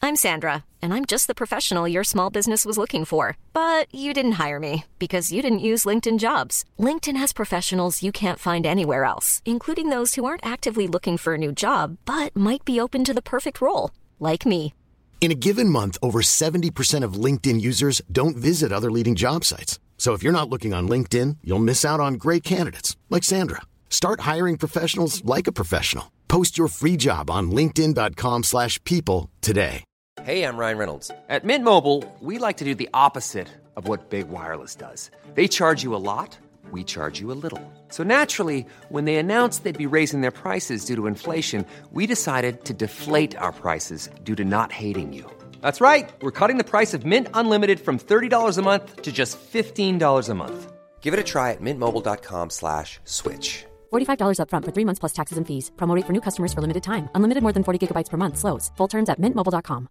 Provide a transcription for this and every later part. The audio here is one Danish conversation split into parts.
I'm Sandra, and I'm just the professional your small business was looking for. But you didn't hire me because you didn't use LinkedIn Jobs. LinkedIn has professionals you can't find anywhere else, including those who aren't actively looking for a new job, but might be open to the perfect role, like me. In a given month, over 70% of LinkedIn users don't visit other leading job sites. So if you're not looking on LinkedIn, you'll miss out on great candidates like Sandra. Start hiring professionals like a professional. Post your free job on linkedin.com/people today. Hey, I'm Ryan Reynolds. At Mint Mobile, we like to do the opposite of what Big Wireless does. They charge you a lot, we charge you a little. So naturally, when they announced they'd be raising their prices due to inflation, we decided to deflate our prices due to not hating you. That's right. We're cutting the price of Mint Unlimited from $30 a month to just $15 a month. Give it a try at mintmobile.com/switch. $45 up front for 3 months plus taxes and fees. Promo rate for new customers for limited time. Unlimited more than 40 gigabytes per month. Slows full terms at mintmobile.com.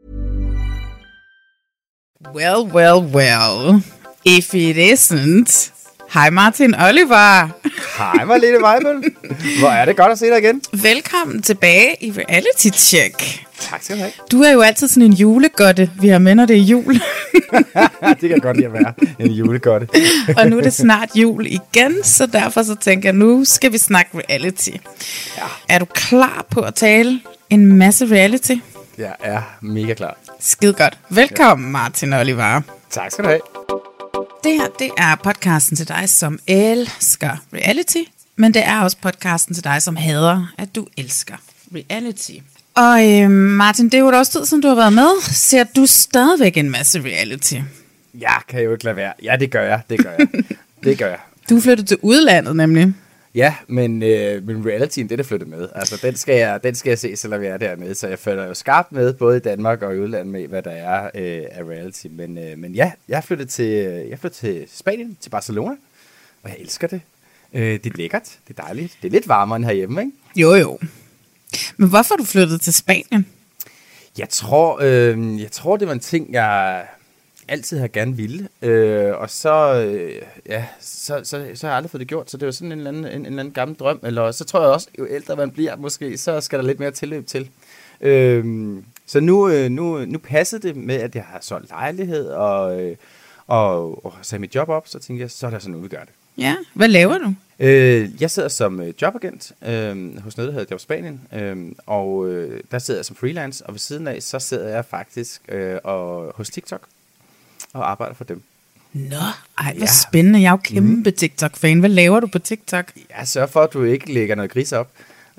Well. If it isn't... Hej Martin Oliver. Hej Marlene Weibel. Hvor er det godt at se dig igen. Velkommen tilbage i Reality Check. Tak skal du have. Du er jo altid sådan en julegodte, vi har med, når det er jul. Det kan godt lide at være en julegodte. Og nu er det snart jul igen, så derfor så tænker jeg, nu skal vi snakke reality. Ja. Er du klar på at tale en masse reality? Jeg er mega klar. Skide godt. Velkommen Martin Oliver. Tak skal du have. Det her, det er podcasten til dig, som elsker reality, men det er også podcasten til dig, som hader, at du elsker reality. Og Martin, det er jo et års tid, som du har været med. Ser du stadigvæk en masse reality? Ja, kan jeg jo ikke lade være. Ja, det gør jeg. Du er flyttet til udlandet, nemlig. Ja, men realityen, det er flyttet med. Altså, den skal jeg se, selvom jeg er dernede. Så jeg følger jo skarpt med, både i Danmark og i udlandet med, hvad der er af reality. Men ja, jeg er flyttet til Spanien, til Barcelona, og jeg elsker det. Det er lækkert, det er dejligt. Det er lidt varmere end herhjemme, ikke? Jo. Men hvorfor er du flyttet til Spanien? Jeg tror, det var en ting, jeg altid har gerne ville, og så har jeg aldrig fået det gjort, så det var sådan en eller anden gammel drøm, eller så tror jeg også, jo ældre man bliver måske, så skal der lidt mere tilløb til. Så nu passede det med, at jeg har solgt lejlighed, og sat mit job op, så tænkte jeg, så er der sådan noget, vi gør det. Ja, hvad laver du? Jeg sidder som jobagent hos noget, der hedder Job Spanien, og der sidder jeg som freelance, og ved siden af, så sidder jeg faktisk hos TikTok og arbejder for dem. Nå, hvor spændende. Jeg er jo kæmpe TikTok-fan. Hvad laver du på TikTok? Jeg sørger for, at du ikke lægger noget gris op.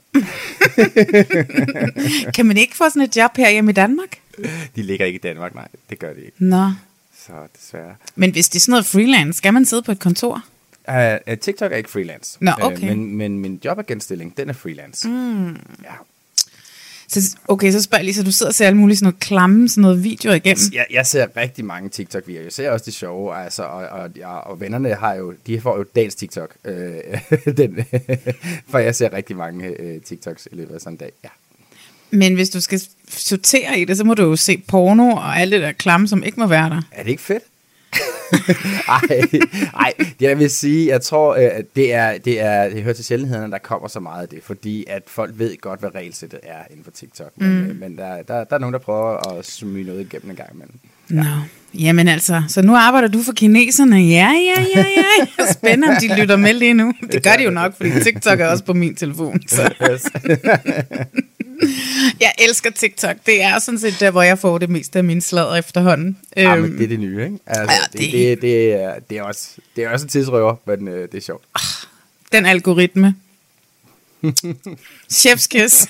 Kan man ikke få sådan et job her hjemme i Danmark? De ligger ikke i Danmark, nej. Det gør de ikke. Nå. Så desværre. Men hvis det er sådan noget freelance, skal man sidde på et kontor? TikTok er ikke freelance. Nå, okay. Men min jobagentstilling, den er freelance. Ja. Så spørger jeg lige, så du sidder og ser alle mulige sådan noget klamme, sådan noget video igennem? Jeg ser rigtig mange TikTok-videoer. Jeg ser også de sjove, altså, og vennerne de får jo dagens TikTok. For jeg ser rigtig mange TikToks i løbet af sådan en dag, ja. Men hvis du skal sortere i det, så må du jo se porno og alt det der klamme, som ikke må være der. Er det ikke fedt? Ej, det jeg vil sige, jeg tror, at det hører til sjældenhederne, der kommer så meget af det, fordi at folk ved godt, hvad regelsættet er inden for TikTok, men der er nogen, der prøver at smyge noget igennem en gang imellem. Ja. Nå, jamen altså, så nu arbejder du for kineserne, ja, spændende, om de lytter med lige nu. Det gør de jo nok, fordi TikTok er også på min telefon, så. Jeg elsker TikTok. Det er sådan set der, hvor jeg får det meste af min sladder efterhånden. Men det er det nye, ikke? Altså, det er også en tidsrøver, men det er sjovt. Den algoritme. Chef's kiss.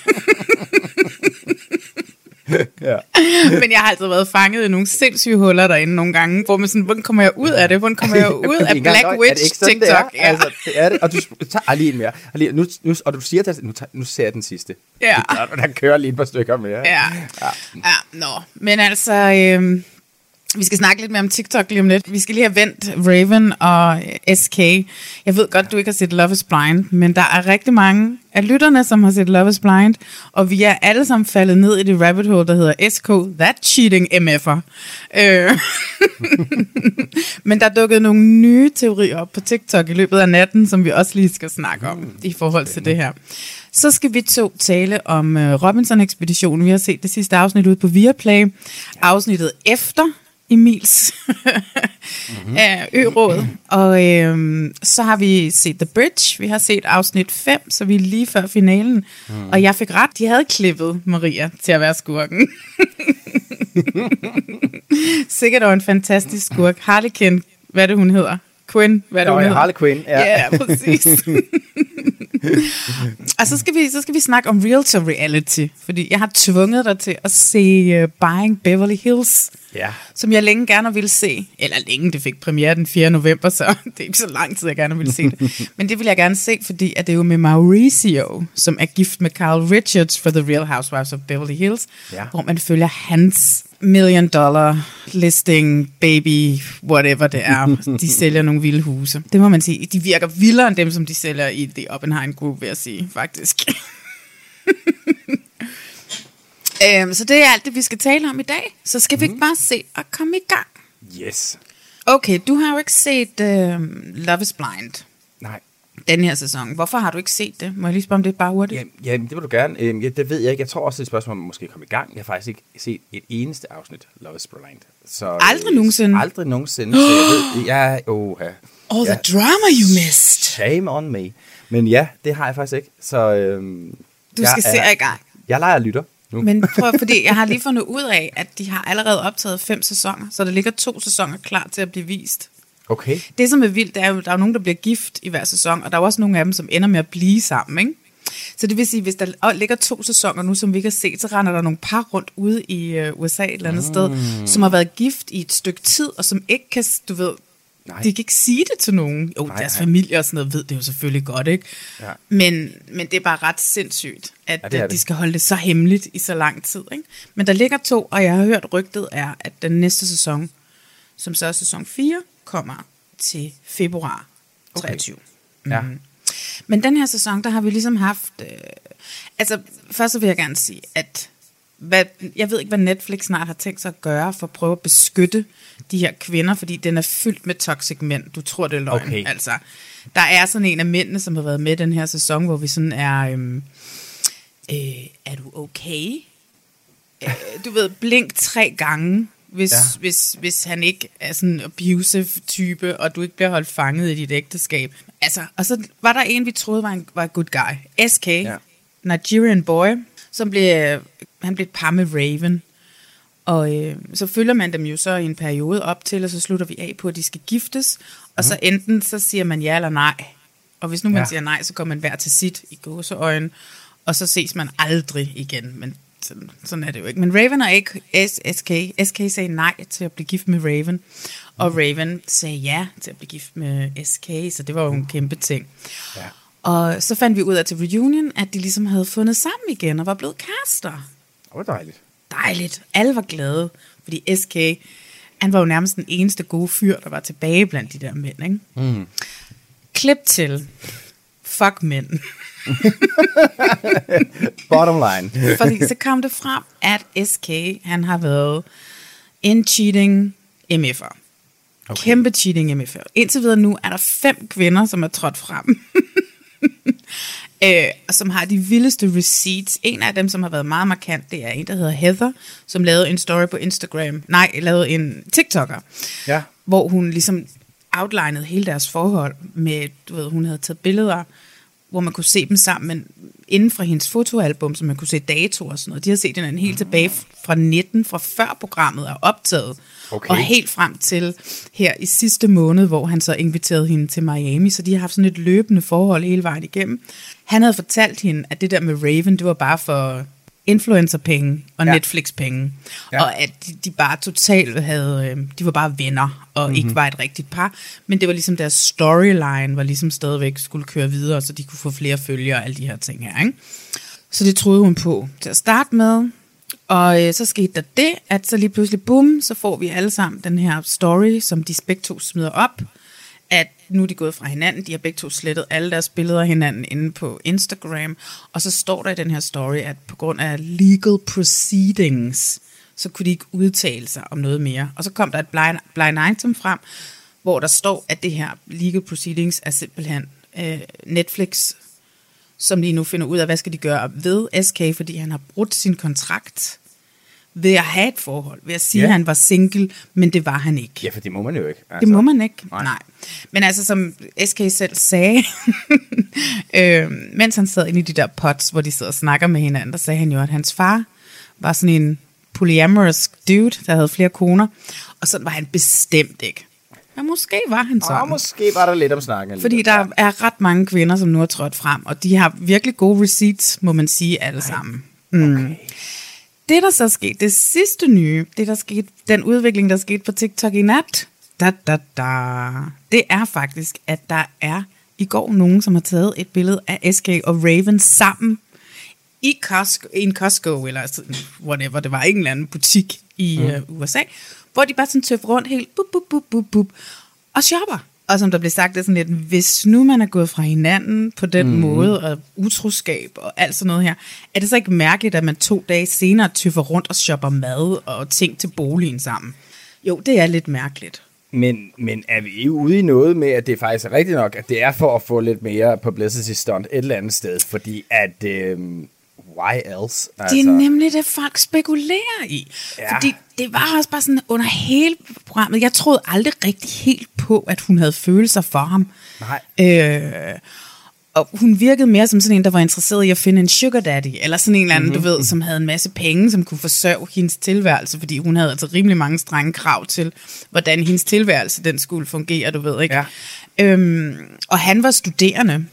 Ja. Men jeg har altid været fanget i nogle sindssyge huller derinde nogle gange, hvor man sådan, hvordan kommer jeg ud af det? Hvordan kommer jeg ud af Black Witch TikTok? Ja. Altså, det er det. Og du tager lige en mere. Og du siger til nu ser jeg den sidste. Ja. Og der kører lige et par stykker mere. Ja. Nå. Men altså, Vi skal snakke lidt mere om TikTok lige om lidt. Vi skal lige have vendt Raven og SK. Jeg ved godt, du ikke har set Love is Blind, men der er rigtig mange af lytterne, som har set Love is Blind, og vi er alle sammen faldet ned i det rabbit hole, der hedder SK, that cheating MF'er. Men der er dukket nogle nye teorier op på TikTok i løbet af natten, som vi også lige skal snakke om i forhold til det her. Så skal vi to tale om Robinson-ekspeditionen. Vi har set det sidste afsnit ude på Viaplay. Afsnittet efter Emils af Ø-rådet. Og så har vi set The Bridge. Vi har set afsnit 5, så vi er lige før finalen. Og jeg fik ret. De havde klippet Maria til at være skurken. Sikkert også en fantastisk skurk. Harley Quinn, hvad er det hun hedder? Quinn, hvad er det hun hedder? Harley Quinn, ja. Ja, præcis. Og så skal vi snakke om realtor reality, fordi jeg har tvunget dig til at se Buying Beverly Hills, som jeg længe gerne ville se. Eller længe, det fik premiere den 4. november, så det er ikke så lang tid, jeg gerne ville se det. Men det vil jeg gerne se, fordi at det er jo med Mauricio, som er gift med Carl Richards for The Real Housewives of Beverly Hills, hvor man følger hans $1 million listing, baby, whatever det er. De sælger nogle vilde huse. Det må man sige. De virker vildere end dem, som de sælger i The Oppenheim Group, vil jeg sige, faktisk. Så det er alt det, vi skal tale om i dag. Så skal vi ikke bare se og komme i gang. Yes. Okay, du har jo ikke set Love is Blind. Nej. Den her sæson. Hvorfor har du ikke set det? Må jeg lige spørge om det bare hurtigt? Jamen, det vil du gerne. Det ved jeg ikke. Jeg tror også, det er et spørgsmål, om måske komme i gang. Jeg har faktisk ikke set et eneste afsnit Love is Blind. Så, aldrig nogensinde? Aldrig nogensinde. Så jeg ved, All the drama you missed. Shame on me. Men ja, det har jeg faktisk ikke. Så du skal se i gang. Jeg leger lytter nu. Men prøv, fordi jeg har lige fundet ud af, at de har allerede optaget 5 sæsoner, så der ligger 2 sæsoner klar til at blive vist. Okay. Det, som er vildt, det er jo, der er jo nogen, der bliver gift i hver sæson, og der er også nogle af dem, som ender med at blive sammen, ikke? Så det vil sige, hvis der ligger 2 sæsoner nu, som vi kan se, så render der nogle par rundt ude i USA et eller andet sted, som har været gift i et stykke tid, og som ikke kan, du ved, de kan ikke sige det til nogen. Jo, deres familie og sådan noget ved det jo selvfølgelig godt, ikke? Ja. Men det er bare ret sindssygt, at de skal holde det så hemmeligt i så lang tid, ikke? Men der ligger 2, og jeg har hørt rygtet er, at den næste sæson, som så er sæson 4, kommer til februar 23. Okay. Ja. Men den her sæson, der har vi ligesom haft... først så vil jeg gerne sige, at jeg ved ikke, hvad Netflix snart har tænkt sig at gøre for at prøve at beskytte de her kvinder, fordi den er fyldt med toxic mænd. Du tror, det er løgn. Okay. Altså, der er sådan en af mændene, som har været med den her sæson, hvor vi sådan er... er du okay? Du ved, blink 3 gange, hvis han ikke er sådan en abusive type, og du ikke bliver holdt fanget i dit ægteskab. Altså, og så var der en, vi troede var en good guy. SK, Nigerian boy, som han blev et par med Raven. Og så følger man dem jo så i en periode op til, og så slutter vi af på, at de skal giftes. Og så enten så siger man ja eller nej. Og hvis nu man siger nej, så går man hver til sit i gåseøjne. Og så ses man aldrig igen. Men sådan er det jo ikke. Men Raven og ikke SK sagde nej til at blive gift med Raven. Og Raven sagde ja til at blive gift med SK. Så det var jo en kæmpe ting. Ja. Og så fandt vi ud af til reunion, at de ligesom havde fundet sammen igen og var blevet kærester. Det var dejligt. Dejligt. Alle var glade, fordi SK, han var jo nærmest den eneste gode fyr, der var tilbage blandt de der mænd, ikke? Mm. Klip til. Fuck mænd. Bottom line. Fordi så kom det frem, at SK, han har været en cheating MF'er. Okay. Kæmpe cheating MF'er. Indtil videre nu er der 5 kvinder, som er trådt frem. Og som har de vildeste receipts. En af dem, som har været meget markant, det er en, der hedder Heather, som lavede en story på Instagram. Nej, lavede en TikToker. Ja. Hvor hun ligesom outlinede hele deres forhold med, du ved, hun havde taget billeder, hvor man kunne se dem sammen, men inden fra hendes fotoalbum, så man kunne se datoer og sådan noget. De har set den helt tilbage fra 19, fra før programmet er optaget. Okay. Og helt frem til her i sidste måned, hvor han så inviterede hende til Miami, så de har haft sådan et løbende forhold hele vejen igennem. Han havde fortalt hende, at det der med Raven, det var bare for influencerpenge og Netflix-penge. Ja. Og at de bare totalt havde, de var bare venner, og ikke var et rigtigt par. Men det var ligesom deres storyline, var ligesom stadigvæk skulle køre videre, så de kunne få flere følgere og alle de her ting her, ikke? Så det troede hun på til at starte med. Og så skete der det, at så lige pludselig, boom, så får vi alle sammen den her story, som de begge to smider op, at nu er de gået fra hinanden, de har begge to slettet alle deres billeder af hinanden inde på Instagram, og så står der i den her story, at på grund af legal proceedings, så kunne de ikke udtale sig om noget mere. Og så kom der et blind item frem, hvor der står, at det her legal proceedings er simpelthen Netflix, som lige nu finder ud af, hvad skal de gøre ved SK, fordi han har brudt sin kontrakt ved at have et forhold, ved at sige, at han var single, men det var han ikke. Ja, for det må man jo ikke. Altså. Det må man ikke, nej. Men altså, som SK selv sagde, mens han sad inde i de der pods, hvor de sidder og snakker med hinanden, der sagde han jo, at hans far var sådan en polyamorous dude, der havde flere koner, og sådan var han bestemt ikke. Men måske var han sådan. Måske var der lidt om snakken. Fordi der er ret mange kvinder, som nu har trådt frem, og de har virkelig gode receipts, må man sige, alle sammen. Okay. Det, der så skete, det sidste nye, det der skete, den udvikling, der skete på TikTok i nat, det er faktisk, at der er i går nogen, som har taget et billede af SK og Raven sammen i en Costco, eller whatever, det var ikke en eller anden butik i USA, hvor de bare sådan tøffer rundt helt bup, og shopper. Og som der blev sagt, det er sådan lidt, hvis nu man er gået fra hinanden på den måde, og utroskab og alt sådan noget her, er det så ikke mærkeligt, at man 2 dage senere tøffer rundt og shopper mad og ting til boligen sammen? Jo, det er lidt mærkeligt. Men er vi jo ude i noget med, at det faktisk er rigtigt nok, at det er for at få lidt mere publicity stunt et eller andet sted, fordi at... why else? Altså. Det er nemlig det, folk spekulerer i. Ja. Fordi det var også bare sådan under hele programmet. Jeg troede aldrig rigtig helt på, at hun havde følelser for ham. Nej. Og hun virkede mere som sådan en, der var interesseret i at finde en sugar daddy, eller sådan en eller anden, du ved, som havde en masse penge, som kunne forsørge hendes tilværelse, fordi hun havde altså rimelig mange strenge krav til, hvordan hendes tilværelse, den skulle fungere, du ved, ikke? Ja. Og han var studerende.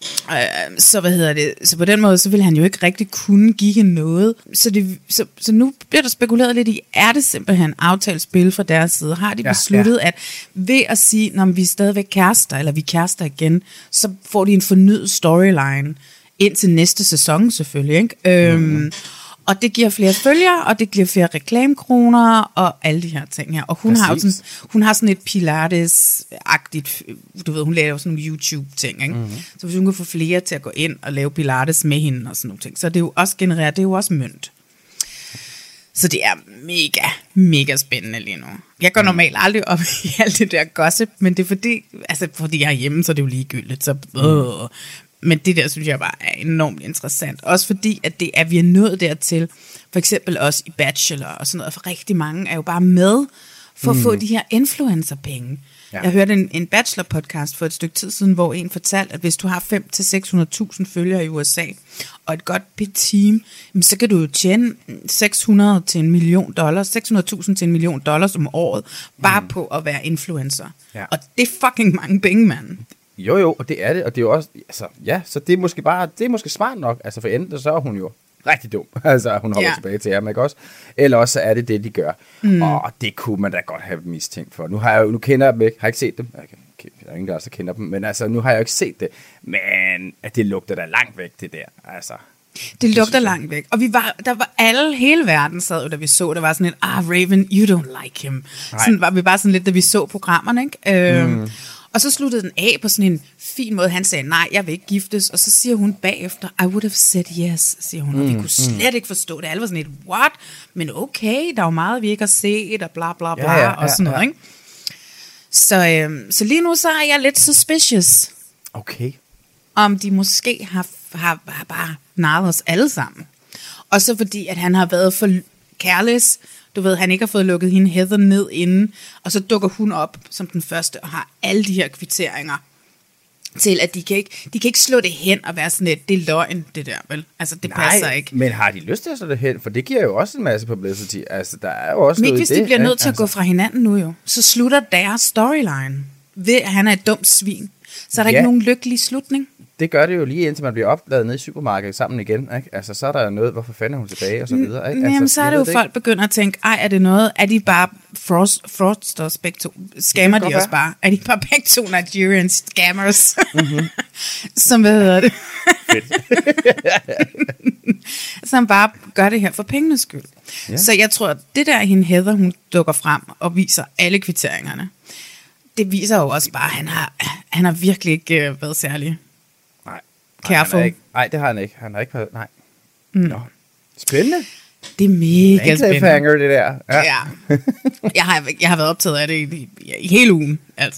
Så på den måde, så ville han jo ikke rigtig kunne give hende noget. Så nu bliver der spekuleret lidt i, er det simpelthen aftalespil fra deres side? Har de besluttet, at ved at sige, når vi er stadigvæk kærester, eller vi er kærester igen, så får de en fornyet storyline ind til næste sæson selvfølgelig, ikke? Og det giver flere følgere, og det giver flere reklamekroner, og alle de her ting her. Og hun har sådan et Pilates-agtigt, du ved, hun laver sådan nogle YouTube-ting, ikke? Så hvis hun kan få flere til at gå ind og lave Pilates med hende og sådan nogle ting, så det er jo også genereret, det er jo også mønt. Så det er mega, mega spændende lige nu. Jeg går normalt aldrig op i alt det der gossip, men det er fordi jeg er hjemme, så er det jo ligegyldigt, så... Men det der, synes jeg bare er enormt interessant. Også fordi, at vi er nået dertil, for eksempel også i Bachelor og sådan noget, for rigtig mange er jo bare med for at få de her influencer-penge. Ja. Jeg hørte en Bachelor-podcast for et stykke tid siden, hvor en fortalte, at hvis du har 500.000-600.000 følgere i USA, og et godt team, så kan du jo tjene $600,000 til $1 million, $600,000 til $1 million om året, bare på at være influencer. Ja. Og det er fucking mange penge, mand. Jo, og det er det, og det er jo også, altså, ja, så det er måske smart nok, altså for enten så er hun jo rigtig dum, altså hun holder tilbage til ham, ikke også? Eller også så er det det, de gør, og det kunne man da godt have mistænkt for. Nu kender jeg dem ikke, har ikke set dem, der er ingen der også kender dem, men altså, nu har jeg jo ikke set det, men at det lugter da langt væk, det der, altså. Det lugter langt væk, og hele verden sad jo, da vi så, der var sådan et, Raven, you don't like him. Sådan var vi bare sådan lidt, da vi så programmerne, ikke? Og så sluttede den af på sådan en fin måde. Han sagde, nej, jeg vil ikke giftes. Og så siger hun bagefter, I would have said yes, siger hun. Og vi kunne slet ikke forstå det. Alle var sådan et, what? Men okay, der er jo meget, vi ikke har set, og bla bla bla, og sådan noget, ikke? Så lige nu så er jeg lidt suspicious. Okay. Om de måske har bare narret os alle sammen. Og så fordi, at han har været for careless. Du ved, han ikke har fået lukket hende Heather ned inden, og så dukker hun op som den første og har alle de her kvitteringer til, at de kan ikke slå det hen og være sådan et, det er løgn, det der, vel? Altså, det passer ikke. Men har de lyst til at slå det hen? For det giver jo også en masse publicity. Altså, der er jo også noget i det. Hvis de bliver nødt til at gå fra hinanden nu jo, så slutter deres storyline ved, at han er et dumt svin. Så er der ikke nogen lykkelig slutning. Det gør det jo lige indtil man bliver opdaget nede i supermarkedet sammen igen, ikke? Altså, så er der noget, hvorfor fanden er hun tilbage, og så videre, ikke? Jamen, Altså, så er det jo, folk begynder at tænke, er de bare fraudsters begge to? Scammer de også bare? Er de bare begge to Nigerian scammers? Som, hvad hedder det? Som bare gør det her for pengenes skyld. Ja. Så jeg tror, at det der, hende Heather, hun dukker frem og viser alle kvitteringerne, det viser jo også bare, at han har virkelig ikke været særlig. Careful. Nej, det har han ikke. Han har ikke været... Nej. Nå. Spændende. Det er mega spændende. Cliffhanger, det der. Ja. Jeg har været optaget af det i hele ugen, altså.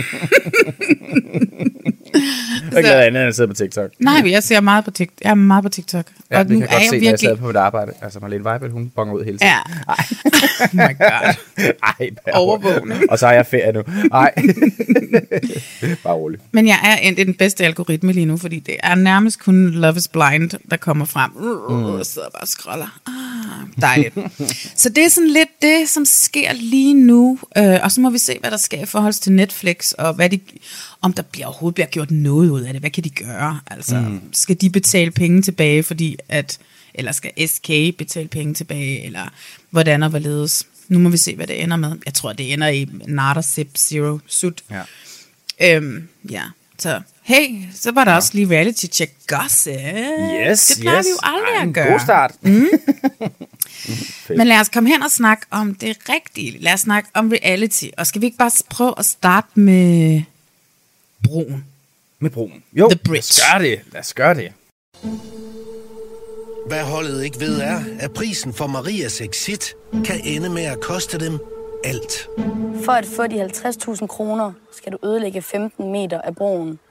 Jeg har ikke lavet andet end at sidde på TikTok. Nej, jeg ser meget på TikTok. Jeg er meget på TikTok. Ja, og det nu kan jeg godt se, når jeg sad på mit arbejde. Altså, Marlene Weibel, hun bonger ud hele tiden. Ja. Oh my god. Ej, overvågende. Og så er jeg ferie nu. Nej. Bare roligt. Men jeg er endt i den bedste algoritme lige nu, fordi det er nærmest kun Love is Blind, der kommer frem. Jeg sidder bare og scroller. Dejligt. Så det er sådan lidt det, som sker lige nu. Og så må vi se, hvad der sker i forhold til Netflix, og hvad om der overhovedet bliver gjort noget ud af det. Hvad kan de gøre? Altså, skal de betale penge tilbage, eller skal SK betale penge tilbage, eller hvordan og hvorledes? Nu må vi se, hvad det ender med. Jeg tror, det ender i Nada Zip Zero Sut. Ja. Ja, så hey, så var der også lige reality check gossip. Yes, det plejer vi jo aldrig at gøre. God start. Men lad os komme hen og snakke om det rigtige. Lad os snakke om reality. Og skal vi ikke bare prøve at starte med broen? Med broen. Jo, The Bridge. Lad os gøre det. Hvad holdet ikke ved er, at prisen for Marias exit kan ende med at koste dem alt. For at få de 50.000 kroner, skal du ødelægge 15 meter af broen.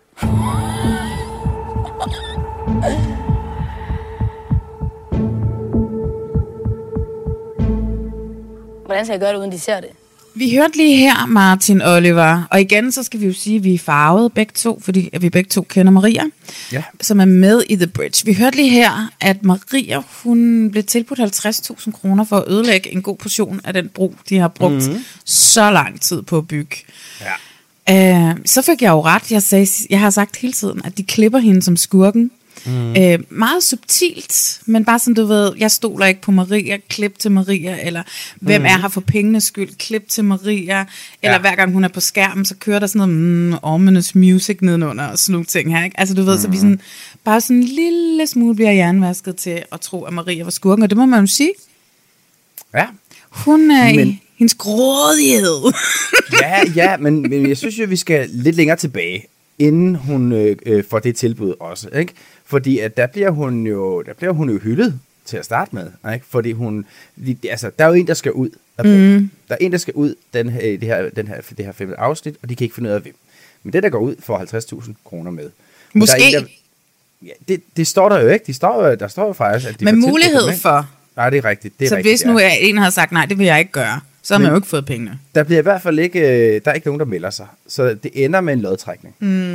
Hvordan skal jeg gøre det, uden de ser det? Vi hørte lige her Martin Oliver, og igen så skal vi jo sige, at vi er farvede begge to, fordi vi begge to kender Maria, som er med i The Bridge. Vi hørte lige her, at Maria, hun blev tilbudt 50.000 kroner for at ødelægge en god portion af den bro, de har brugt så lang tid på at bygge. Ja. Så fik jeg jo ret. Jeg har sagt hele tiden, at de klipper hende som skurken. Meget subtilt, men bare sådan, du ved, jeg stoler ikke på Maria, klip til Maria, eller hvem er her for pengenes skyld, klip til Maria, eller hver gang hun er på skærmen, så kører der sådan noget ominous music nedenunder og sådan nogle ting her, ikke? Altså du ved, så vi sådan, bare sådan en lille smule bliver hjernevasket til at tro, at Maria var skurken, og det må man jo sige. Ja. Hun er hendes grådighed. men jeg synes jo, vi skal lidt længere tilbage, inden hun får det tilbud også, ikke? Fordi at der bliver hun jo hyldet til at starte med, ikke? Fordi der er jo en, der skal ud. Der er en, der skal ud det her 5. afsnit, og de kan ikke finde ud af hvem. Men det, der går ud, får 50.000 kroner med. Måske. Det står der jo ikke. Der står jo faktisk, at de med mulighed for. Nej, det er rigtigt. Så hvis nu en har sagt, nej, det vil jeg ikke gøre, så har man jo ikke fået pengene. Der bliver i hvert fald ikke, der er ikke nogen, der melder sig. Så det ender med en lodtrækning.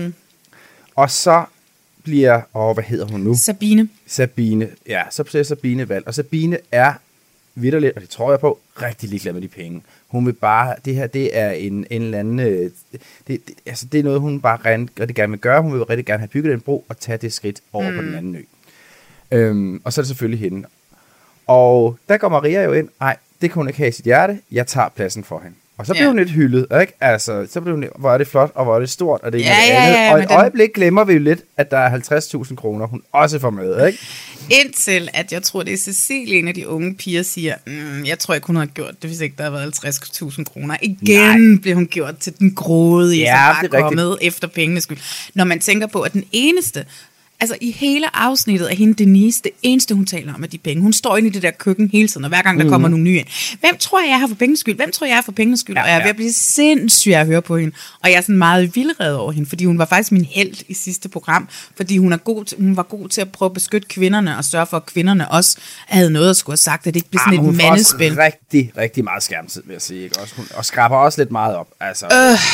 Og så bliver, hvad hedder hun nu? Sabine, ja, så bliver Sabine valgt. Og Sabine er vitterligt, og det tror jeg på, rigtig ligeglad med de penge. Hun vil bare, det her, det er en eller anden, det er noget, hun bare rigtig gerne vil gøre. Hun vil rigtig gerne have bygget den bro og tage det skridt over på den anden ø. Og så er det selvfølgelig hende. Og der går Maria jo ind, nej, det kan hun ikke have i sit hjerte, jeg tager pladsen for hende. Og så bliver hun lidt hyldet, ikke? Altså, så bliver hun, hvor er det flot, og hvor er det stort, og det er andet. Og et øjeblik glemmer vi jo lidt, at der er 50.000 kroner, hun også får med, ikke? Indtil, at jeg tror, det er Cecilie, en af de unge piger, siger, jeg tror ikke, hun har gjort det, hvis ikke der har været 50.000 kroner. Igen bliver hun gjort til den grådige, som bare kommet efter pengene skyld. Når man tænker på, at den eneste... Altså i hele afsnittet af hende Denise, det eneste hun taler om er de penge. Hun står inde i det der køkken hele tiden, og hver gang der kommer nogle nye ind. Hvem tror jeg har for pengenes skyld? Hvem tror jeg er for pengenes skyld? Og jeg er ved at blive sindssyg at høre på hende. Og jeg er sådan meget vildrede over hende, fordi hun var faktisk min helt i sidste program. Fordi hun var god til at prøve at beskytte kvinderne, og sørge for, at kvinderne også havde noget at skulle have sagt, at det ikke blev sådan et mandespil. Hun får også rigtig, rigtig meget skærmtid, vil jeg sige. Ikke? Også, og skraber også lidt meget op. Altså,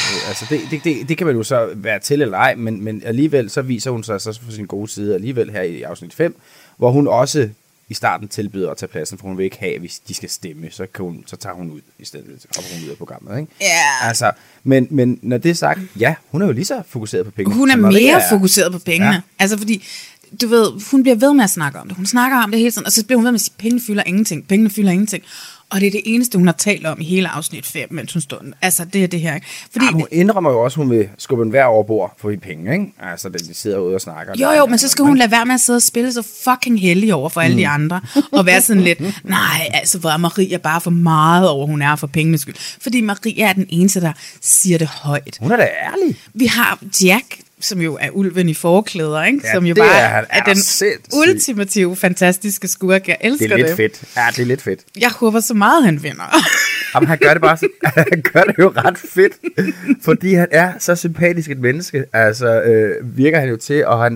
det kan man jo så være til eller ej, men alligevel så viser hun sig så for sin gode side alligevel her i afsnit 5, hvor hun også i starten tilbyder at tage pladsen, for hun vil ikke have, hvis de skal stemme, så tager hun ud i stedet, så hopper hun ud af programmet, ikke? Ja. Altså, men når det er sagt, ja, hun er jo lige så fokuseret på pengene. Hun er mere fokuseret på pengene. Ja. Altså fordi, du ved, hun bliver ved med at snakke om det. Hun snakker om det hele tiden, og så bliver hun ved med at sige, pengene fylder ingenting. Og det er det eneste, hun har talt om i hele afsnit 5, mens hun står. Altså, det er det her, ikke? Fordi hun indrømmer jo også, at hun vil skubbe en hver over bord for de penge, ikke? Altså, de sidder ude og snakker. Jo, men så skal hun lade være med at sidde og spille så fucking heldig over for alle de andre. Og være sådan lidt, nej, altså, hvor er Maria bare for meget over, hun er for pengenes skyld. Fordi Maria er den eneste, der siger det højt. Hun er da ærlig. Vi har Jack, som jo er ulven i forklæder, ikke? Ja, som jo bare er den ultimative, fantastiske skurk. Jeg elsker det. Det er lidt fedt. Ja, det er lidt fedt. Jeg håber så meget, han vinder. Jamen, han gør det bare han gør det jo ret fedt, fordi han er så sympatisk et menneske. Altså, virker han jo til, og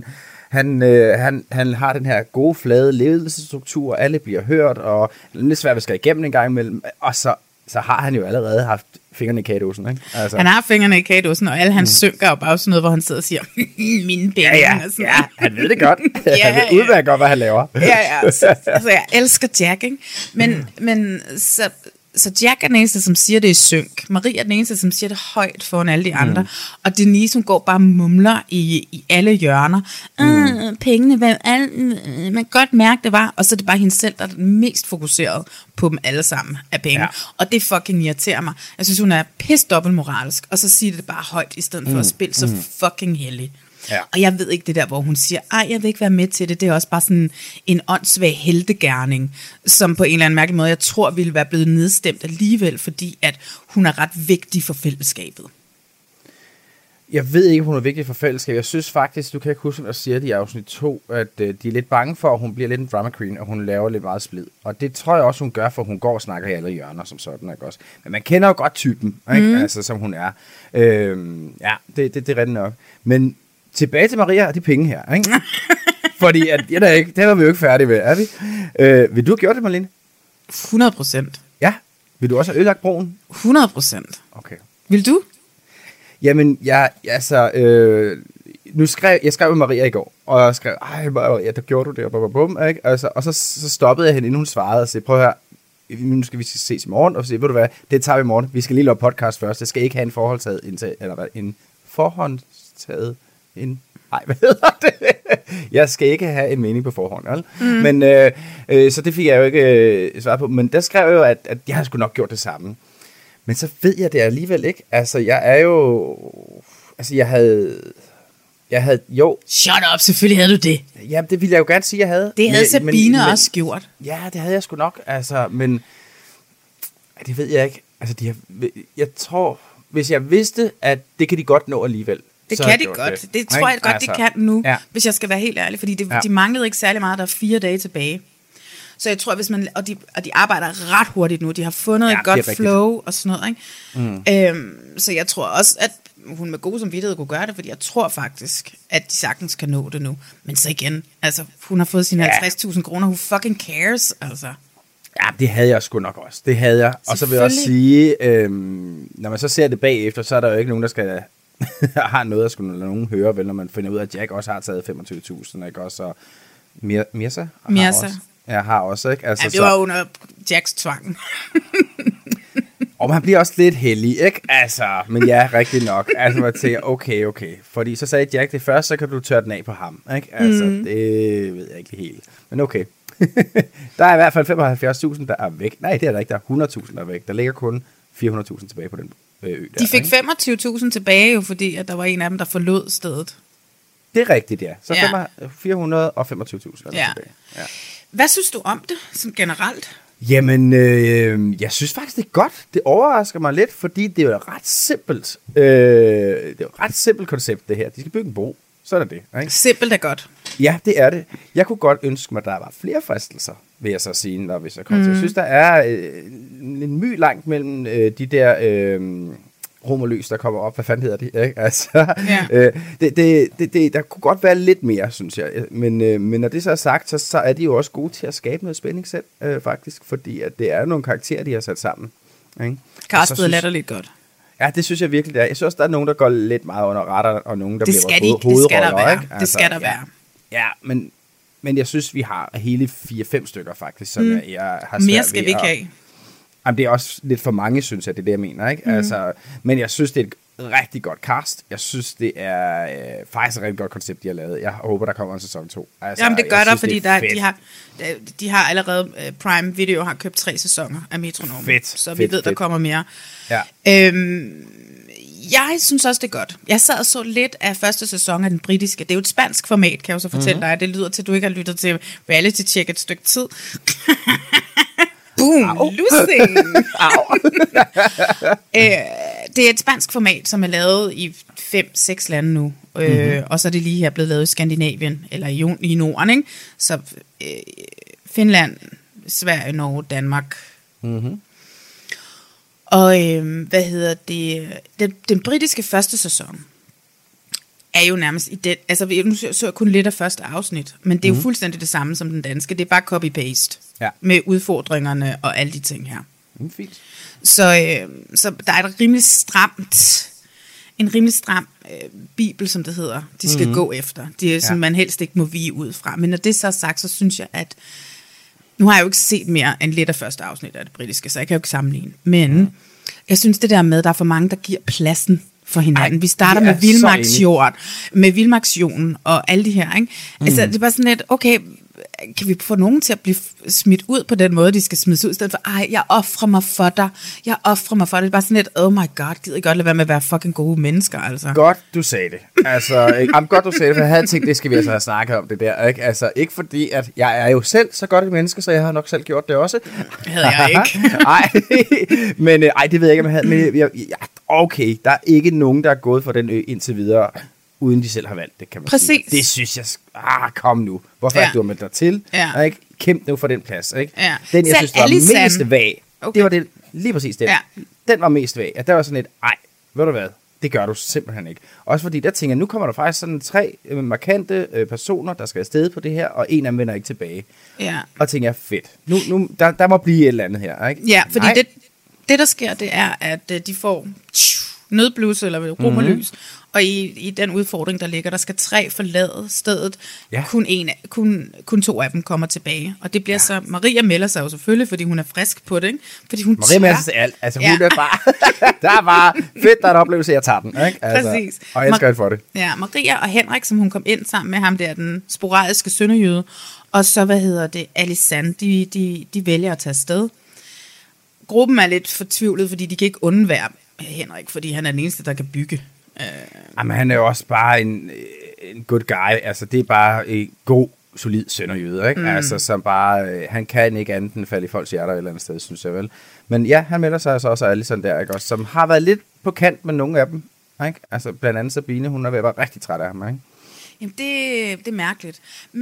han har den her gode, flade ledelsesstruktur, alle bliver hørt, og lidt svært at skrive igennem en gang imellem, og så har han jo allerede haft fingrene i kagedåsen, ikke? Altså. Han har fingrene i kagedåsen, og alle hans synker og bare sådan noget, hvor han sidder og siger, mine penge. Ja, han ved det godt. Han ved udmærket godt, hvad han laver. Så jeg elsker Jack, ikke? Men så Jack er den eneste, som siger det i synk. Maria er den eneste, som siger det højt foran alle de andre. Og Denise, hun går bare og mumler i alle hjørner. Pengene, man kan godt mærke, det var. Og så er det bare hende selv, der er den mest fokuseret på dem alle sammen af penge. Ja. Og det fucking irriterer mig. Jeg synes, hun er pisse dobbeltmoralsk. Og så siger det bare højt, i stedet for at spille så fucking heldig. Ja. Og jeg ved ikke det der, hvor hun siger, jeg vil ikke være med til det. Det er også bare sådan en åndssvag heltegerning, som på en eller anden mærkelig måde, jeg tror, ville være blevet nedstemt alligevel, fordi at hun er ret vigtig for fællesskabet. Jeg ved ikke, hun er vigtig for fællesskabet. Jeg synes faktisk, du kan ikke huske, at sige det i afsnit 2, at de er lidt bange for, at hun bliver lidt en drama queen, og hun laver lidt meget splid. Og det tror jeg også, hun gør, for hun går og snakker i alle hjørner som sådan, ikke også? Men man kender jo godt typen, ikke? Altså, som hun er. Det er rigtigt nok. Men tilbage til Maria og de penge her, ikke? Fordi at, det var vi jo ikke færdige med, er vi? Vil du have gjort det, Marlene? 100%. Ja. Vil du også have ødelagt broen? 100%. Okay. Vil du? Jamen, jeg skrev med Maria i går, og jeg skrev, Maria, der gjorde du det, og ikke? Altså, og så stoppede jeg hende, inden hun svarede, og sagde, prøv at høre, nu skal vi ses i morgen, og så ved du hvad, det tager vi i morgen. Vi skal lige lave podcast først. Jeg skal ikke have hvad hedder det? Jeg skal ikke have en mening på forhånd, men så det fik jeg jo ikke svar på. Men der skrev jeg jo, at jeg havde sgu nok gjort det samme. Men så ved jeg det alligevel ikke. Altså, jeg havde jo... Shut up, selvfølgelig havde du det. Jamen, det ville jeg jo gerne sige, jeg havde. Det havde Sabine også gjort. Ja, det havde jeg sgu nok. Altså, men... Det ved jeg ikke. Altså, jeg tror, hvis jeg vidste, at det kan de godt nå alligevel. Det kan de godt. Det tror jeg godt, de kan nu, hvis jeg skal være helt ærlig. Fordi de manglede ikke særlig meget. Der er 4 dage tilbage. Så jeg tror, hvis man... Og de arbejder ret hurtigt nu. De har fundet et godt flow og sådan noget, ikke? Så jeg tror også, at hun med god samvittighed kunne gøre det, fordi jeg tror faktisk, at de sagtens kan nå det nu. Men så igen, altså, hun har fået sine 50.000 kroner. Who fucking cares, altså? Ja, det havde jeg sgu nok også. Det havde jeg. Og så vil jeg også sige, når man så ser det bagefter, så er der jo ikke nogen, der skal... har noget at skulle lade nogen høre, vel, når man finder ud af, at Jack også har taget 25.000, ikke? Også, og Mirza har også, ikke? Altså, det var under Jacks tvang. Og han bliver også lidt heldig, ikke? Altså, men ja, rigtig nok. Altså, man tænker, okay. Fordi så sagde Jack det først, så kan du tørre den af på ham, ikke? Altså, det ved jeg ikke helt. Men okay. Der er i hvert fald 75.000, der er væk. Nej, det er der ikke. Der er 100.000, der er væk. Der ligger kun 400.000 tilbage på den ø der. De fik 25.000 tilbage, jo, fordi at der var en af dem, der forlod stedet. Det er rigtigt, ja. Så 425.000 tilbage. Ja. Hvad synes du om det, som generelt? Jamen, jeg synes faktisk, det er godt. Det overrasker mig lidt, fordi det er jo et ret simpelt. Det er jo et ret simpelt koncept, det her. De skal bygge en bro. Så er det, ikke? Simpelt er godt. Ja, det er det. Jeg kunne godt ønske mig, at der var flere fristelser, vil jeg så sige, når vi så kommer til. Jeg synes, der er en my langt mellem de der romerlys, der kommer op. Hvad fanden hedder de? Ikke? Altså, der kunne godt være lidt mere, synes jeg. Men når det så er sagt, så er de jo også gode til at skabe noget spænding selv, faktisk. Fordi at det er nogle karakterer, de har sat sammen. Castet er latterligt godt. Ja, det synes jeg virkelig, det er. Jeg synes også, der er nogen, der går lidt meget under radar, og nogen, der bliver hovedroller. Det skal der være. Ja, men Men jeg synes, vi har hele 4-5 stykker faktisk, som jeg har svært Mere skal vi ikke have. Jamen, det er også lidt for mange, synes jeg, det er det, jeg mener, ikke? Altså, men jeg synes, det er et rigtig godt cast. Jeg synes, det er faktisk et rigtig godt koncept, de har lavet. Jeg håber, der kommer en sæson 2. Altså, Jamen, det gør der, fordi de har allerede, Prime Video har købt 3 sæsoner af Metronomen. Fedt, så vi ved, der kommer mere. Ja. Jeg synes også, det er godt. Jeg sad og så lidt af første sæson af den britiske. Det er jo et spansk format, kan jeg jo så fortælle dig. Det lyder til, at du ikke har lyttet til Reality Check et stykke tid. Boom, losing. Det er et spansk format, som er lavet i 5-6 lande nu. Og så er det lige her blevet lavet i Skandinavien, eller i Norden, ikke? Så Finland, Sverige, Norge, Danmark. Og den britiske første sæson er jo nærmest i den, altså nu så jeg kun lidt af første afsnit, men det er jo fuldstændig det samme som den danske. Det er bare copy-paste med udfordringerne og alle de ting her. Fint. Så der er en rimelig stram bibel, som det hedder, de skal gå efter. Det er som man helst ikke må vige ud fra. Men når det så er sagt, så synes jeg, at nu har jeg jo ikke set mere end lidt af første afsnit af det britiske, så jeg kan jo ikke sammenligne. Men jeg synes det der med, at der er for mange, der giver pladsen for hinanden. Vi starter med vildmarksjorden og alle de her, ikke? Altså, det er bare sådan lidt, okay, kan vi få nogen til at blive smidt ud på den måde, de skal smides ud, i stedet for, jeg offrer mig for dig. Det er bare sådan lidt, oh my god, gider I godt lade være med at være fucking gode mennesker, altså. Godt, du sagde det. Altså, godt, du sagde det, for jeg havde tænkt, det skal vi altså have snakket om det der, ikke? Altså, ikke fordi, at jeg er jo selv så godt et menneske, så jeg har nok selv gjort det også. Havde jeg ikke. Nej, men det ved jeg ikke, om jeg havde. Men okay, der er ikke nogen, der er gået for den ø indtil videre, uden de selv har valgt det, kan man sige. Det synes jeg, kom nu. Hvorfor er du har meldt dig til? Ja. Ikke? Kæmp nu for den plads, ikke? Ja. Den, jeg synes, var mest vag. Okay. Det var det, lige præcis den. Ja. Den var mest vag. At der var sådan et, ved du hvad, det gør du simpelthen ikke. Også fordi der tænker, nu kommer der faktisk sådan 3 markante personer, der skal afsted på det her, og en af dem vender ikke tilbage. Ja. Og tænker jeg, fedt. Nu der må blive et eller andet her, ikke? Ja, fordi det der sker, det er, at de får nødblus eller romerlys, og i den udfordring, der ligger, der skal 3 forlade stedet. Ja. Kun 2 af dem kommer tilbage. Og det bliver så, Maria melder sig jo selvfølgelig, fordi hun er frisk på det, ikke? Fordi hun Maria melder sig til alt. Altså hun er bare, der er bare fedt, der er en oplevelse, jeg tager den, ikke? Altså, præcis. Og jeg elsker for det. Ja, Maria og Henrik, som hun kom ind sammen med ham der, den sporadiske sønderjyde, og så, Alisand, de vælger at tage afsted. Gruppen er lidt fortvivlet, fordi de kan ikke undvære Henrik, fordi han er den eneste, der kan bygge. Jamen, han er jo også bare en good guy. Altså, det er bare en god, solid sønderjyde, ikke? Altså, som bare, han kan ikke andet end falde i folks hjerter et eller andet sted, synes jeg vel. Men ja, han melder sig altså også alle sådan der, ikke? Også, som har været lidt på kant med nogle af dem, ikke? Altså, blandt andet Sabine, hun er ved at være rigtig træt af ham, ikke? Jamen, det er mærkeligt.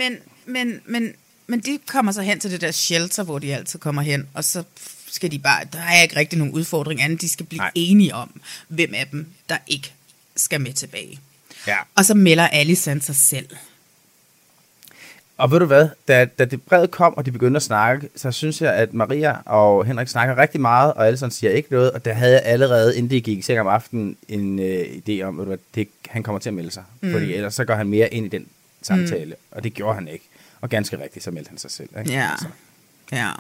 Men de kommer så hen til det der shelter, hvor de altid kommer hen, og så skal de bare, der er ikke rigtig nogen udfordring andet, de skal blive enige om, hvem af dem, der ikke skal med tilbage. Ja. Og så melder Alisand sig selv. Og ved du hvad, da det brevet kom, og de begyndte at snakke, så synes jeg, at Maria og Henrik snakker rigtig meget, og Alisand siger ikke noget, og der havde jeg allerede, inden det gik i seng om aftenen, en idé om, at han kommer til at melde sig. Fordi ellers så går han mere ind i den samtale, og det gjorde han ikke. Og ganske rigtigt, så meldte han sig selv. Ikke? Ja, ja.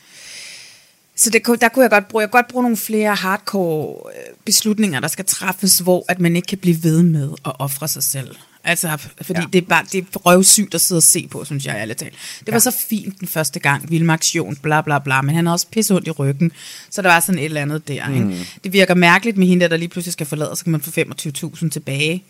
Så der kunne jeg godt bruge nogle flere hardcore beslutninger, der skal træffes, hvor at man ikke kan blive ved med at ofre sig selv. Altså, fordi det er røvsygt at sidde og se på, synes jeg, ærligt talt. Det var så fint den første gang, vildmarksjon, bla bla bla, men han har også pisse ondt i ryggen, så der var sådan et eller andet der. Ikke? Det virker mærkeligt med hende, der lige pludselig skal forlade, så kan man få 25.000 tilbage.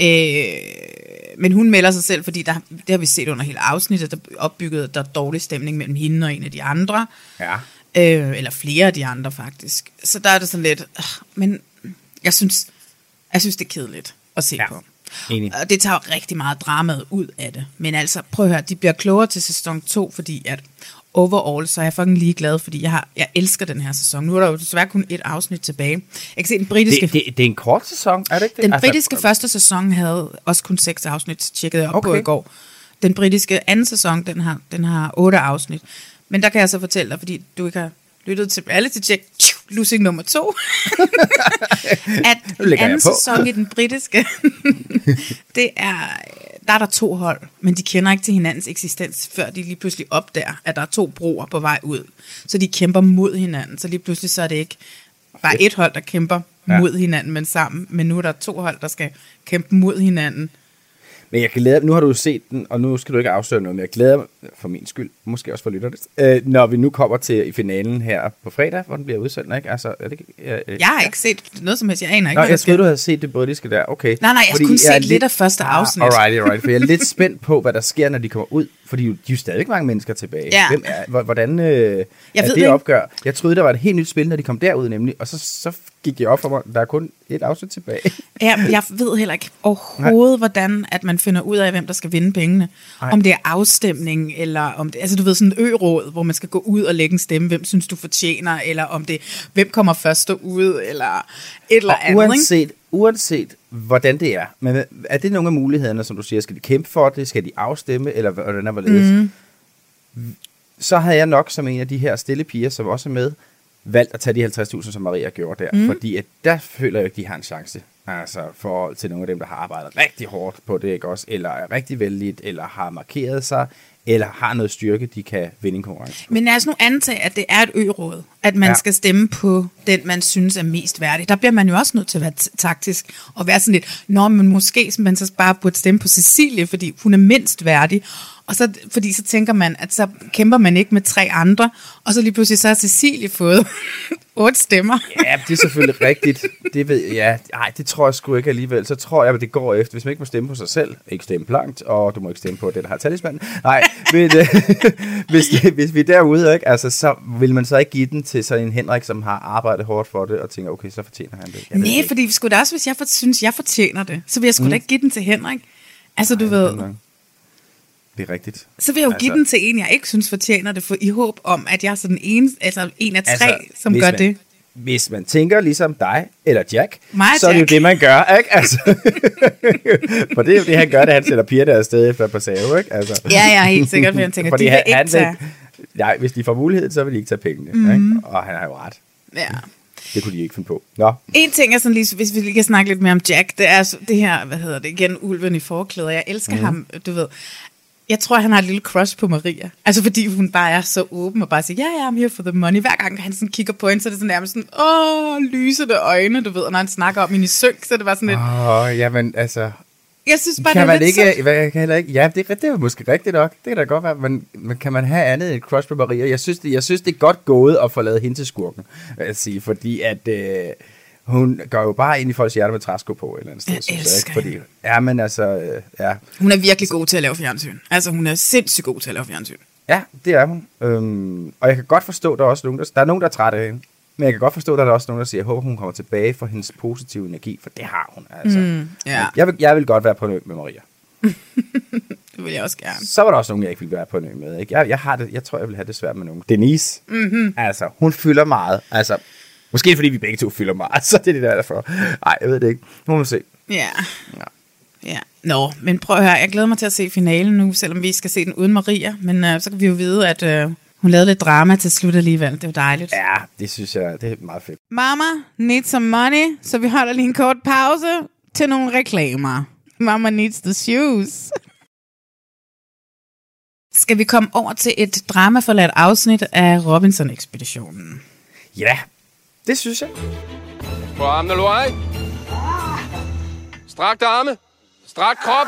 Men hun melder sig selv, fordi det har vi set under hele afsnittet, der opbygget, der er dårlig stemning mellem hende og en af de andre. Ja. Eller flere af de andre, faktisk. Så der er det sådan lidt, men jeg synes, det er kedeligt at se på. Enig. Og det tager rigtig meget dramaet ud af det. Men altså, prøv at høre, de bliver klogere til sæson 2, fordi at overall, så er jeg fucking ligeglad, fordi jeg elsker den her sæson. Nu er der jo desværre kun 1 afsnit tilbage. Jeg kan se den britiske... Det er en kort sæson, er det ikke det? Den britiske første sæson havde også kun 6 afsnit, tjekkede jeg op på i går. Den britiske anden sæson, den har 8 afsnit. Men der kan jeg så fortælle dig, fordi du ikke har lyttet til Reality Check, losing nummer 2, at anden sæson i den britiske, det er der er der 2 hold, men de kender ikke til hinandens eksistens, før de lige pludselig opdager, at der er 2 broer på vej ud. Så de kæmper mod hinanden, så lige pludselig så er det ikke bare 1 hold, der kæmper mod hinanden, men sammen. Men nu er der 2 hold, der skal kæmpe mod hinanden. Men jeg glæder, nu har du jo set den, og nu skal du ikke afsløre noget, men jeg glæder mig, for min skyld, måske også for lytterne, når vi nu kommer til i finalen her på fredag, hvor den bliver udsendt, ikke? Altså, er det, jeg har ikke set noget som helst, jeg aner ikke. Nå, jeg troede, du havde set det britiske der, okay. Nej, jeg skulle kun se lidt af første afsnit. Alright, for jeg er lidt spændt på, hvad der sker, når de kommer ud, fordi de er jo stadig mange mennesker tilbage. Ja. Hvordan er det opgør? Jeg troede, der var et helt nyt spil, når de kom derud nemlig, og så gik jeg op for mig, der er kun 1 afsnit tilbage. Ja, jeg ved heller ikke overhovedet, hvordan at man finder ud af, hvem der skal vinde pengene. Nej. Om det er afstemning, eller om det, altså du ved, sådan en ø-råd, hvor man skal gå ud og lægge en stemme, hvem synes du fortjener, eller om det, hvem kommer først ud, eller et eller andet. Uanset hvordan det er, men er det nogle af mulighederne, som du siger, skal de kæmpe for det, skal de afstemme, eller hvordan er hvorledes? Så havde jeg nok som en af de her stille piger, som også er med, valgt at tage de 50.000, som Maria gjorde der, fordi at der føler jeg ikke, de har en chance. Altså forhold til nogle af dem, der har arbejdet rigtig hårdt på det, ikke også? Eller er rigtig vældigt, eller har markeret sig, eller har noget styrke, de kan vinde en konkurrence. Men lad os nu antage, at det er et ø-råd, at man skal stemme på den, man synes er mest værdig. Der bliver man jo også nødt til at være taktisk, og være sådan lidt, men måske man så bare burde stemme på Cecilie, fordi hun er mindst værdig. Og så, fordi så tænker man, at så kæmper man ikke med 3 andre, og så lige pludselig så har Cecilie fået 8 stemmer. Ja, det er selvfølgelig rigtigt. Det ved jeg. Nej, det tror jeg sgu ikke alligevel. Så tror jeg, at det går efter. Hvis man ikke må stemme på sig selv, ikke stemme blankt, og du må ikke stemme på den, der har talismanden. Nej, men, hvis vi er derude, ikke, altså, så vil man så ikke give den til sådan en Henrik, som har arbejdet hårdt for det, og tænker, okay, så fortjener han det. Nej, fordi vi skulle da også, hvis jeg synes, jeg fortjener det, så vil jeg sgu da ikke give den til Henrik. Altså, du ved... Det er rigtigt. Så vil jeg jo give den til en, jeg ikke synes fortjener det, for i håb om, at jeg er sådan en af 3, som gør det. Hvis man tænker ligesom dig, eller Jack, så er det jo det, man gør, ikke? Altså. For det er jo det, han gør, da han sætter pigerne afsted efter Passage, ikke? Altså. Ja, jeg er helt sikker, for han tænker, de vil ikke tage... Nej, hvis de får muligheden, så vil de ikke tage pengene, ikke? Og han har jo ret. Ja. Det kunne de ikke finde på. Nå. En ting er sådan lige, hvis vi lige kan snakke lidt mere om Jack, det er det her, igen, ulven i forklæder. Jeg elsker ham, du ved... Jeg tror, han har et lille crush på Maria. Altså, fordi hun bare er så åben og bare siger, ja, I'm here for the money. Hver gang han sådan kigger på hende, så er det sådan nærmest sådan, lysende øjne, du ved. Og når han snakker om hende i synk, så er det bare sådan lidt... jamen, altså... Jeg synes bare, kan det er lidt ikke, ja, det er måske rigtigt nok. Det kan da godt være, men kan man have andet end et crush på Maria? Jeg synes, det er godt gået at få lavet hende til skurken, vil jeg sige. Fordi at... hun går jo bare ind i folks hjerte med træsko på et eller andet sted. Jeg elsker hende. Ja, men altså, ja. Hun er virkelig god til at lave fjernsyn. Altså, hun er sindssygt god til at lave fjernsyn. Ja, det er hun. Og jeg kan godt forstå, der er også nogen, der er nogen, der er trætte af hende. Men jeg kan godt forstå, at der er også nogen, der siger, jeg håber, hun kommer tilbage for hendes positive energi, for det har hun. Altså. Jeg vil godt være på en ø med Maria. Det vil jeg også gerne. Så var der også nogen, jeg ikke ville være på en ø med. Ikke? Jeg tror, jeg vil have det svært med nogen. Denise, altså, hun fylder meget. Altså, måske fordi vi begge to fylder meget, så det er det derfor. Nej, jeg ved det ikke. Nu må man se. Ja. Nå, men prøv at høre, jeg glæder mig til at se finalen nu, selvom vi skal se den uden Maria. Men så kan vi jo vide, at hun lavede lidt drama til slut alligevel. Det er jo dejligt. Ja, det synes jeg, det er meget fedt. Mama needs some money, så vi holder lige en kort pause til nogle reklamer. Mama needs the shoes. Skal vi komme over til et dramaforladt afsnit af Robinson-ekspeditionen? Ja, det synes jeg. På armene, Loai. Strakt arme. Strak krop.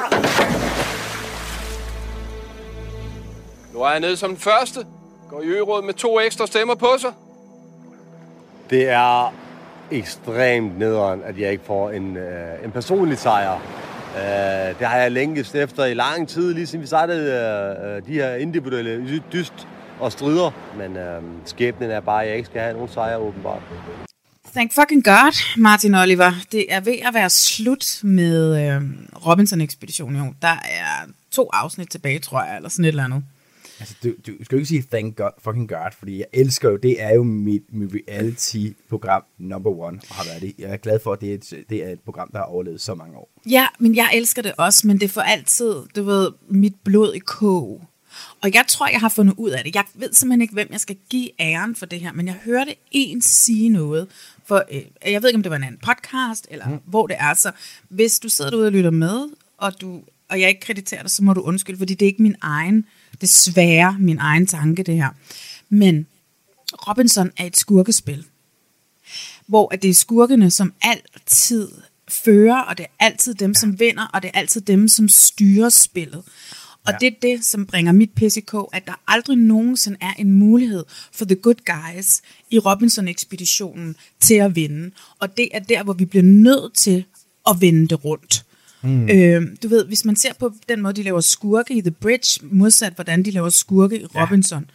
Loai er nede som den første. Går i ø-råd med 2 ekstra stemmer på sig. Det er ekstremt nederen, at jeg ikke får en personlig sejr. Det har jeg længest efter i lang tid, lige siden vi startede de her individuelle dyst og strider. Men skæbnen er bare, at jeg ikke skal have nogen sejr, åbenbart. Thank fucking God, Martin Oliver. Det er ved at være slut med Robinson-ekspeditionen. Der er 2 afsnit tilbage, tror jeg, eller sådan et eller andet. Altså, du skal jo ikke sige thank God, fucking God, fordi jeg elsker jo, det er jo mit reality-program number 1, og har været det. Jeg er glad for, at det er et program, der har overlevet så mange år. Ja, men jeg elsker det også, men det får altid, du ved, mit blod i kog. Og jeg tror, jeg har fundet ud af det. Jeg ved simpelthen ikke, hvem jeg skal give æren for det her, men jeg hørte en sige noget. For jeg ved ikke, om det var en anden podcast, eller hvor det er. Så hvis du sidder derude og lytter med, og du og jeg ikke krediterer dig, så må du undskylde, fordi det er ikke desværre min egen tanke, det her. Men Robinson er et skurkespil, hvor det er skurkene, som altid fører, og det er altid dem, som vinder, og det er altid dem, som styrer spillet. Og det er det, som bringer mit pis i kog, at der aldrig nogensinde er en mulighed for the good guys i Robinson-ekspeditionen til at vinde. Og det er der, hvor vi bliver nødt til at vende det rundt. Du ved, hvis man ser på den måde, de laver skurke i The Bridge, modsat hvordan de laver skurke i Robinson.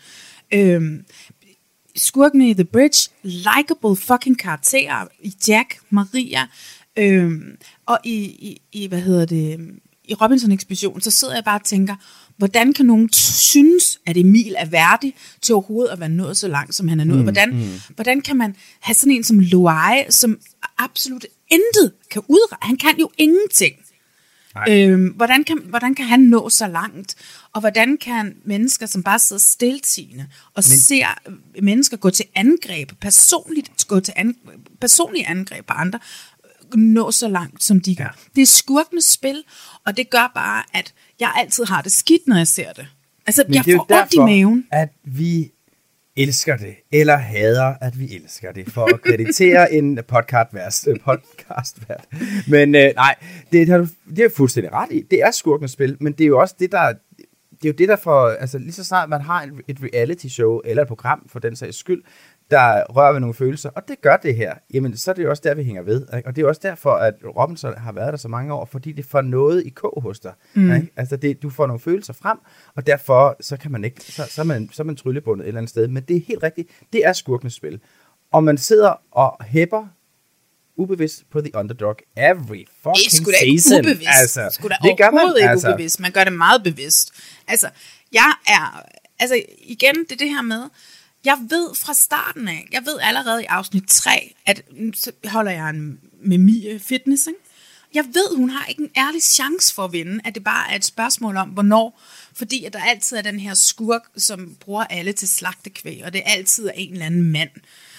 Skurkene i The Bridge, likable fucking karakterer i Jack, Maria, og i i Robinson-ekspeditionen, så sidder jeg bare og tænker, hvordan kan nogen synes, at Emil er værdig til overhovedet at være nået så langt, som han er nået? Hvordan kan man have sådan en som Loai, som absolut intet kan udrette? Han kan jo ingenting. Hvordan kan han nå så langt? Og hvordan kan mennesker, som bare sidder stiltiende og ser mennesker gå til angreb, personlige angreb på andre, nå så langt, som de gør? Det er skurkenes spil, og det gør bare, at jeg altid har det skidt, når jeg ser det. Altså, jeg får ondt i maven. At vi elsker det, eller hader, at vi elsker det, for at kreditere en podcastvært. Men nej, det er fuldstændig ret i. Det er skurkenes spil, men det er jo også det, der får, altså lige så snart man har et reality show, eller et program for den sags skyld, der rører ved nogle følelser, og det gør det her, jamen så er det jo også der, vi hænger ved. Ikke? Og det er også derfor, at Robinson har været der så mange år, fordi det får noget i kog hos dig. Ikke? Altså du får nogle følelser frem, og derfor så kan man ikke, så er man tryllebundet et eller andet sted. Men det er helt rigtigt, det er skurkenes spil. Og man sidder og hæpper ubevidst på the underdog every fucking season. Det er sgu da ikke ubevidst. Altså, det gør man ikke ubevidst. Man gør det meget bevidst. Altså, igen, det er det her med, jeg ved fra starten af, jeg ved allerede i afsnit 3, at så holder jeg med Mie Fitness, ikke? Jeg ved, hun har ikke en ærlig chance for at vinde, at det bare er et spørgsmål om, hvornår, fordi at der altid er den her skurk, som bruger alle til slagtekvæg, og det altid er en eller anden mand.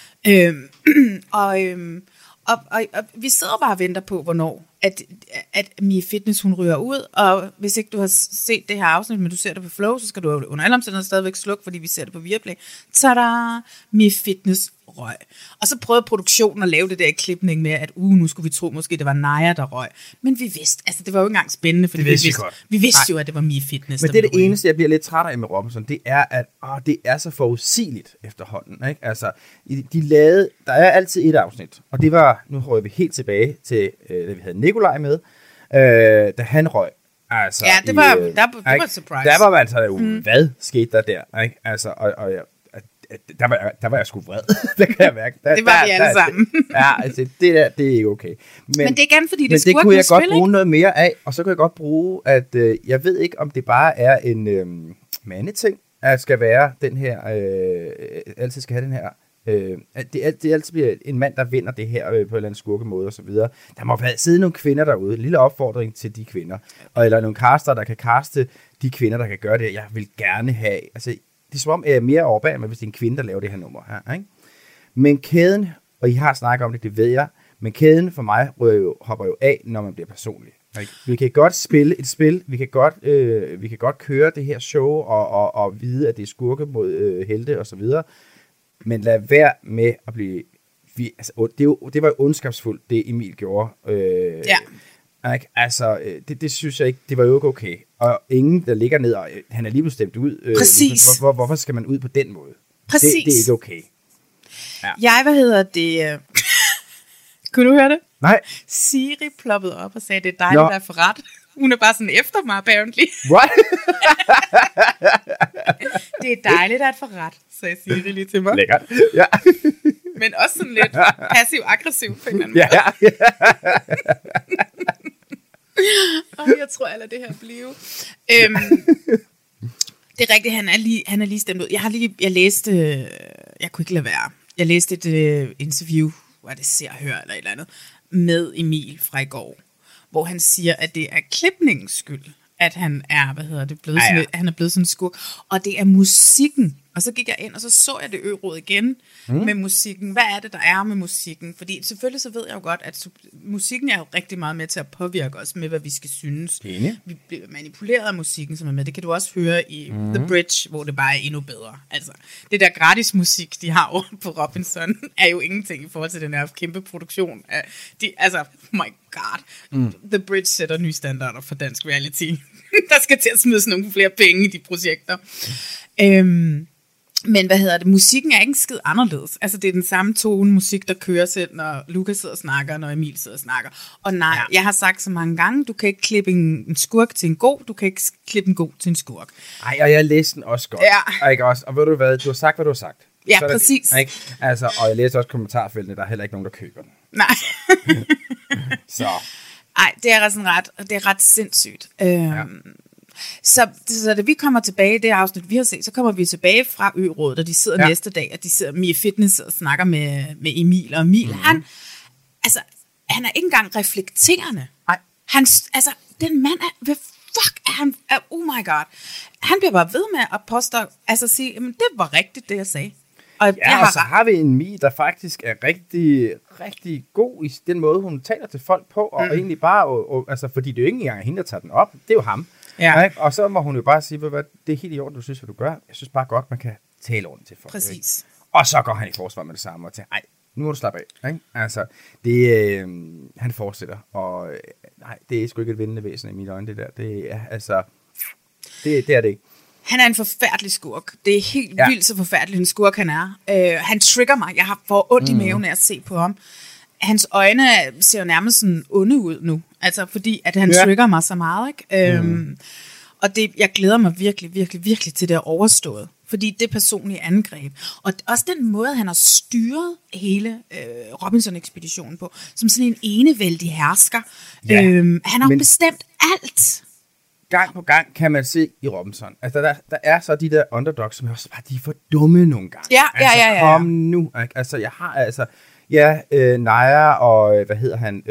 Og vi sidder bare og venter på, hvornår at Mie Fitness, hun ryger ud, og hvis ikke du har set det her afsnit, men du ser det på Flow, så skal du under alle omstændigheder stadigvæk slukke, fordi vi ser det på Viaplay. Så er der Mie Fitness røg. Og så prøvede produktionen at lave det der i klipning med, at nu skulle vi tro, måske det var Naja, der røg. Men vi vidste, altså det var jo ikke engang spændende, fordi vi vidste jo, at det var Mie Fitness. Men det er det eneste, jeg bliver lidt træt af med Robinson, det er, at det er så forudsigeligt efterhånden. Ikke? Altså, der er altid et afsnit, og det var, nu røg vi helt tilbage til, da vi havde Nikolaj med, da han røg. Altså, ja, det var et surprise. Der var man altså, hvad skete der? Ikke? Altså, og der var jeg sgu vred. Det kan jeg mærke. Det var vi alle sammen. Ja, altså, det er ikke okay. Men det er igen, fordi det det kunne jeg godt bruge noget mere af, og så kunne jeg godt bruge, at jeg ved ikke, om det bare er en mandeting, at skal være den her, altid skal have den her, at det altid bliver en mand, der vinder det her på en eller anden skurkemåde og så videre. Der må sidde nogle kvinder derude. En lille opfordring til de kvinder. Eller nogle caster, der kan caste de kvinder, der kan gøre det. Jeg vil gerne have, altså det er som om, jeg er mere overbærende, hvis det er en kvinde, der laver det her nummer her. Ikke? Men kæden, og I har snakket om det, det ved jeg, men kæden for mig hopper jo af, når man bliver personlig. Ikke? Vi kan godt spille et spil, vi kan godt køre det her show, og vide, at det er skurke mod helte og så videre, men lad være med at blive... Det var jo ondskabsfuldt, det Emil gjorde. Ikke? Altså, det synes jeg ikke, det var jo ikke okay. Og ingen, der ligger ned, og han er lige blevet stemt ud. Præcis. Hvorfor skal man ud på den måde? Præcis. Det er ikke okay. Ja. Kunne du høre det? Nej. Siri ploppede op og sagde, det er dejligt, at jeg får ret. Hun er bare sådan efter mig, apparently. What? Det er dejligt at få ret, sagde Siri lige til mig. Lækkert. Ja. Men også sådan lidt passiv-aggressiv på en eller anden måde. Ja. Og jeg tror, at det her blive. Det er rigtigt, han er lige stemt ud. Jeg læste, jeg kunne ikke lade være. Jeg læste et interview, hvor det ser og hører eller et eller andet, med Emil fra i går, hvor han siger, at det er klipningens skyld, at han er, han er blevet sådan en skurk. Og det er musikken, Og så gik jeg ind, og så jeg det ø-råd igen med musikken. Hvad er det, der er med musikken? Fordi selvfølgelig så ved jeg jo godt, at musikken er jo rigtig meget med til at påvirke os med, hvad vi skal synes. Vi bliver manipuleret af musikken, som er med. Det kan du også høre i The Bridge, hvor det bare er endnu bedre. Altså, det der gratis musik, de har over på Robinson, er jo ingenting i forhold til den her kæmpe produktion. Altså, my god. The Bridge sætter nye standarder for dansk reality. Der skal til at smide sådan nogle flere penge i de projekter. Men musikken er ikke en skid anderledes. Altså det er den samme tone musik, der kører selv, når Lukas sidder og snakker, når Emil sidder og snakker. Og nej, jeg har sagt så mange gange, du kan ikke klippe en skurk til en god, du kan ikke klippe en god til en skurk. Ej, og jeg læste den også godt. Ja. Ikke også? Og ved du hvad, du har sagt, hvad du har sagt. Ja, så præcis. Det, ikke? Altså, og jeg læste også kommentarfeltene, der er heller ikke nogen, der køber den. Nej. Så. Ej, det er ret sindssygt. Så da vi kommer tilbage i det afsnit, vi har set, så kommer vi tilbage fra ø-rådet, og de sidder næste dag, og de sidder Mia Fitness og snakker med Emil. Og Emil, han er ikke engang reflekterende. Nej. Den mand er, hvad fuck er han? Oh my god. Han bliver bare ved med at påstå, altså sige, jamen det var rigtigt, det jeg sagde. Og så har vi en Mie, der faktisk er rigtig, rigtig god i den måde, hun taler til folk på, og egentlig bare, altså, fordi det er jo ikke engang hende, der tager den op, det er jo ham. Ja. Ikke? Og så må hun jo bare sige, hvad det er helt i orden, du synes, hvad du gør. Jeg synes bare godt, man kan tale ordentligt til folk. Præcis. Ikke? Og så går han i forsvar med det samme og tænker, ej, nu må du slappe af. Ikke? Altså, han fortsætter, og nej, det er sgu ikke et vindende væsen i mine øjne, det der. Det er, altså, det er det ikke. Han er en forfærdelig skurk. Det er helt vildt så forfærdelig en skurk, han er. Han trigger mig. Jeg har fået ondt i maven af at se på ham. Hans øjne ser jo nærmest sådan onde ud nu. Altså, fordi at han trigger mig så meget, ikke? Og jeg glæder mig virkelig, virkelig, virkelig til det overstået. Fordi det personlige angreb. Og også den måde, han har styret hele Robinson-ekspeditionen på, som sådan en enevældig hersker. Ja, han har bestemt alt. Gang på gang kan man se i Robinson. Altså, der er så de der underdogs, som også bare, de er for dumme nogle gange. Ja. Kom nu. Ikke? Altså, jeg har Naja og, hvad hedder han?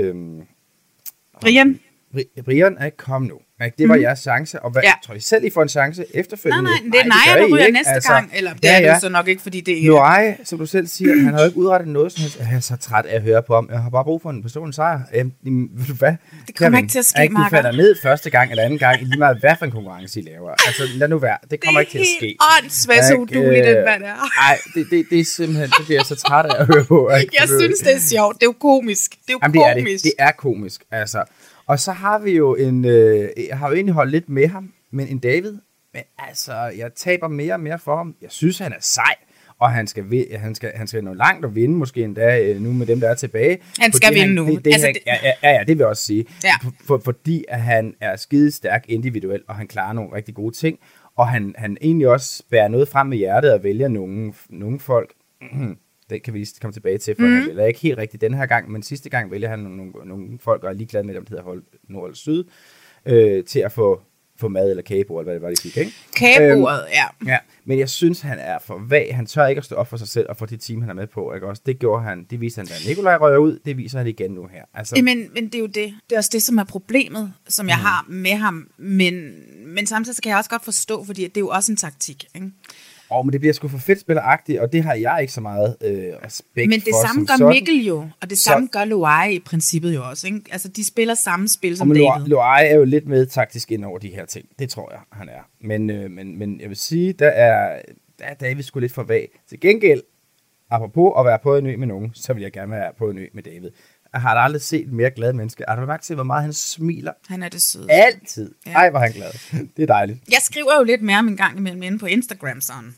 Brian, ikke? Kom nu. Ikke? Det var jeres chance, og tror I selv, I får en chance efterfølgende? Nej, det er Naja, der ryger næste gang, eller det er det så nok ikke, fordi det er... Noai, som du selv siger, han har jo ikke udrettet noget som helst. Jeg er så træt af at høre på ham. Jeg har bare brug for en personlig sejr. Ved du hvad? Det kommer ikke til at ske, Marker. Du falder ned første gang eller anden gang, i lige meget hvad for en konkurrence I laver. Altså, lad nu være. Det kommer ikke til at ske. Det er åndssvagt så udueligt, hvad det er. Nej, det er simpelthen, det bliver jeg så træt af at høre på. Jeg synes, det er sjovt. Det er jo komisk. Det er komisk, altså. Og så har vi jo jeg har jo egentlig holdt lidt med ham, men en David, men altså, jeg taber mere og mere for ham. Jeg synes, han er sej, og han skal nå langt og vinde, måske endda nu med dem, der er tilbage. Han skal vinde nu. Det vil jeg også sige. Ja. Fordi at han er skidestærk individuelt, og han klarer nogle rigtig gode ting, og han egentlig også bærer noget frem med hjertet og vælger nogle folk. Det kan vi komme tilbage til, for han vælger ikke helt rigtigt den her gang, men sidste gang vælger han nogle folk, og er ligeglad med dem, der hedder Nord eller Syd, til at få mad eller kagebord, eller hvad det var, de fik, ikke? Kagebordet, ja. Men jeg synes, han er for vag. Han tør ikke at stå op for sig selv, og for det team, han er med på, ikke også? Det gjorde han, det viste han, da Nikolaj rører ud, det viser han igen nu her. Altså, men det er jo det. Det er også det, som er problemet, som jeg har med ham, men samtidig så kan jeg også godt forstå, fordi det er jo også en taktik, ikke? Men det bliver sgu for fedt spilleragtigt, og det har jeg ikke så meget respekt for. Men det samme gør Mikkel jo, og det samme gør Loai i princippet jo også, ikke? Altså, de spiller samme spil som David. Loai er jo lidt med taktisk ind over de her ting. Det tror jeg, han er. Men jeg vil sige, der er David sgu lidt for vag. Til gengæld, apropos at være på en ø med nogen, så vil jeg gerne være på en ø med David. Jeg har aldrig set en mere glad menneske. Har du mærket til, hvor meget han smiler? Han er det søde. Altid. Ja. Ej, hvor han glad. Det er dejligt. Jeg skriver jo lidt mere om en gang imellem inde på Instagram sådan.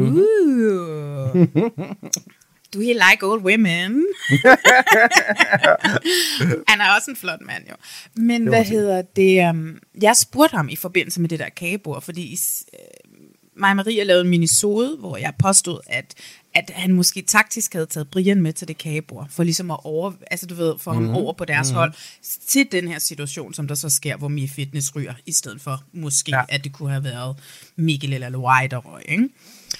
Do you like old women? Han er også en flot mand, jo. Men hvad hedder det? Jeg spurgte ham i forbindelse med det der kagebord, fordi mig og Maria lavede en minisode, hvor jeg påstod, at han måske taktisk havde taget Brian med til det kagebord, for ligesom at få ham over på deres hold, til den her situation, som der så sker, hvor Mia Fitness ryger, i stedet for måske, at det kunne have været Mikkel eller Loai, der røg, ikke?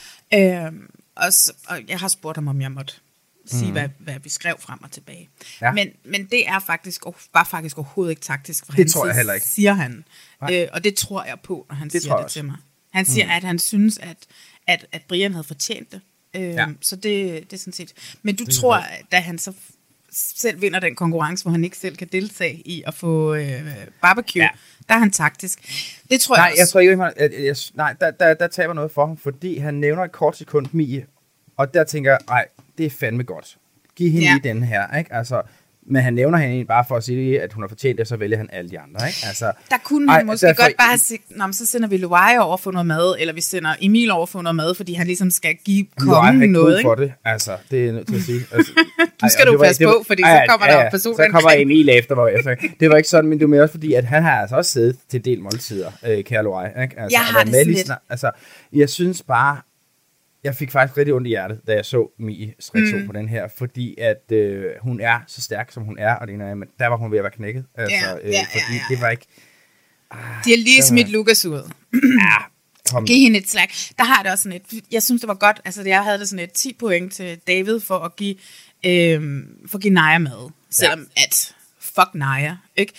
Og jeg har spurgt ham, om jeg måtte sige, hvad vi skrev frem og tilbage. Ja. Men det er faktisk overhovedet ikke taktisk, for det tror jeg heller ikke. Siger han. Og det tror jeg på, når han siger det til mig. Han siger, at han synes, at Brian havde fortjent det. Så det er sådan set. Men du tror, da han så selv vinder den konkurrence, hvor han ikke selv kan deltage i at få barbecue, der er han taktisk. Det tror jeg også. Jeg tror ikke, der taber noget for ham, fordi han nævner et kort sekund Mie, og der tænker jeg, nej, det er fandme godt. Giv hende lige den her, ikke? Altså, men han nævner hende bare for at sige, at hun har fortjent det, så vælger han alle de andre, ikke? Altså, der kunne han måske godt bare have sagt, så sender vi Luai over for noget mad, eller vi sender Emil over for noget mad, fordi han ligesom skal give kongen noget, ikke? for det, altså, det er nødt til at sige. Altså, du skal passe på, fordi så kommer der personer. Så kommer Emil efter mig. Altså, det var ikke sådan, men det var mere også fordi, at han har altså også siddet til del måltider, kære Luai, ikke? Altså, jeg har det sådan lidt. Altså, jeg synes bare, jeg fik faktisk rigtig ondt i hjertet, da jeg så Mies reaktion på den her, fordi at hun er så stærk, som hun er, og men der var hun ved at være knækket. Altså, fordi det var ikke... De har lige smidt Lukas ud. Giv hende et slag. Der har det også sådan et... Jeg synes, det var godt. Altså, jeg havde det sådan et 10 point til David for at give Naja mad. Selvom at... Fuck Naja, ikke?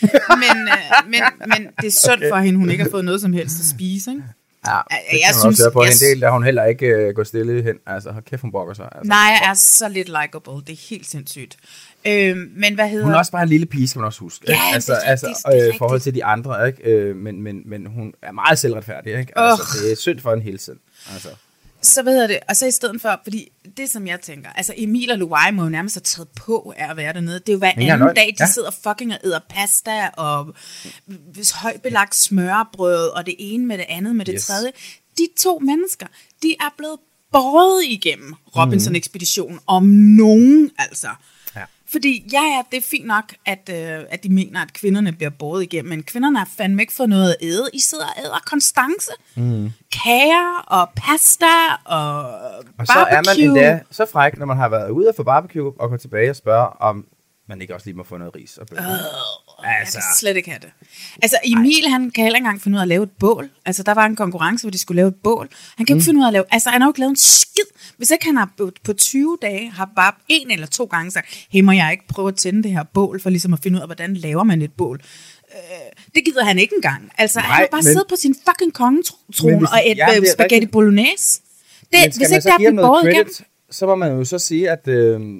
Men det er synd for hende, hun ikke har fået noget som helst at spise, ikke? Ja, jeg synes også på en del, der hun heller ikke går stille hen. Altså, hold kæft, hun brokker sig. Altså. Naja er så lidt likeable. Det er helt sindssygt. Men hvad hedder... Hun er også bare en lille pige, skal man også huske. Ja, i forhold til de andre, ikke? Men hun er meget selvretfærdig, ikke? Altså, det er synd for en hele tiden. Altså. Så hvad hedder det? Og så i stedet for, fordi det som jeg tænker, altså Emil og Luai må jo nærmest have taget på af at være dernede. Det er jo hver anden dag, de sidder fucking og æder pasta og højbelagt smørbrød og det ene med det andet med det tredje. De 2 mennesker, de er blevet båret igennem Robinson-ekspeditionen om nogen, altså. Ja. Fordi det er fint nok, at de mener, at kvinderne bliver båret igennem, men kvinderne har fandme ikke fået noget at æde. I sidder og æder Konstance. Kager og pasta og barbecue. Så er man endda så fræk, når man har været ude og få barbecue, og går tilbage og spørger, om man ikke også lige må få noget ris og bønner. Jeg kan slet ikke have det. Altså Emil, han kan heller ikke engang finde ud af at lave et bål. Altså der var en konkurrence, hvor de skulle lave et bål. Han kan ikke finde ud af at lave... Altså han har jo ikke lavet en skid. Hvis ikke han har på 20 dage, har bare 1 eller 2 gange sagt, hey, må jeg ikke prøve at tænde det her bål, for ligesom at finde ud af, hvordan laver man et bål. Det gider han ikke engang. Altså han har bare siddet på sin fucking kongetrone og et spaghetti bolognese. Hvis ikke der er båret igennem... Så må man jo så sige, at...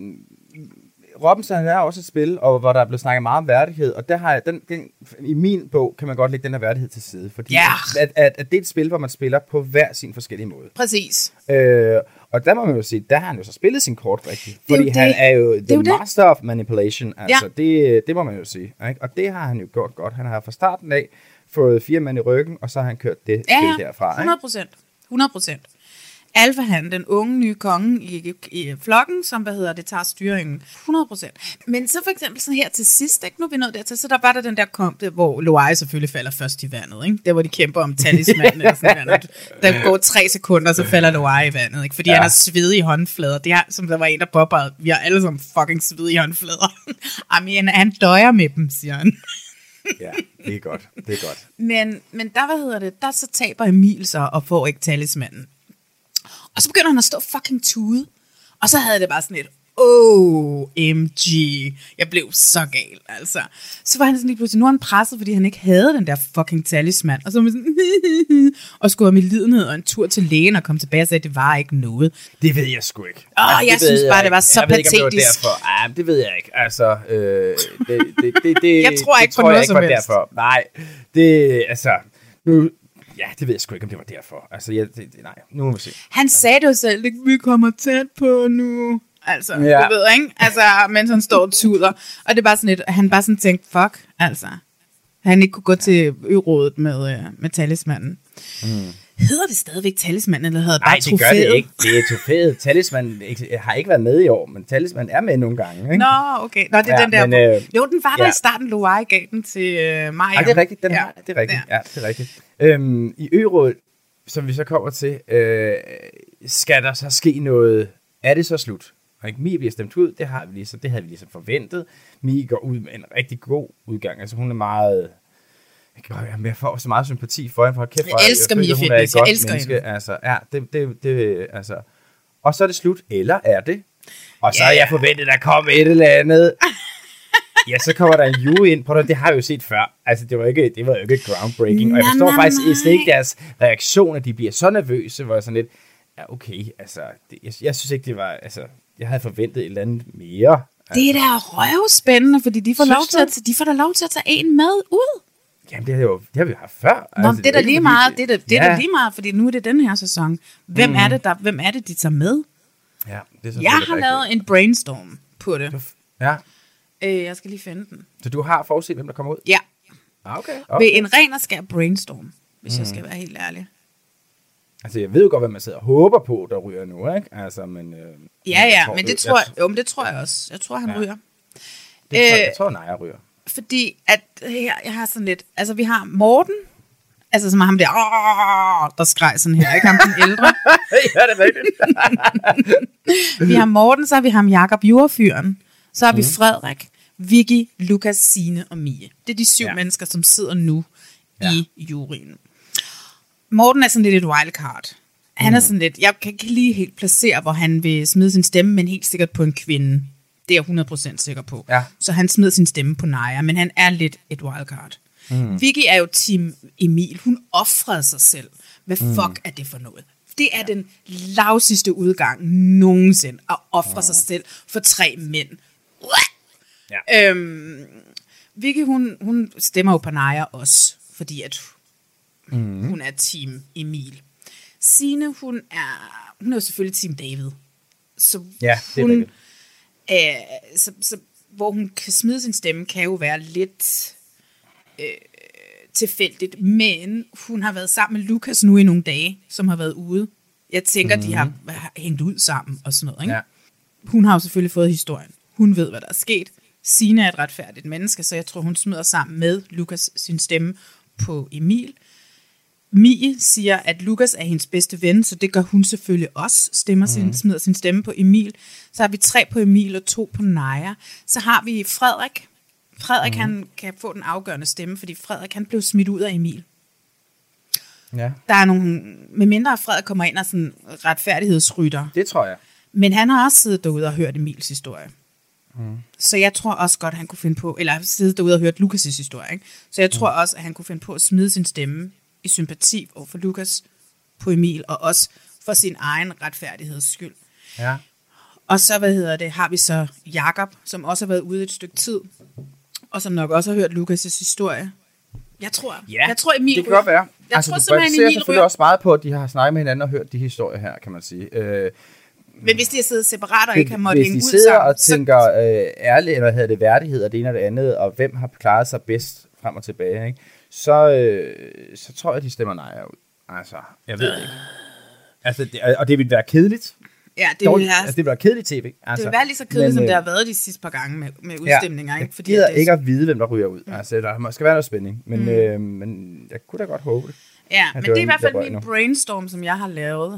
Robinson er også et spil, og hvor der er blevet snakket meget om værdighed, og der har jeg, i min bog kan man godt lægge den her værdighed til side, fordi at det er et spil, hvor man spiller på hver sin forskellige måde. Præcis. Og der må man jo sige, der har han jo så spillet sin kort rigtigt, fordi han er jo the master of manipulation, altså det må man jo sige, ikke? Og det har han jo gjort godt. Han har fra starten af fået 4 mand i ryggen, og så har han kørt det spil derfra. 100%. Alfahan, den unge nye konge i flokken, som tager styringen 100%. Men så for eksempel sådan her til sidst, ikke? Nu er vi nået dertil, så der var der den der hvor Luai selvfølgelig falder først i vandet, ikke? Der hvor de kæmper om talismanen eller sådan noget. Der går 3 sekunder, så falder Luai i vandet, ikke? Fordi han har svedige håndflader. Det er, som der var en, der påpegede, vi har alle sammen fucking svedige håndflader. Jamen, han døjer med dem, siger han. Ja, det er godt. Men der, der så taber Emil sig og får ikke talismanen. Og så begynder han at stå fucking tude. Og så havde det bare sådan et, OMG. Jeg blev så gal, altså. Så var han sådan lige pludselig, nu er han presset, fordi han ikke havde den der fucking talisman. Og så var han sådan, og skulle have med lidenhed og en tur til lægen og komme tilbage og sagde, at det var ikke noget. Det ved jeg sgu ikke. Jeg synes bare, det var så patetisk. Jeg ved ikke, om det var derfor. Det ved jeg ikke. Altså, jeg tror ikke på noget som helst. Derfor. Nej, det, altså, nu... Ja, det ved jeg sgu ikke, om det var derfor. Altså, nej, nu må vi se. Han sagde det jo selv, vi kommer tæt på nu. Altså, du ved, ikke? Altså, mens han står og tuder. Og det er bare sådan et, han bare sådan tænkte, fuck, altså. Han ikke kunne gå til ørådet med talismanen. Hedder det stadigvæk talisman, eller hedder det bare trofæet? Nej, det gør det ikke. Det er trofæet. Talisman har ikke været med i år, men talisman er med nogle gange. Ikke? Nå, okay. Nå, det er den der. Men, jo, den var der i starten. Luai gav den til Maja. Ja, det er rigtigt. Det er rigtigt. Ja, det er rigtigt. I ørådet, som vi så kommer til, skal der så ske noget? Er det så slut? Mie bliver stemt ud. Det havde vi ligesom forventet. Mie går ud med en rigtig god udgang. Altså hun er meget... Jeg får så meget sympati for hende, for kæft, jeg elsker Mie Fitness, jeg elsker hende. Altså, altså. Og så er det slut, eller er det? Og så er jeg forventet, at der kommer et eller andet. Ja, så kommer der en jury ind på det. Det har jeg jo set før. Altså, det var jo ikke groundbreaking. Og jeg forstår faktisk ikke deres reaktion, at de bliver så nervøse, hvor jeg sådan lidt... Ja, okay. Altså, jeg synes ikke, det var... Altså, jeg havde forventet et eller andet mere. Det er da røvspændende, fordi de får da lov til at tage en med ud. Jamen, det har vi haft før. Nå, altså, det er da lige meget. Det er da lige meget, fordi nu er det den her sæson. Hvem er det, de tager med? Ja, det er jeg har lavet en brainstorm på det. Ja. Jeg skal lige finde den. Så du har forudset, hvem der kommer ud? Ja. Okay. Ved en ren og skær brainstorm, hvis jeg skal være helt ærlig. Altså, jeg ved jo godt, hvad man sidder og håber på, der ryger nu, ikke? Altså, men... men det tror jeg også. Jeg tror, han ryger. Jeg tror, Naja ryger. Fordi at her, jeg har sådan lidt... Altså, vi har Morten, altså som er ham der skreg sådan her, ikke? Ham den ældre. Ja, det er rigtigt. Vi har Morten, så har vi ham Jakob Jordfyren, så har vi Frederik, Vicky, Lukas, Signe og Mie. Det er de 7 mennesker, som sidder nu i juryen. Morten er sådan lidt et wildcard. Han er sådan lidt, jeg kan ikke lige helt placere, hvor han vil smide sin stemme, men helt sikkert på en kvinde. Det er jeg 100% sikker på. Ja. Så han smed sin stemme på Naja, men han er lidt et wildcard. Vicky er jo team Emil. Hun offrede sig selv. Hvad fuck er det for noget? Det er den lavsidste udgang nogensinde at ofre sig selv for 3 mænd. Ja. Vicky, hun stemmer jo på Naja også, fordi at hun er team Emil. Signe, hun er jo selvfølgelig team David. Så ja, det er rigtigt. Så hvor hun kan smide sin stemme, kan jo være lidt tilfældigt, men hun har været sammen med Lukas nu i nogle dage, som har været ude. Jeg tænker, de har hængt ud sammen og sådan noget. Ikke? Ja. Hun har jo selvfølgelig fået historien. Hun ved, hvad der er sket. Signe er et retfærdigt menneske, så jeg tror, hun smider sammen med Lukas sin stemme på Emil. Mie siger, at Lukas er hendes bedste ven, så det gør hun selvfølgelig også, smider sin stemme på Emil. Så har vi 3 på Emil og 2 på Naja. Så har vi Frederik. Frederik, han kan få den afgørende stemme, fordi Frederik, han blev smidt ud af Emil. Ja. Der er nogle, med mindre Frederik kommer ind og sådan retfærdighedsrytter. Det tror jeg. Men han har også siddet derude og hørt Emils historie. Så jeg tror også godt, han kunne finde på, eller siddet derude og hørt Lukas' historie, ikke? Så jeg tror også, at han kunne finde på at smide sin stemme i sympati over for Lukas på Emil, og også for sin egen retfærdigheds skyld. Ja. Og så, har vi så Jakob, som også har været ude et stykke tid, og som nok også har hørt Lukas' historie. Jeg tror Emil det kan godt være. Jeg tror simpelthen, Emil selvfølgelig ryger. Også meget på, at de har snakket med hinanden og hørt de historier her, kan man sige. Men hvis de har siddet separat og ikke har måttet hænge ud sammen... Hvis de sidder og tænker ærligt, eller havde det værdighed og det ene og det andet, og hvem har klaret sig bedst frem og tilbage, ikke? Så tror jeg, de stemmer nej ud. Altså, jeg ved ikke. Altså, og det vil være kedeligt. Ja, det vil være kedeligt tv. Altså, det vil være lige så kedeligt, som det har været de sidste par gange med udstemninger. Ja, jeg gider ikke at vide, hvem der ryger ud. Altså, der skal være noget spænding. Men jeg kunne da godt håbe det. Ja, men det er i hvert fald min brainstorm, som jeg har lavet.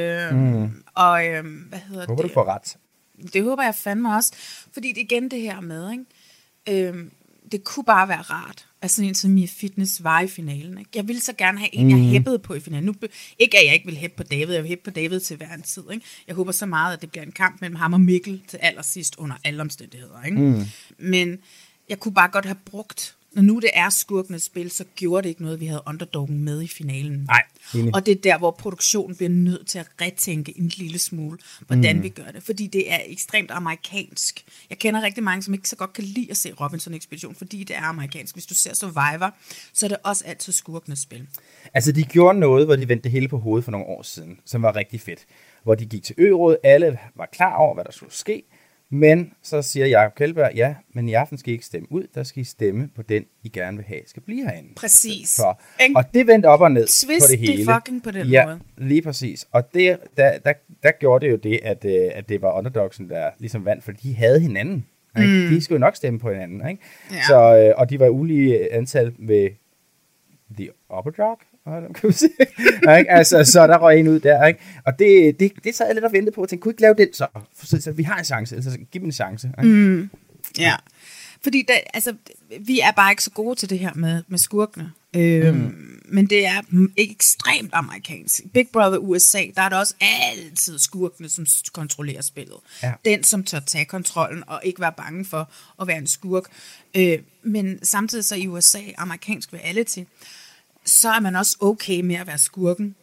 Og hvad hedder det? Håber du får ret. Det håber jeg fandme også. Fordi det igen det her med, ikke? Det kunne bare være rart, at sådan en som Mia Fitness var i finalen. Ikke? Jeg ville så gerne have en, jeg hæppede på i finalen. Nu, ikke at jeg ikke vil hæppe på David, jeg vil hæppe på David til hver en tid. Ikke? Jeg håber så meget, at det bliver en kamp mellem ham og Mikkel til allersidst under alle omstændigheder. Ikke? Men jeg kunne bare godt have brugt, når nu det er skurkenes spil, så gjorde det ikke noget, vi havde underdoggen med i finalen. Nej. Og det er der, hvor produktionen bliver nødt til at retænke en lille smule, hvordan vi gør det. Fordi det er ekstremt amerikansk. Jeg kender rigtig mange, som ikke så godt kan lide at se Robinson-ekspedition, fordi det er amerikansk. Hvis du ser Survivor, så er det også altid skurkenes spil. Altså, de gjorde noget, hvor de vendte det hele på hovedet for nogle år siden, som var rigtig fedt. Hvor de gik til ø-rådet, alle var klar over, hvad der skulle ske. Men så siger Jakob Kjeldberg, ja, men i aften skal I ikke stemme ud, der skal I stemme på den, I gerne vil have, skal blive herinde. Præcis. Og det vendte op og ned på det hele. Twist det fucking på den måde. Lige præcis. Og der gjorde det jo det, at det var underdogsen, der ligesom vandt, for de havde hinanden. De skulle jo nok stemme på hinanden. Ikke? Ja. Så, og de var ulige antal ved The Upper Dog. Kan vi sige. Altså, så der røg en ud der, ikke? Og det sad jeg lidt og ventede på, og tænkte, kunne ikke lave den så vi har en chance, altså giv dem en chance. Ja, fordi vi er bare ikke så gode til det her med skurkene. Men det er ekstremt amerikansk. Big Brother USA, der er der også altid skurkene, som kontrollerer spillet. Ja. Den, som tør tage kontrollen og ikke være bange for at være en skurk. Men samtidig så i USA, amerikansk reality, så er man også okay med at være skurken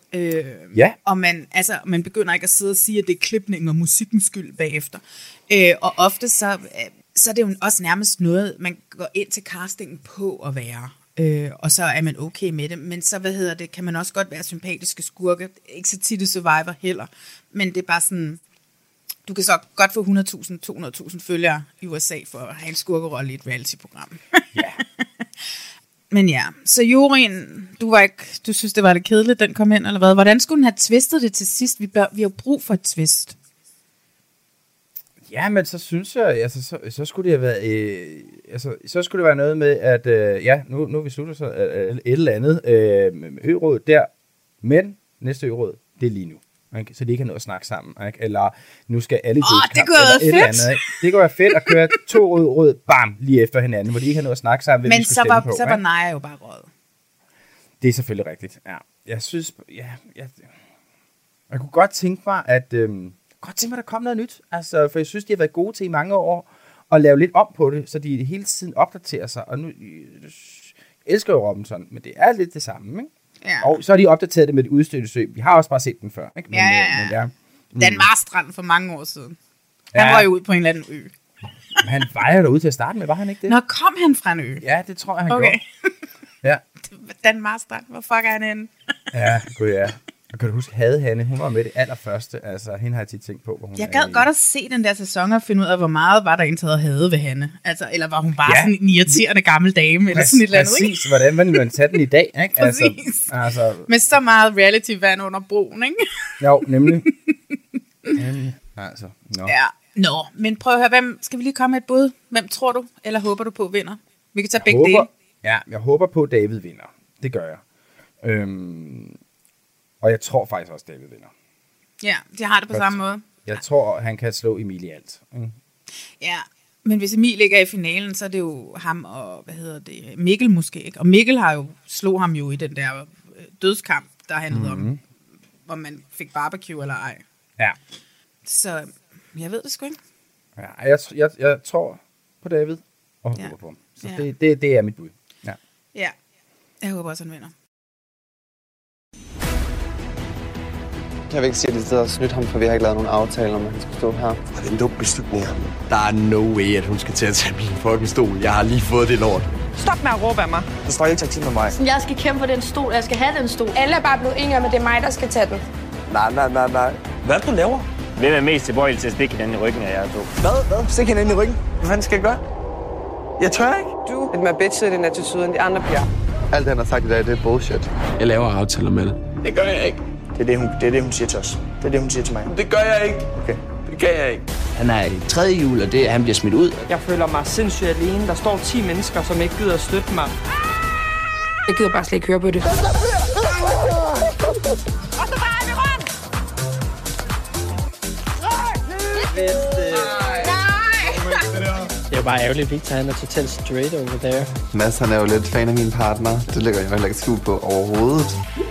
Og man begynder ikke at sidde og sige, at det er klipningen og musikkens skyld bagefter. Og ofte så er det jo også nærmest noget, man går ind til castingen på at være. Og så er man okay med det. Men så, kan man også godt være sympatiske skurke. Ikke så tit i Survivor heller. Men det er bare sådan, du kan så godt få 100.000, 200.000 følgere i USA for at have en skurkerolle i et reality-program. Ja. Men ja, så juryen, du synes, det var lidt kedeligt, den kom ind, eller hvad? Hvordan skulle den have twistet det til sidst? Vi har jo brug for et twist. Ja, men så synes jeg, altså, så skulle det have været, så skulle det være noget med, at nu er vi sluttet så et eller andet med ørådet der, men næste øråd, det er lige nu. Ikke? Så de ikke har noget at snakke sammen. Ikke? Eller nu skal alle det kunne have været fedt. Det kunne være fedt at køre 2 råd, bam, lige efter hinanden, hvor de ikke har noget at snakke sammen. Men så var Naja jo bare råd. Det er selvfølgelig rigtigt, ja. Jeg synes, jeg kunne godt tænke mig, at der kom noget nyt. Altså, for jeg synes, de har været gode til i mange år at lave lidt om på det, så de hele tiden opdaterer sig. Og nu jeg elsker jo Robinson, men det er lidt det samme, ikke? Ja. Og så har de opdateret det med et udstødte. Vi har også bare set den før, ikke? Den var strand for mange år siden. Han var jo ude på en eller anden ø. Han var jo derude til at starte med, var han ikke det? Nå, kom han fra en ø? Ja, det tror jeg, han gjorde. Ja. Dan Marstrand, hvor fuck er han henne? Ja, gud ja. Og kan du huske, Hanne, hun var med det allerførste. Altså, hende har jeg tit tænkt på, hvor hun jeg gad godt at se den der sæson og finde ud af, hvor meget var der egentlig at have ved Hanne. Altså, eller var hun bare sådan en irriterende gammel dame, eller sådan et eller andet, ikke? Præcis, hvordan vil man tage den i dag, ikke? Altså, med så meget reality-vand under broen, ikke? Jo, nemlig. Altså, Ja, men prøv at høre, skal vi lige komme med et bud? Hvem tror du, eller håber du på vinder? Vi kan tage begge dele. Ja, jeg håber på, at David vinder. Det gør jeg. Og jeg tror faktisk også, David vinder. Ja, de har det på samme måde. Jeg tror, han kan slå Emil i alt. Ja, men hvis Emil ikke er i finalen, så er det jo ham og, Mikkel måske ikke. Og Mikkel slog ham jo i den der dødskamp, der handlede om, hvor man fik barbecue eller ej. Ja. Så jeg ved det sgu ikke. Ja, jeg tror på David og håber på ham. Så det er mit bud. Ja, jeg håber også, han vinder. Jeg vil ikke sige, at de sidder og snydt ham, for vi har ikke lavet nogen aftale om, at han skal stå her. Det er en dum beslutning. Der er no way, at hun skal til at tage min fucking stol. Jeg har lige fået det lort. Stop med at råbe af mig. Du står ikke taktik med mig. Jeg skal kæmpe for den stol. Jeg skal have den stol. Alle er bare blevet enige om, at det er mig, der skal tage den. Nej. Hvad er det, du laver? Hvem er mest tilbøjelig til at stikke hinanden i ryggen af jer to? Hvad? Stik hinanden i ryggen? Hvad fanden skal jeg gøre? Jeg tør ikke. Du er lidt mere bitchet i den attitude end de andre piger. Alt det, han har sagt i dag, det er bullshit. Jeg laver aftaler med det. Det gør jeg ikke. Det er det, hun siger til os. Det er det, hun siger til mig. Det gør jeg ikke. Okay. Det kan jeg ikke. Han er i 3. jul, og han bliver smidt ud. Jeg føler mig sindssygt alene. Der står 10 mennesker, som ikke gider at støtte mig. Jeg gider bare slet ikke høre på det. Og så bare vi rundt! Det er jo bare ærgerligt, at Victor han er totalt straight over there. Mads, han er jo lidt fan af min partner. Det lægger jeg heller ikke skjult på overhovedet.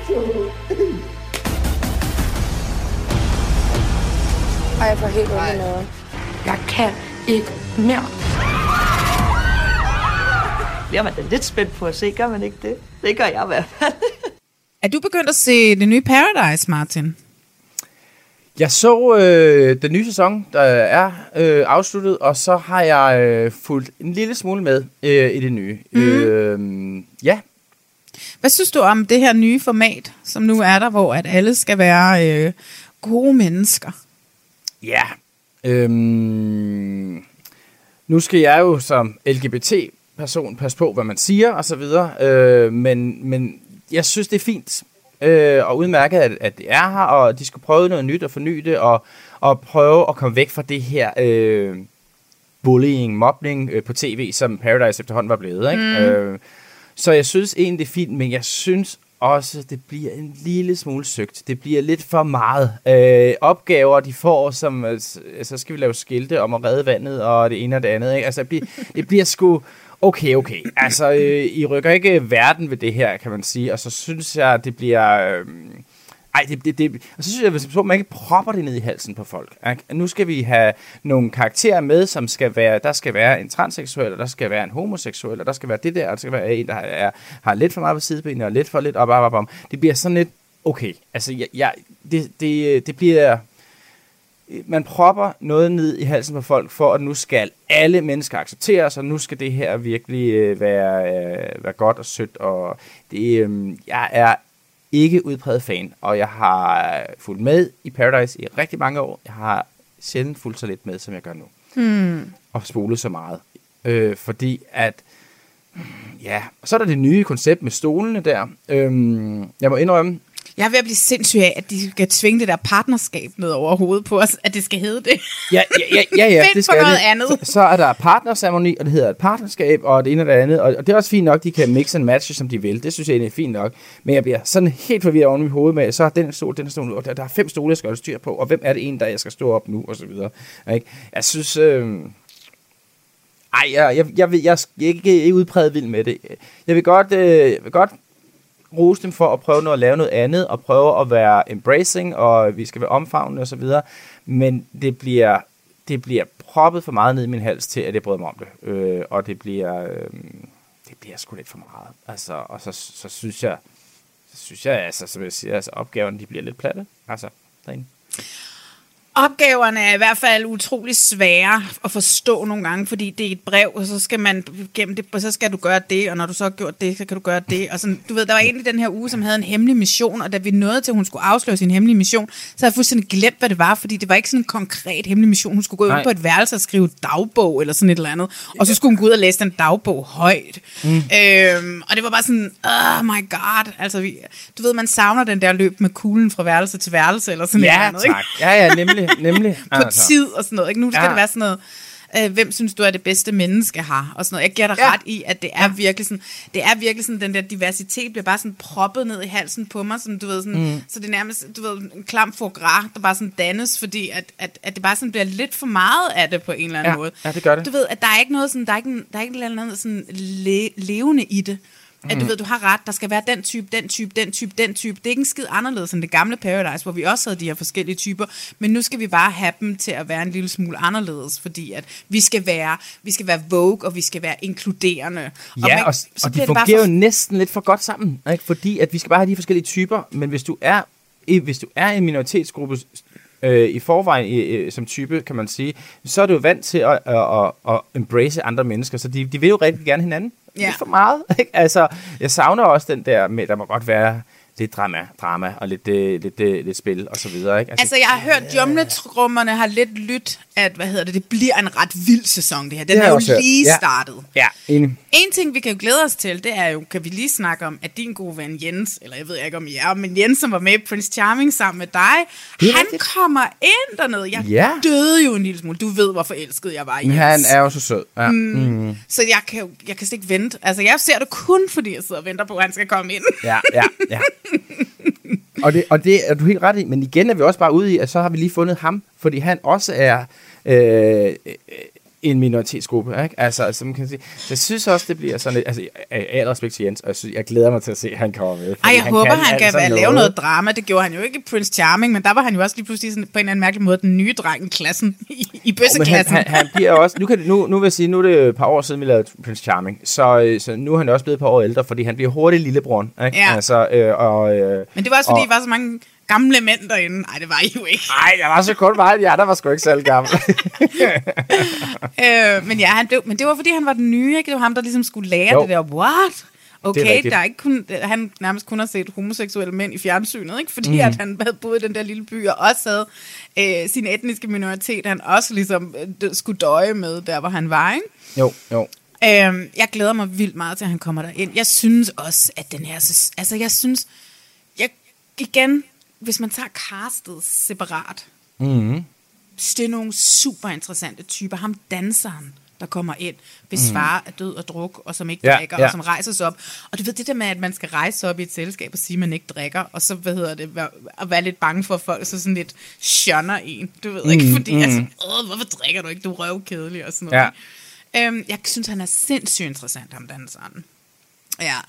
Og jeg får helt ondt i noget. Jeg kan ikke mere. Bliver man da lidt spændt på at se, gør man ikke det? Det gør jeg i hvert fald. Er du begyndt at se det nye Paradise, Martin? Jeg så den nye sæson, der er afsluttet, og så har jeg fulgt en lille smule med i det nye. Ja. Hvad synes du om det her nye format, som nu er der, hvor at alle skal være gode mennesker? Ja. Nu skal jeg jo som LGBT-person passe på, hvad man siger, og så videre. Men jeg synes, det er fint og udmærket, at det er her, og de skal prøve noget nyt og forny det, og prøve at komme væk fra det her bullying, mobning på tv, som Paradise efterhånden var blevet. Ikke? Så jeg synes egentlig, det er fint, men jeg synes også, det bliver en lille smule søgt. Det bliver lidt for meget opgaver, de får, som så skal vi lave skilte om at redde vandet, og det ene og det andet. Ikke? Altså, det bliver sgu okay. Altså, I rykker ikke verden ved det her, kan man sige. Og så synes jeg, det bliver... og så synes jeg, at man ikke propper det ned i halsen på folk. Ikke? Nu skal vi have nogle karakterer med, som skal være... Der skal være en transseksuel, og der skal være en homoseksuel, og der skal være det der, og der skal være en, der har lidt for meget på sidebenene, og lidt op. Det bliver sådan lidt... okay, altså det bliver... Man propper noget ned i halsen på folk, for at nu skal alle mennesker accepteres, og nu skal det her virkelig være godt og sødt. Og det, jeg er ikke udpræget fan, og jeg har fulgt med i Paradise i rigtig mange år. Jeg har sjældent fulgt så lidt med, som jeg gør nu. Og spolet så meget. Fordi at... Ja, og så er der det nye koncept med stolene der. Jeg må indrømme... Jeg er ved at blive sindssyg af, at de skal tvinge det der partnerskab ned over hovedet på os, at det skal hedde det. Ja, det skal noget det. andet. Så er der partnerceremoni, og det hedder et partnerskab, og det ene og det andet. Og det er også fint nok, de kan mix and matche, som de vil. Det synes jeg egentlig er fint nok. Men jeg bliver sådan helt forvirret oven i mit hoved med, så er den stol, og der er 5 stole, jeg skal holde styr på, og hvem er det en, der jeg skal stå op nu, og så videre. Jeg synes... jeg er ikke udpræget vild med det. Jeg vil godt rose dem for at prøve at lave noget andet, og prøve at være embracing, og vi skal være omfavnende og så videre, men det bliver proppet for meget ned i min hals til, at jeg bryder mig om det. Og det bliver sgu lidt for meget. Altså, og så synes jeg, altså, som jeg siger, altså, opgaverne, de bliver lidt platte. Altså, derinde. Opgaverne er i hvert fald utrolig svære at forstå nogle gange, fordi det er et brev, og så skal man gennem det, og så skal du gøre det, og når du så har gjort det, så kan du gøre det. Og sådan, du ved, der var en i den her uge, som havde en hemmelig mission, og da vi nåede til, at hun skulle afsløre sin hemmelige mission, så havde jeg fuldstændig glemt, hvad det var, fordi det var ikke sådan en konkret hemmelig mission. Hun skulle gå ud på et værelse og skrive dagbog, eller sådan et eller andet, og så skulle hun gå ud og læse den dagbog højt. Og det var bare sådan, oh my god, altså, du ved, man savner den der løb med kuglen fra værelse til værelse, eller sådan et eller andet, tak. Ja, nemlig. På tid og sådan noget. Ikke? Nu skal det være sådan noget, hvem synes du er det bedste menneske her? Og sådan noget. Jeg giver dig ret i, at det er virkelig sådan, den der diversitet bliver bare sådan proppet ned i halsen på mig, sådan, du ved, sådan, så det er nærmest, du ved, en klam foie gras, der bare sådan dannes, fordi at det bare sådan bliver lidt for meget af det på en eller anden måde. Ja, det gør det. Du ved, at der er ikke noget sådan, der er ikke noget sådan levende i det. At du ved, du har ret, der skal være den type. Det er ikke en skid anderledes end det gamle Paradise, hvor vi også havde de her forskellige typer, men nu skal vi bare have dem til at være en lille smule anderledes, fordi at vi skal være vogue, og vi skal være inkluderende. Ja, og de fungerer jo næsten lidt for godt sammen, ikke? Fordi at vi skal bare have de forskellige typer, men hvis du er en minoritetsgruppe i forvejen som type, kan man sige, så er du jo vant til at embrace andre mennesker, så de vil jo rigtig gerne hinanden. Ja. Lidt for meget, ikke? Altså, jeg savner også den der med, der må godt være lidt drama og lidt spil og så videre, ikke? Altså, jeg har hørt, jomletrummerne har lidt lyttet, at, det bliver en ret vild sæson, det her. Den er jo lige startet. Ja, enig. En ting, vi kan jo glæde os til, det er jo, kan vi lige snakke om, at din gode ven Jens, eller jeg ved ikke om I er, men Jens, som var med i Prince Charming sammen med dig, han kommer ind dernede. Jeg døde jo en lille smule. Du ved, hvor forelsket jeg var i Jens. Han er jo så sød. Ja. Så jeg kan slet ikke vente. Altså, jeg ser det kun, fordi jeg sidder og venter på, at han skal komme ind. Ja. Og det er du helt ret i, men igen er vi også bare ude i, at så har vi lige fundet ham, fordi han også er en minoritetsgruppe, ikke? Altså, som kan sige, jeg synes også, det bliver sådan lidt, altså, al respekt til Jens, og jeg glæder mig til at se, at han kommer med. Jeg håber, han kan lave noget drama. Det gjorde han jo ikke i Prince Charming, men der var han jo også lige pludselig sådan, på en eller anden mærkelig måde den nye dreng i klassen, i bøsseklassen. Han bliver også, nu vil jeg sige, nu er det et par år siden, vi lavede Prince Charming, så nu er han også blevet et par år ældre, fordi han bliver hurtigt lillebroren, ikke? Ja. Altså, men det var også, fordi der var så mange gamle mænd derinde. Nej, det var I jo ikke. Nej, der var så kun meget, der var sgu ikke særlig gammel. Men det var, fordi han var den nye, ikke? Det var ham, der ligesom skulle lære det der. What? Okay, der er ikke kun, han nærmest kun har set homoseksuelle mænd i fjernsynet, ikke? Fordi at han havde boet i den der lille by, og også havde sin etniske minoritet, han også ligesom skulle døje med, der hvor han var, ikke? Jo. Jeg glæder mig vildt meget til, at han kommer derind. Jeg synes også, at den her... Altså, igen, hvis man tager castet separat, det er nogle super interessante typer. Ham danseren, der kommer ind, hvis far er død og druk, og som ikke drikker, og som rejser sig op. Og du ved, det der med, at man skal rejse sig op i et selskab og sige, at man ikke drikker, og så, at være lidt bange for, at folk så sådan lidt shunner en. Du ved ikke, fordi altså, hvorfor drikker du ikke? Du er røvkedelig og sådan noget. Ja. Jeg synes, han er sindssygt interessant, ham danseren. Ja.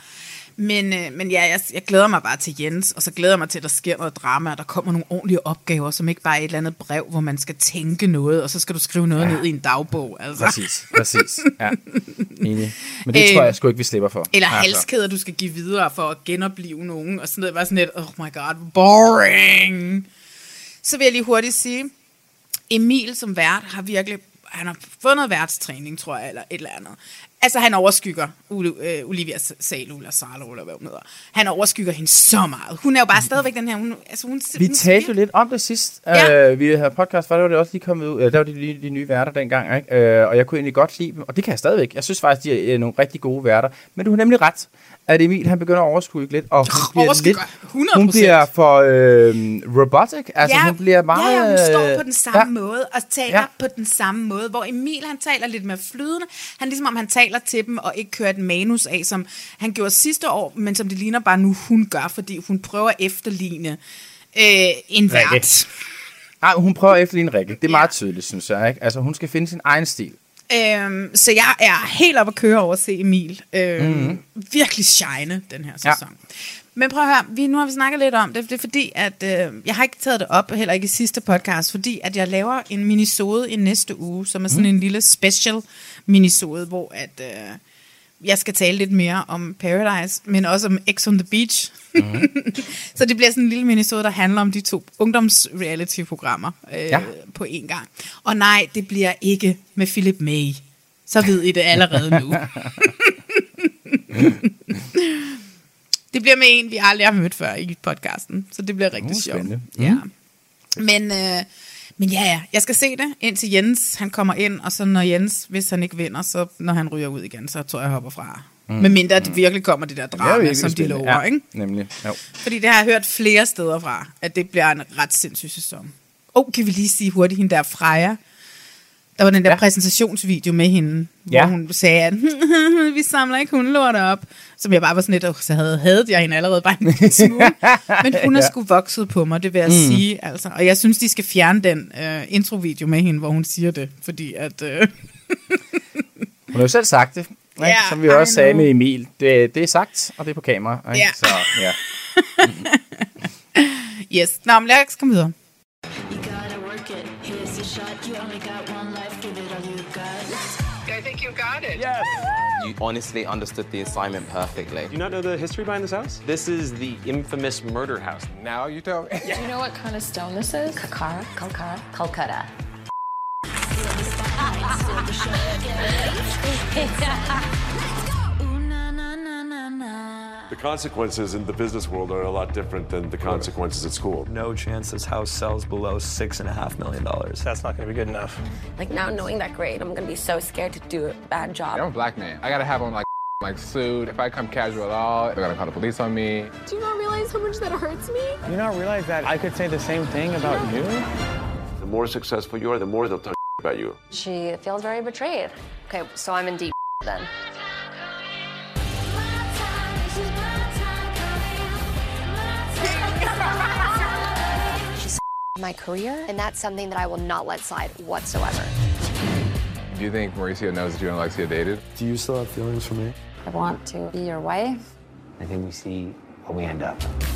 Men ja, jeg glæder mig bare til Jens, og så glæder jeg mig til, at der sker noget drama, og der kommer nogle ordentlige opgaver, som ikke bare er et eller andet brev, hvor man skal tænke noget, og så skal du skrive noget ned i en dagbog. Altså. Præcis. Ja. Enig. Men det tror jeg sgu ikke, vi slipper for. Eller halskæder, du skal give videre for at genopleve nogen, og sådan noget. Bare sådan lidt, oh my god, boring. Så vil jeg lige hurtigt sige, Emil som vært han har fået noget værtstræning, tror jeg, eller et eller andet. Altså, han overskygger Olivia Salo, eller Salo, eller hvad hun hedder. Han overskygger hende så meget. Hun er jo bare stadigvæk den her... Vi talte jo lidt om det sidst. Ja. Vi havde podcast, for der var det også lige kommet ud. Der var de nye værter dengang, ikke? Og jeg kunne egentlig godt lide dem, og det kan jeg stadigvæk. Jeg synes faktisk, de er nogle rigtig gode værter. Men du har nemlig ret, at Emil, han begynder at overskygge lidt, og hun bliver for robotic. Altså, hun bliver meget... Ja, hun står på den samme måde, og taler på den samme måde, hvor Emil, han taler lidt mere flydende. Han ligesom om han taler til dem, og ikke kører et manus af, som han gjorde sidste år, men som det ligner bare nu, hun gør, fordi hun prøver at efterligne en vært. Nej, hun prøver at efterligne Rikke. Det er meget tydeligt, synes jeg, ikke? Altså, hun skal finde sin egen stil. Så jeg er helt op at køre over at se Emil. Virkelig shine den her sæson. Ja. Men prøv at høre, nu har vi snakket lidt om det. Det er fordi, at jeg har ikke taget det op, heller ikke i sidste podcast, fordi at jeg laver en minisode i næste uge, som er sådan en lille special minisode, hvor at jeg skal tale lidt mere om Paradise, men også om Ex on the Beach. Så det bliver sådan en lille minisode, der handler om de 2 ungdoms-reality-programmer på en gang. Og nej, det bliver ikke med Philip May. Så ved I det allerede nu. Det bliver med en, vi aldrig har mødt før i podcasten. Så det bliver rigtig sjovt. Ja. Men ja, jeg skal se det, indtil Jens han kommer ind, og så når Jens, hvis han ikke vinder, så når han ryger ud igen, så tror jeg hopper fra. Men mindre at det virkelig kommer det der drama, som de lover, ikke? Nemlig, jo. Fordi det har jeg hørt flere steder fra, at det bliver en ret sindssyg sæson. Kan vi lige sige hurtigt, hende der Freja. Der var den der præsentationsvideo med hende, hvor hun sagde, at vi samler ikke hundelort op. Som jeg bare var sådan lidt, så havde jeg hende allerede bare en smule. Men hun er sgu vokset på mig, det vil jeg sige. Altså. Og jeg synes, de skal fjerne den introvideo med hende, hvor hun siger det. Fordi at... Hun har jo selv sagt det, som vi også sagde med Emil. Det er sagt, og det er på kamera. Ikke? Så, ja. Yes. Nå, men lad os komme videre. I think you got it. Yes. You honestly understood the assignment perfectly. Do you not know the history behind this house? This is the infamous murder house. Now you tell me. Do you know what kind of stone this is? Calcutta. The consequences in the business world are a lot different than the consequences at school. No chance this house sells below $6.5 million. That's not going to be good enough. Like, now knowing that grade, I'm going to be so scared to do a bad job. I'm a black man. I got to have on like suit. If I come casual at all, they're going to call the police on me. Do you not realize how much that hurts me? Do you not realize that I could say the same thing about you? The more successful you are, the more they'll talk about you. She feels very betrayed. Okay, so I'm in deep then. She's my career, and that's something that I will not let slide whatsoever. Do you think Mauricio knows that you and Alexia dated? Do you still have feelings for me? I want to be your wife. I think we see where we end up.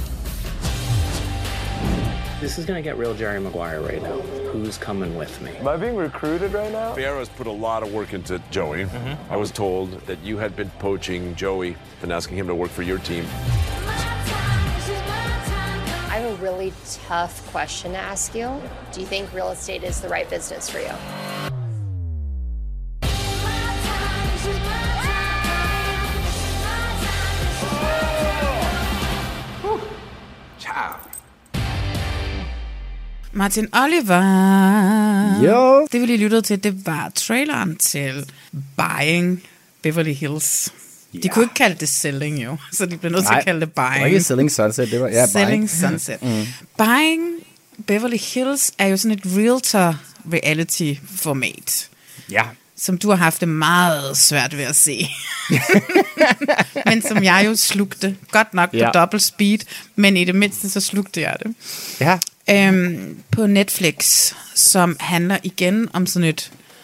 This is gonna get real Jerry Maguire right now. Who's coming with me? Am I being recruited right now? Fierro's put a lot of work into Joey. I was told that you had been poaching Joey and asking him to work for your team. I have a really tough question to ask you. Do you think real estate is the right business for you? Ciao. Martin Oliver. Jo. Det vi lige lyttede til, det var traileren til Buying Beverly Hills. De kunne ikke kalde det Selling, jo. Så de blev nødt til at kalde det Buying. Det var ikke Selling Sunset, det var Selling Sunset. Buying Beverly Hills er jo sådan et realtor-reality-format. Ja. Som du har haft det meget svært ved at se. Men som jeg jo slugte. Godt nok på dobbelt speed, men i det mindste så slugte jeg det. Ja. På Netflix, som handler igen om sådan et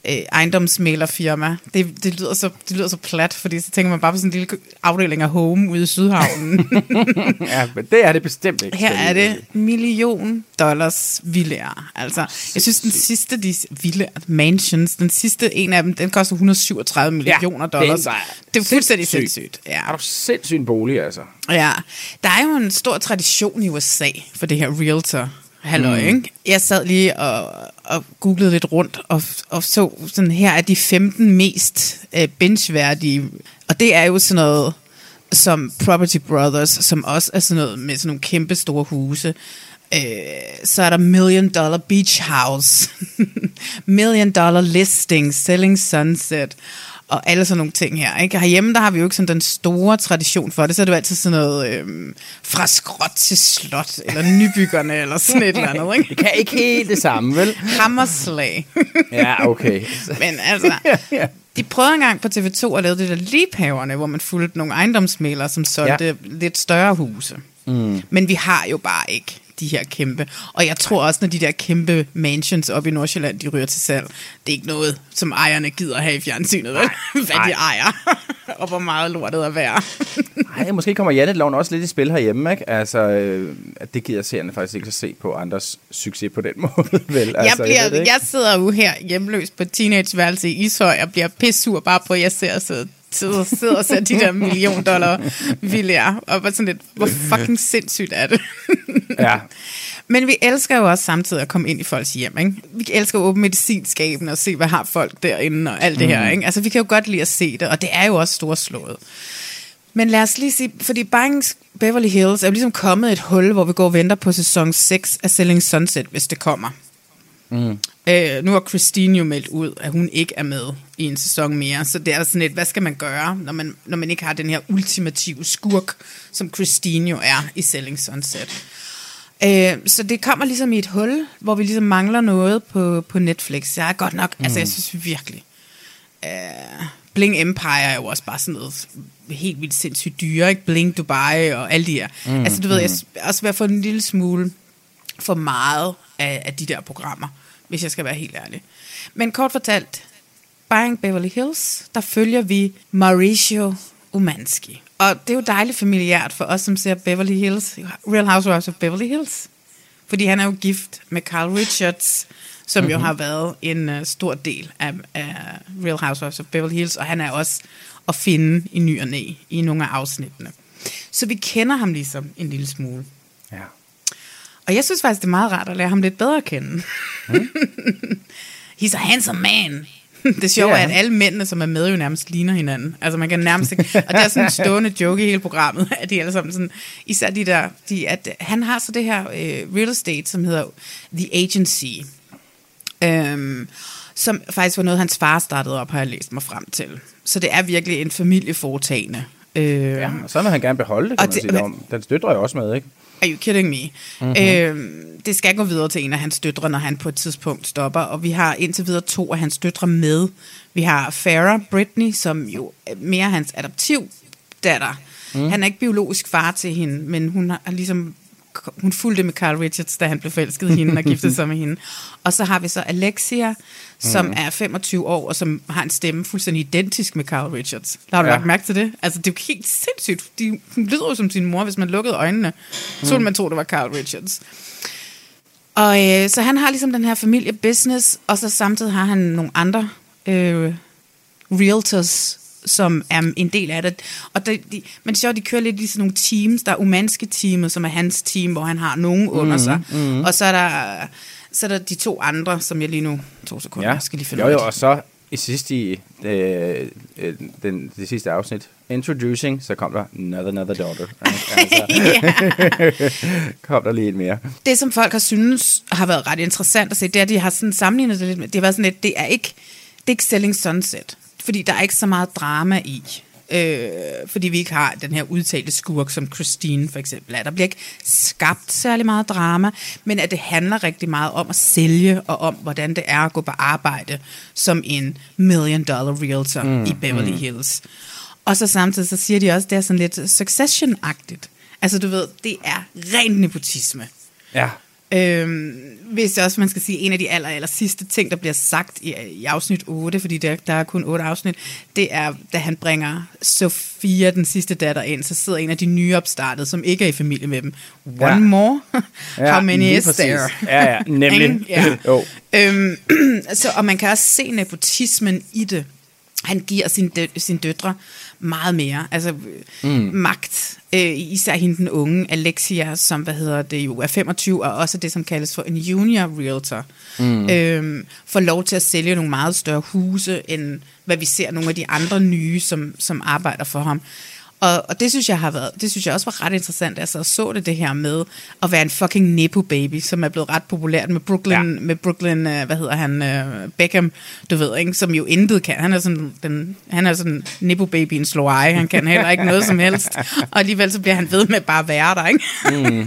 ejendomsmælerfirma. Det lyder så plat, fordi så tænker man bare på sådan en lille afdeling af Home ude i Sydhavnen. Ja, men det er det bestemt ikke. Her er det $1 million villaer. Altså, jeg synes, den sidste, de villaer, mansions, den sidste en af dem, den koster $137 millioner. Det er jo fuldstændig sindssygt. Ja. Er du sindssygt en bolig, altså? Ja, der er jo en stor tradition i USA for det her realtor. Halløj, ikke? Jeg sad lige og googlede lidt rundt og så sådan, her er de 15 mest binge-værdige. Og det er jo sådan noget som Property Brothers, som også er sådan noget med sådan nogle kæmpe store huse. Så er der $1 million Beach House, $1 million Listing, Selling Sunset, og alle sådan nogle ting her. Ikke? Herhjemme, der har vi jo ikke sådan den store tradition for det, så er det jo altid sådan noget fra skråt til slot, eller nybyggerne, eller sådan et eller andet. Ikke? Det kan ikke helt det samme, vel? Hammerslag. Ja, okay. Men altså, de prøvede engang på TV2 at lave det der Liebhaverne, hvor man fulgte nogle ejendomsmælere, som solgte lidt større huse. Men vi har jo bare ikke de her kæmpe. Og jeg tror også, når de der kæmpe mansions oppe i Nordsjælland, de ryger til salg, det er ikke noget, som ejerne gider have i fjernsynet, vel? Hvad de ejer, og hvor meget lortet er værd. Nej, måske kommer janteloven også lidt i spil herhjemme, ikke? Altså, at det gider seerne faktisk ikke at se på andres succes på den måde, vel? Altså, jeg sidder jo her hjemløs på teenageværelse i Ishøj, og bliver pissur bare på, at jeg sidder og ser de der $1 million villaer, og bare sådan lidt, hvor fucking sindssygt er det? Ja. Men vi elsker jo også samtidig at komme ind i folks hjem, ikke? Vi elsker at åbne medicinskaben og se, hvad har folk derinde og alt det her, ikke? Altså, vi kan jo godt lide at se det, og det er jo også storslået. Men lad os lige sige, fordi Bangs Beverly Hills er jo ligesom kommet et hul, hvor vi går og venter på sæson 6 af Selling Sunset, hvis det kommer. Nu har Christine jo meldt ud, at hun ikke er med i en sæson mere, så det er sådan et, hvad skal man gøre, når man ikke har den her ultimative skurk, som Christine jo er i Selling Sunset. Så det kommer ligesom i et hul, hvor vi ligesom mangler noget på Netflix. Jeg er godt nok, altså jeg synes virkelig, Bling Empire er jo også bare sådan noget helt vildt sindssygt dyre, ikke? Bling Dubai og alle de her. Altså du ved, jeg også ved at få en lille smule for meget af de der programmer, hvis jeg skal være helt ærlig. Men kort fortalt, Buying Beverly Hills, der følger vi Mauricio Umansky. Og det er jo dejligt familiært for os, som ser Beverly Hills, Real Housewives of Beverly Hills. Fordi han er jo gift med Carl Richards, som jo har været en stor del af Real Housewives of Beverly Hills, og han er også at finde i ny og næ i nogle af afsnittene. Så vi kender ham ligesom en lille smule. Ja. Og jeg synes faktisk, det er meget rart at lære ham lidt bedre at kende. He's a handsome man. Det sjove er, at alle mændene, som er med, jo nærmest ligner hinanden. Altså man kan nærmest ikke... Og det er sådan en stående joke i hele programmet, at de alle sammen sådan... Især de der... at han har så det her real estate, som hedder The Agency. Som faktisk var noget, hans far startede op, har jeg læst mig frem til. Så det er virkelig en familieforetagende. Ja, og så vil han gerne beholde det, kan man sige om. Den støtter jo også med, ikke? Are you kidding me? Det skal gå videre til en af hans døtre, når han på et tidspunkt stopper, og vi har indtil videre 2 af hans døtre med. Vi har Farrah Britney, som jo er mere hans adoptivdatter. Han er ikke biologisk far til hende, men hun har ligesom... Hun fulgte med Carl Richards, da han blev forelsket i hende og giftede sig med hende. Og så har vi så Alexia, som er 25 år, og som har en stemme fuldstændig identisk med Carl Richards. Der har du lagt mærke til det? Altså, det er jo helt sindssygt. Hun lyder jo som sin mor, hvis man lukkede øjnene. Så ville man tro, det var Carl Richards. Og så han har ligesom den her familiebusiness, og så samtidig har han nogle andre realtors, som er en del af det. Og men så de kører lidt i sådan nogle teams. Der er Umansky-teamet, som er hans team, hvor han har nogen under sig. Og så er der de 2 andre, som jeg lige nu... 2 sekunder, skal lige finde ud af. Og så i sidste det sidste afsnit, Introducing, så kom der Another Daughter. Kom der lige et mere. Det, som folk har synes har været ret interessant at se, det er, at de har sådan sammenlignet det lidt med. Det har været sådan lidt, det er ikke Selling Sunset. Fordi der er ikke så meget drama i. Fordi vi ikke har den her udtalte skurk, som Christine for eksempel er. Der bliver ikke skabt særlig meget drama, men at det handler rigtig meget om at sælge, og om, hvordan det er at gå på arbejde som en $1 million realtor i Beverly Hills. Og så samtidig så siger de også, det er sådan lidt Succession-agtigt. Altså du ved, det er ren nepotisme. Ja. Hvis også man skal sige, en af de aller sidste ting, der bliver sagt i afsnit 8, fordi der er kun 8 afsnit, det er, da han bringer Sofia, den sidste datter, ind, så sidder en af de nye opstartede, som ikke er i familie med dem. One more? How many is there? Ja, nemlig. Jo. Og man kan også se nepotismen i det. Han giver sine døtre meget mere, magt. Især hende den unge, Alexia, som jo er 25, og også det, som kaldes for en junior realtor, får lov til at sælge nogle meget større huse, end hvad vi ser nogle af de andre nye, som arbejder for ham. Og det synes jeg også var ret interessant, altså at så det her med at være en fucking nepo baby, som er blevet ret populært med Brooklyn, Beckham, du ved, ikke, som jo intet kan. Han er sådan nepo babyens sloaje, han kan heller ikke noget som helst, og alligevel så bliver han ved med bare at være der, ikke?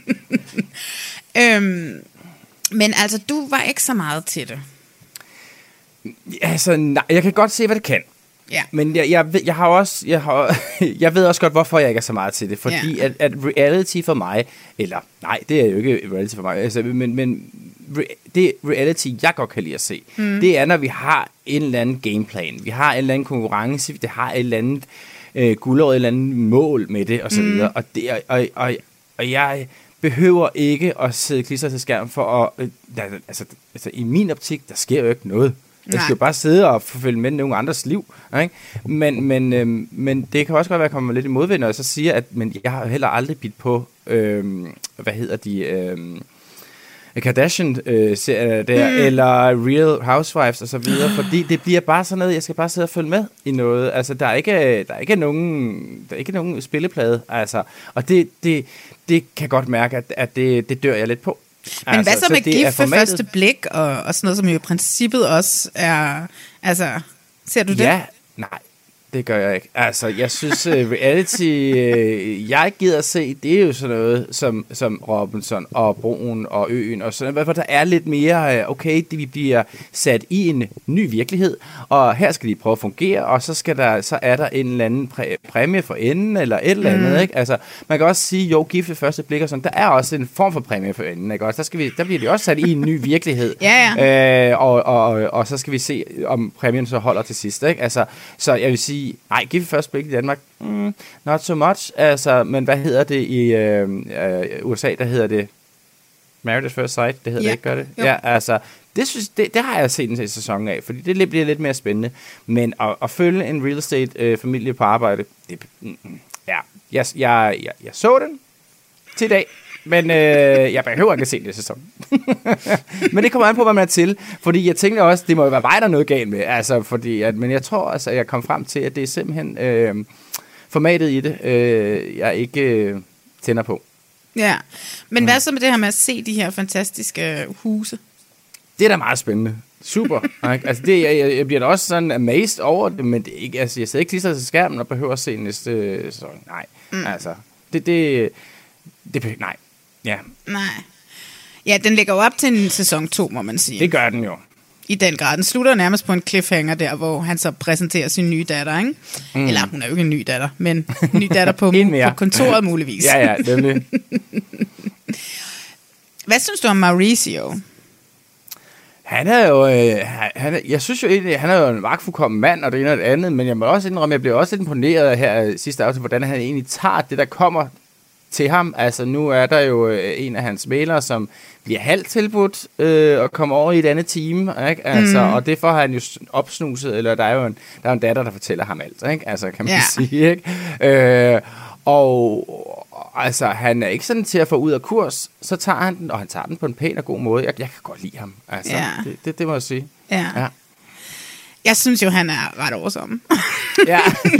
Men altså, du var ikke så meget til det. Altså, nej, jeg kan godt se, hvad det kan. Ja. Men jeg ved også godt, hvorfor jeg ikke er så meget til det. Fordi at reality for mig, eller nej, det er jo ikke reality for mig, altså, men det reality, jeg godt kan lide at se, det er, når vi har en eller anden gameplan, vi har en eller anden konkurrence, det har et eller andet guldår, et eller andet mål med det, og så videre. Og jeg behøver ikke at sidde klistret til skærmen for at... Altså, i min optik, der sker jo ikke noget. Jeg skal jo bare sidde og følge med nogle andres liv. Ikke? Men det kan også godt være, at jeg kommer lidt i modvind, og så siger, at men jeg har heller aldrig bidt på, Kardashian-serier der, eller Real Housewives og så videre, fordi det bliver bare sådan noget, jeg skal bare sidde og følge med i noget. Altså, der er ikke nogen spilleplade, altså, og det kan godt mærke, at det dør jeg lidt på. Men altså, hvad så med gift ved første blik, og sådan noget, som jo i princippet også er... Altså, ser du det? Ja, nej, det gør jeg ikke. Altså, jeg synes, reality, jeg gider at se, det er jo sådan noget, som Robinson og Broen og Øen og sådan noget, hvor der er lidt mere, okay, vi bliver sat i en ny virkelighed, og her skal de prøve at fungere, og så er der en eller anden præmie for enden, eller et eller andet, ikke? Altså, man kan også sige, jo, gift ved første blik og sådan, der er også en form for præmie for enden, ikke? Også, der bliver de også sat i en ny virkelighed. Og så skal vi se, om præmien så holder til sidst, ikke? Altså, så jeg vil sige, nej, gift ved første blik i Danmark, not so much, altså, men hvad hedder det i USA, der hedder det Married at First Sight, det hedder det ikke, gør det? Jo. Ja, altså, det har jeg set en sæson af, fordi det bliver lidt mere spændende, men at følge en real estate familie på arbejde, jeg så den til i dag, men jeg behøver ikke at se det sæson. Men det kommer an på, hvad man er til, fordi jeg tænker også, det må jo være mig, der er noget galt med, altså, men jeg tror altså, at jeg kom frem til, at det er simpelthen formatet i det, jeg ikke tænder på. Ja, men hvad så med det her med at se de her fantastiske huse? Det er da meget spændende. Super. Altså jeg bliver da også sådan amazed over det, men det er ikke, altså, jeg sidder ikke klistret til skærmen og behøver at se næste sæson. Nej, altså, nej. Ja. Nej. Ja, den ligger jo op til en sæson 2, må man sige. Det gør den jo. I den grad. Den slutter nærmest på en cliffhanger der, hvor han så præsenterer sin nye datter, ikke? Eller hun er jo ikke en ny datter, men en ny datter på kontoret muligvis. Ja, nemlig. Hvad synes du om Mauricio? Han er jo, jeg synes jo egentlig, han er jo en magtfuldkommen mand, og det ene og det andet, men jeg må også indrømme, jeg blev også imponeret her sidste afsnit, hvordan han egentlig tager det, der kommer til ham. Altså, nu er der jo en af hans mailere, som bliver halvt tilbudt og kommer over i et andet team, ikke? Altså, og det får han jo opsnuset, eller der er jo en datter, der fortæller ham alt, ikke? Altså, kan man sige, ikke? Og altså, han er ikke sådan til at få ud af kurs, så tager han den, og han tager den på en pæn og god måde. Jeg kan godt lide ham, altså, det må jeg sige. Ja. Jeg synes jo, han er ret awesome. Ja.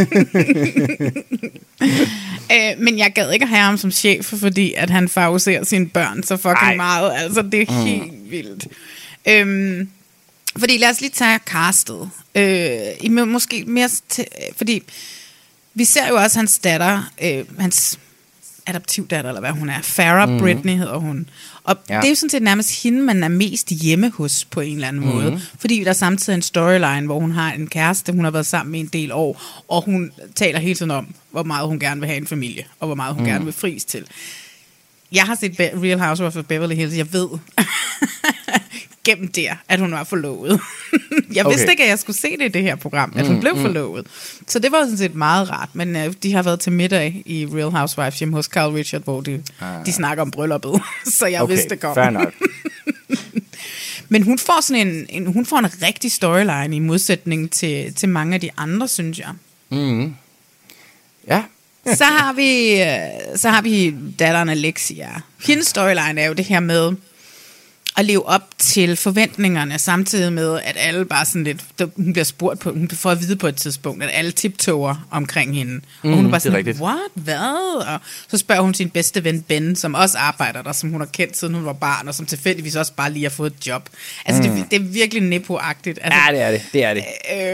Men jeg gad ikke at have ham som chef, fordi at han favoriserer sine børn så fucking meget. Altså, det er helt vildt. Fordi lad os lige tage castet. Måske mere fordi vi ser jo også hans datter, hans adoptivdatter, eller hvad hun er. Farrah Britney hedder hun. Og det er jo sådan set nærmest hende, man er mest hjemme hos på en eller anden måde. Fordi der samtidig er en storyline, hvor hun har en kæreste, hun har været sammen med en del år, og hun taler hele tiden om, hvor meget hun gerne vil have en familie, og hvor meget hun gerne vil fris til. Jeg har set Real Housewives of Beverly Hills. Jeg ved gennem der, at hun var forlovet. Jeg vidste ikke, at jeg skulle se det i det her program, at hun blev forlovet. Så det var sådan set meget rart. Men de har været til middag i Real Housewives hjemme hos Carl Richard, hvor de snakker om brylluppet. Så jeg vidste det godt. Fair nok. Men hun får sådan hun får en rigtig storyline i modsætning til mange af de andre, synes jeg. Mm. Ja. Så har vi datteren Alexia. Hendes storyline er jo det her med at leve op til forventningerne, samtidig med, at alle bare sådan lidt, hun bliver spurgt på, hun får at vide på et tidspunkt, at alle tiptoger omkring hende. Og hun er bare sådan, what? Hvad? Og så spørger hun sin bedste ven Ben, som også arbejder der, som hun har kendt siden hun var barn, og som tilfældigvis også bare lige har fået et job. Altså, det er virkelig Nepo-agtigt. Altså, ja, det er det.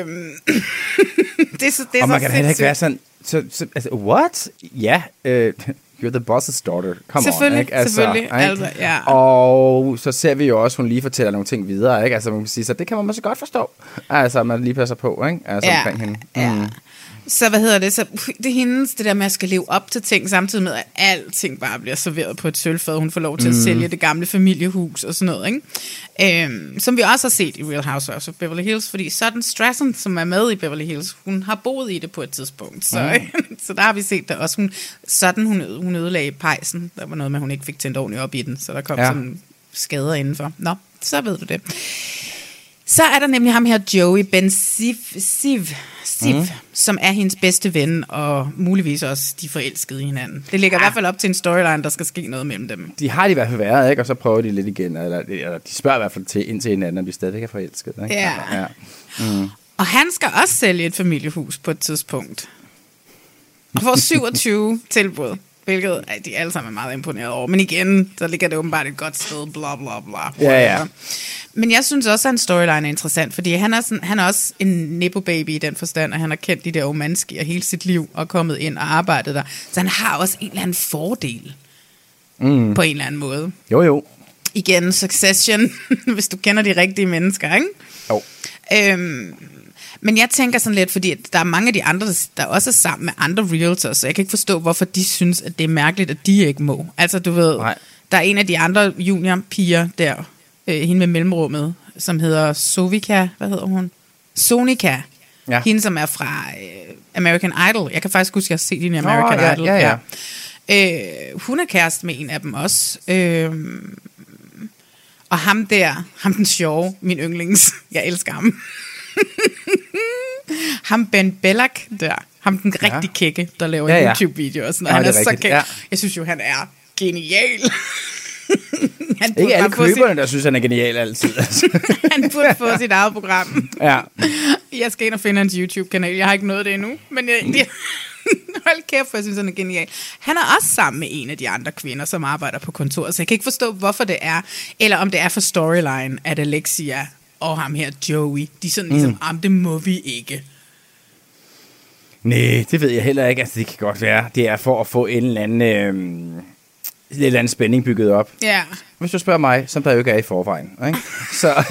Det er og man kan så heller ikke være sådan, altså, what? Ja, you're the boss's daughter. Come on, ikke? Altså, selvfølgelig. Ikke? Altså, ja. Og så ser vi jo også, hun lige fortæller nogle ting videre, ikke? Altså, man kan sige, så det kan man måske godt forstå. Altså, man lige passer på, ikke? Altså, omkring hende. Ja. Så så det er hendes, det der med at skal leve op til ting, samtidig med, at alting bare bliver serveret på et sølvfad. Hun får lov til at sælge det gamle familiehus og sådan noget, ikke? Som vi også har set i Real Housewives of Beverly Hills, fordi Sutton Strassen, som er med i Beverly Hills, hun har boet i det på et tidspunkt. Så, så der har vi set det også. Hun ødelagde pejsen. Der var noget med, at hun ikke fik tændt ordentligt op i den, så der kom sådan skader indenfor. Nå, så ved du det. Så er der nemlig ham her, Joey Ben Siv, som er hendes bedste ven, og muligvis også de forelskede i hinanden. Det ligger i hvert fald op til en storyline, der skal ske noget mellem dem. De har de i hvert fald været, ikke? Og så prøver de lidt igen, eller de spørger i hvert fald ind til hinanden, om de stadigvæk er forelskede. Ikke? Ja. Og han skal også sælge et familiehus på et tidspunkt. Og får 27 tilbud, hvilket de alle sammen er meget imponeret over. Men igen, så ligger det åbenbart et godt sted, bla bla bla. Ja. Men jeg synes også, at hans storyline er interessant, fordi han er også en nepo-baby i den forstand, at han har kendt de der Omanskier hele sit liv og kommet ind og arbejdet der. Så han har også en eller anden fordel på en eller anden måde. Jo. Igen, Succession, hvis du kender de rigtige mennesker, ikke? Jo. Men jeg tænker sådan lidt, fordi der er mange af de andre, der også er sammen med andre realtors, så jeg kan ikke forstå, hvorfor de synes, at det er mærkeligt, at de ikke må. Altså, du ved, der er en af de andre juniorpiger der, hende med mellemrummet, som hedder Sovika, hvad hedder hun? Sonika. Ja. Hende, som er fra American Idol. Jeg kan faktisk huske, at jeg har set hende i American Idol. Ja. Hun er kæreste med en af dem også. Og ham den sjove, min yndlings, jeg elsker ham. Ham Ben Bellak der, ham den rigtig kække, der laver YouTube-videoer og sådan noget. Han er så kæk. Ja. Jeg synes jo, han er genial. Ikke alle køberne, der synes, han er genial altid. Han burde få sit eget program. Ja. Jeg skal ind og finde hans YouTube-kanal. Jeg har ikke nået det endnu, men hold kæft, for jeg synes, han er genial. Han er også sammen med en af de andre kvinder, som arbejder på kontoret, så jeg kan ikke forstå, hvorfor det er, eller om det er for storyline, at Alexia og ham her, Joey, de er sådan ligesom, det må vi ikke. Nej, det ved jeg heller ikke. Altså, det kan godt være. Det er for at få en eller anden spænding bygget op. Ja. Hvis du spørger mig, som der jo ikke er i forvejen. Ikke? Så.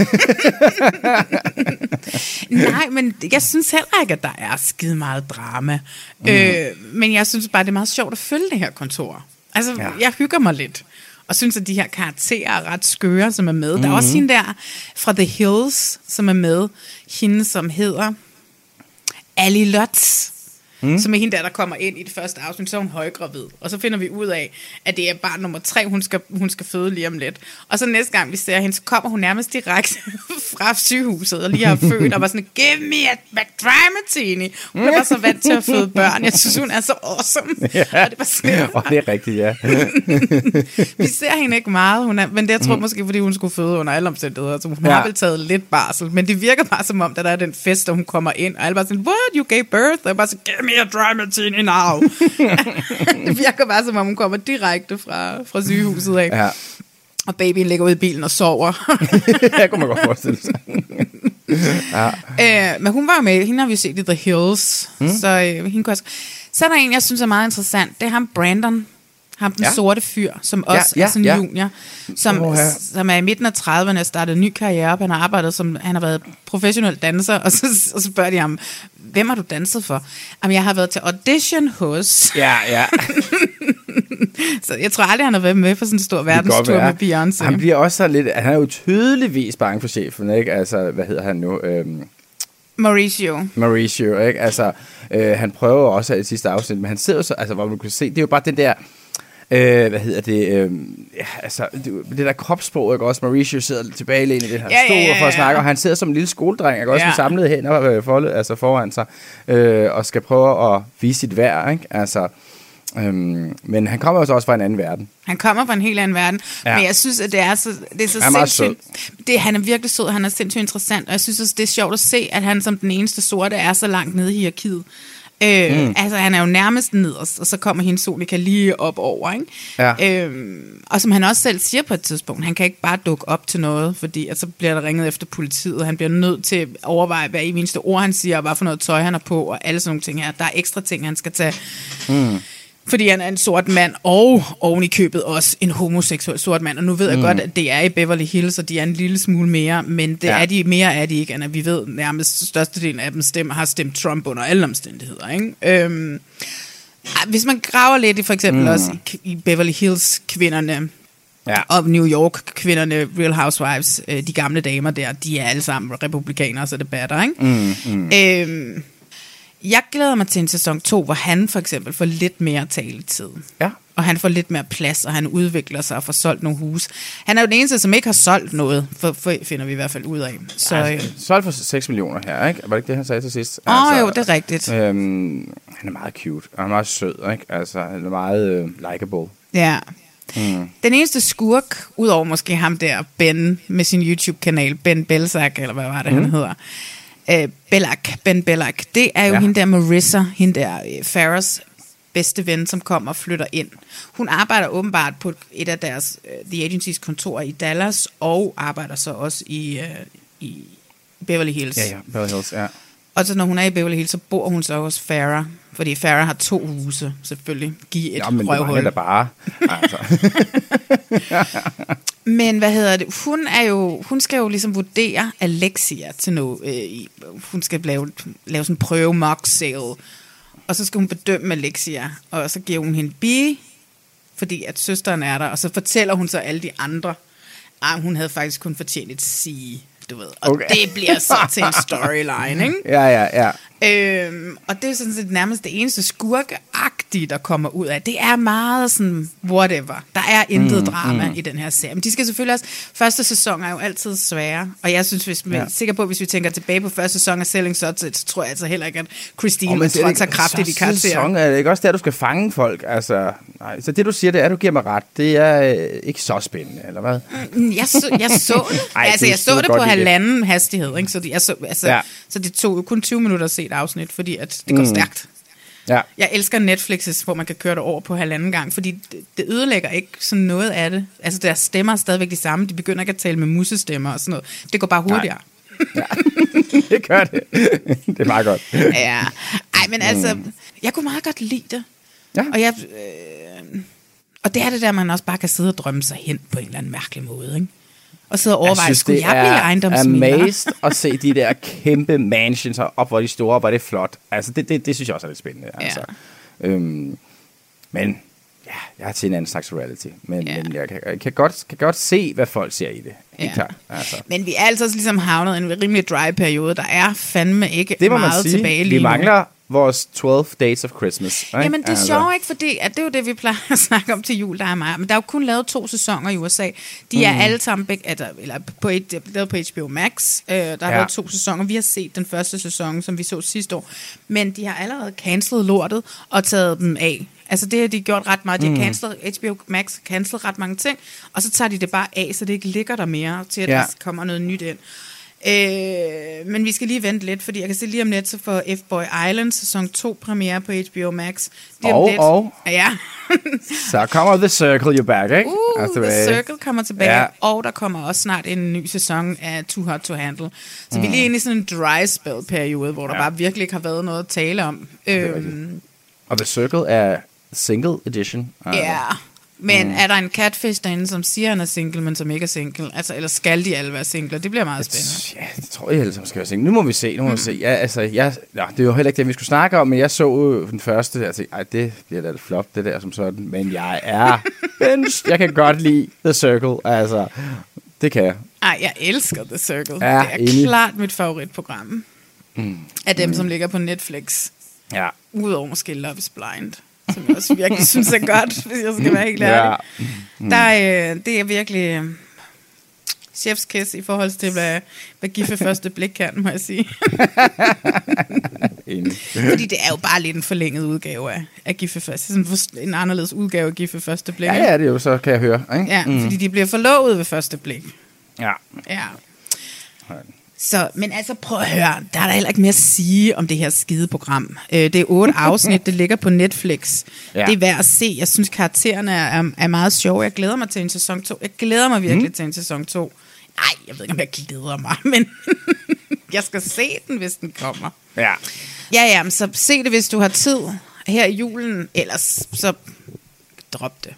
Nej, men jeg synes heller ikke, at der er skide meget drama. Men jeg synes bare, det er meget sjovt at følge det her kontor. Altså, jeg hygger mig lidt. Og synes, at de her karakterer er ret skøre, som er med. Der er også hende der fra The Hills, som er med. Hende, som hedder Ali Lutz. Som er hende der kommer ind i det første afsnit, så er hun højgravid. Og så finder vi ud af, at det er barn nummer 3, hun skal føde lige om lidt. Og så næste gang vi ser hende, så kommer hun nærmest direkte fra sygehuset og lige har født, og var sådan, give me a dry martini. Hun er bare så vant til at føde børn. Jeg synes, hun er så awesome. Ja. Og det var sådan, og det er rigtigt, ja. Vi ser hende ikke meget, men det jeg tror måske, fordi hun skulle føde under alle omstændigheder, så hun har vel taget lidt barsel. Men det virker bare som om, da der er den fest, og hun kommer ind, og alle bare sådan, what, you gave birth? Og jeg bare sådan, give me a dry martini now. Det virker bare som om, hun kommer direkte fra sygehuset af. Ja. Og babyen ligger ude i bilen og sover. Jeg kunne man godt forestille sig. Men hun var jo med, hende har vi set i The Hills. Så hende kunne også. Så er der en, jeg synes er meget interessant. Det er ham Brandon. Ham den sorte fyr, som også er sådan en junior, som er i midten af 30'erne, startet en ny karriere op. Han har været professionel danser, og så spørger de ham, hvem har du danset for? Jamen, jeg har været til audition hos... Ja. Så jeg tror aldrig, han har været med for sådan en stor verdenstur med Beyoncé. Han bliver også så lidt... Han er jo tydeligvis bange for chefen, ikke? Altså, hvad hedder han nu? Mauricio, ikke? Altså, han prøver også i sidste afsnit, men han sidder så... Altså, hvor man kunne se... Det er jo bare den der... hvad hedder det? Det der kropssprog, ikke? Også Mauricio sidder tilbage i det her stol for at snakke, og han sidder som en lille skoledreng, ikke? Også med samlede hænder foran sig, og skal prøve at vise sit værd, ikke? Altså... men han kommer også fra en anden verden. Han kommer fra en helt anden verden, men jeg synes, at det er så sindssygt. Han er virkelig sød, han er sindssygt interessant, og jeg synes også, det er sjovt at se, at han som den eneste sorte er så langt nede i hierarkiet. Altså, han er jo nærmest nederst, og så kommer hendes Sonika lige op over, ikke? Ja. Og som han også selv siger på et tidspunkt, han kan ikke bare dukke op til noget, fordi så bliver der ringet efter politiet, og han bliver nødt til at overveje, hvad i eneste ord han siger, og hvad for noget tøj han er på, og alle sådan nogle ting her. Der er ekstra ting, han skal tage. Fordi han er en sort mand, og oven i købet også en homoseksuel sort mand. Og nu ved jeg godt, at det er i Beverly Hills, og de er en lille smule mere, men det er de mere er de ikke, end at vi ved nærmest størstedelen af dem har stemt Trump under alle omstændigheder. Ikke? Hvis man graver lidt i for eksempel også i Beverly Hills kvinderne, og New York kvinderne, Real Housewives, de gamle damer der, de er alle sammen republikanere, så det batter, ikke? Jeg glæder mig til en sæson 2, hvor han for eksempel får lidt mere taletid. Ja. Og han får lidt mere plads, og han udvikler sig og får solgt nogle hus. Han er jo den eneste, som ikke har solgt noget, finder vi i hvert fald ud af. Så, solgt for 6 millioner her, ikke? Var det ikke det, han sagde til sidst? Jo, det er rigtigt. Han er meget cute, og han er meget sød, ikke? Altså, han er meget likable. Ja. Den eneste skurk, udover måske ham der, Ben, med sin YouTube-kanal, Ben Belzak, eller hvad var det, han hedder, Ben Belzak, det er jo hende der Marissa, hende der Farrahs bedste ven, som kommer og flytter ind. Hun arbejder åbenbart på et af deres The Agency's kontorer i Dallas, og arbejder så også i Beverly Hills. Ja, Beverly Hills, ja. Og så når hun er i Beverly Hills, så bor hun så hos Farrah, fordi Farrah har 2 huse, selvfølgelig. Giv et røvhul. Men det bare. Altså. Men hvad hedder det? Hun skal jo ligesom vurdere Alexia til noget. Hun skal lave sådan en prøve mock sale. Og så skal hun bedømme Alexia. Og så giver hun hende B, fordi at søsteren er der. Og så fortæller hun så alle de andre, hun havde faktisk kun fortjent et C, du ved. Og det bliver så til en storyline, ikke? Ja. Og det er sådan set nærmest det eneste skurkeagtige, der kommer ud af. Det er meget sådan, whatever. Der er intet drama i den her serie. Men de skal selvfølgelig også... Første sæson er jo altid svære. Og jeg synes, hvis vi er sikker på, hvis vi tænker tilbage på første sæson af Selling Sunset, så tror jeg altså heller ikke, at Christine tror så kraftigt i karakteren. Er det ikke også der, du skal fange folk? Altså, nej. Så det, du siger, det er, at du giver mig ret. Det er ikke så spændende, eller hvad? Jeg så det. Jeg så det på 1,5 hastighed. Ikke? Så det tog jo kun 20 minutter at se et afsnit, fordi at det går stærkt. Ja. Jeg elsker Netflix, hvor man kan køre det over på 1,5 gang, fordi det ødelægger ikke sådan noget af det. Altså, deres stemmer er stadigvæk de samme. De begynder ikke at tale med musestemmer og sådan noget. Det går bare hurtigere. Ja. Det gør det. Det er meget godt. Ja. Ej, men altså, jeg kunne meget godt lide det. Ja. Og det er det der, man også bare kan sidde og drømme sig hen på en eller anden mærkelig måde, ikke? Og sidde og overveje, skulle jeg blive ejendomsmægler? Jeg synes, det er amazed at se de der kæmpe mansions op, hvor de store, og hvor det er flot. Altså, det synes jeg også er lidt spændende. Ja. Altså. Men ja, jeg har til en anden slags reality. Men jeg kan godt se, hvad folk ser i det. Helt klart. Altså. Men vi er altså ligesom havnet i en rimelig dry periode. Der er fandme ikke meget tilbage lige nu. Vi mangler vores 12 Days of Christmas. Ikke? Jamen det er sjovt ikke, fordi at det er jo det, vi plejer at snakke om til jul, der er mig. Men der er jo kun lavet 2 sæsoner i USA. De er alle sammen lavet på HBO Max. Der har været 2 sæsoner. Vi har set den første sæson, som vi så sidste år. Men de har allerede cancelet lortet og taget dem af. Altså det har de gjort ret meget. De har cancelet, HBO Max cancelet ret mange ting, og så tager de det bare af, så det ikke ligger der mere, til at der kommer noget nyt ind. Men vi skal lige vente lidt, fordi jeg kan se lige om lidt, så får F-Boy Island sæson 2 premiere på HBO Max. Ja. Så kommer The Circle back, ikke? The Circle kommer tilbage, og der kommer også snart en ny sæson af Too Hot to Handle. Så vi er lige inde i sådan en dry spell-periode, hvor der bare virkelig ikke har været noget at tale om. Og The Circle er single edition. Men er der en catfish derinde, som siger, han er single, men som ikke er single? Altså, eller skal de alle være singler? Det bliver meget spændende. Ja, det tror jeg alle sammen skal være single. Nu må vi se, Ja, altså, det er jo heller ikke det, vi skulle snakke om, men jeg så den første, jeg tænkte, det bliver da et flop, det der som sådan. Men jeg er jeg kan godt lide The Circle, altså, det kan jeg. Jeg elsker The Circle. Ja, det er klart mit favoritprogram. Af dem, som ligger på Netflix. Ja. Udover måske Love is Blind, som jeg også virkelig synes er godt, hvis jeg skal være helt ærlig. Det er virkelig chef's kiss i forhold til, hvad Gift ved første blik kan, må jeg sige. Fordi det er jo bare lidt en forlænget udgave af Gift ved første, sådan en anderledes udgave af Gift ved første blik. Ja, det er jo så, kan jeg høre. Ikke? Ja, fordi de bliver forlovet ved første blik. Ja. Så, men altså prøv at høre, der er der heller ikke mere at sige om det her skideprogram. Det er 8 afsnit, det ligger på Netflix. Ja. Det er værd at se. Jeg synes, karaktererne er meget sjove. Jeg glæder mig til en sæson 2. Jeg glæder mig virkelig til en sæson 2. Nej, jeg ved ikke, om jeg glæder mig, men jeg skal se den, hvis den kommer. Ja. Ja, så se det, hvis du har tid her i julen. Ellers så drop det.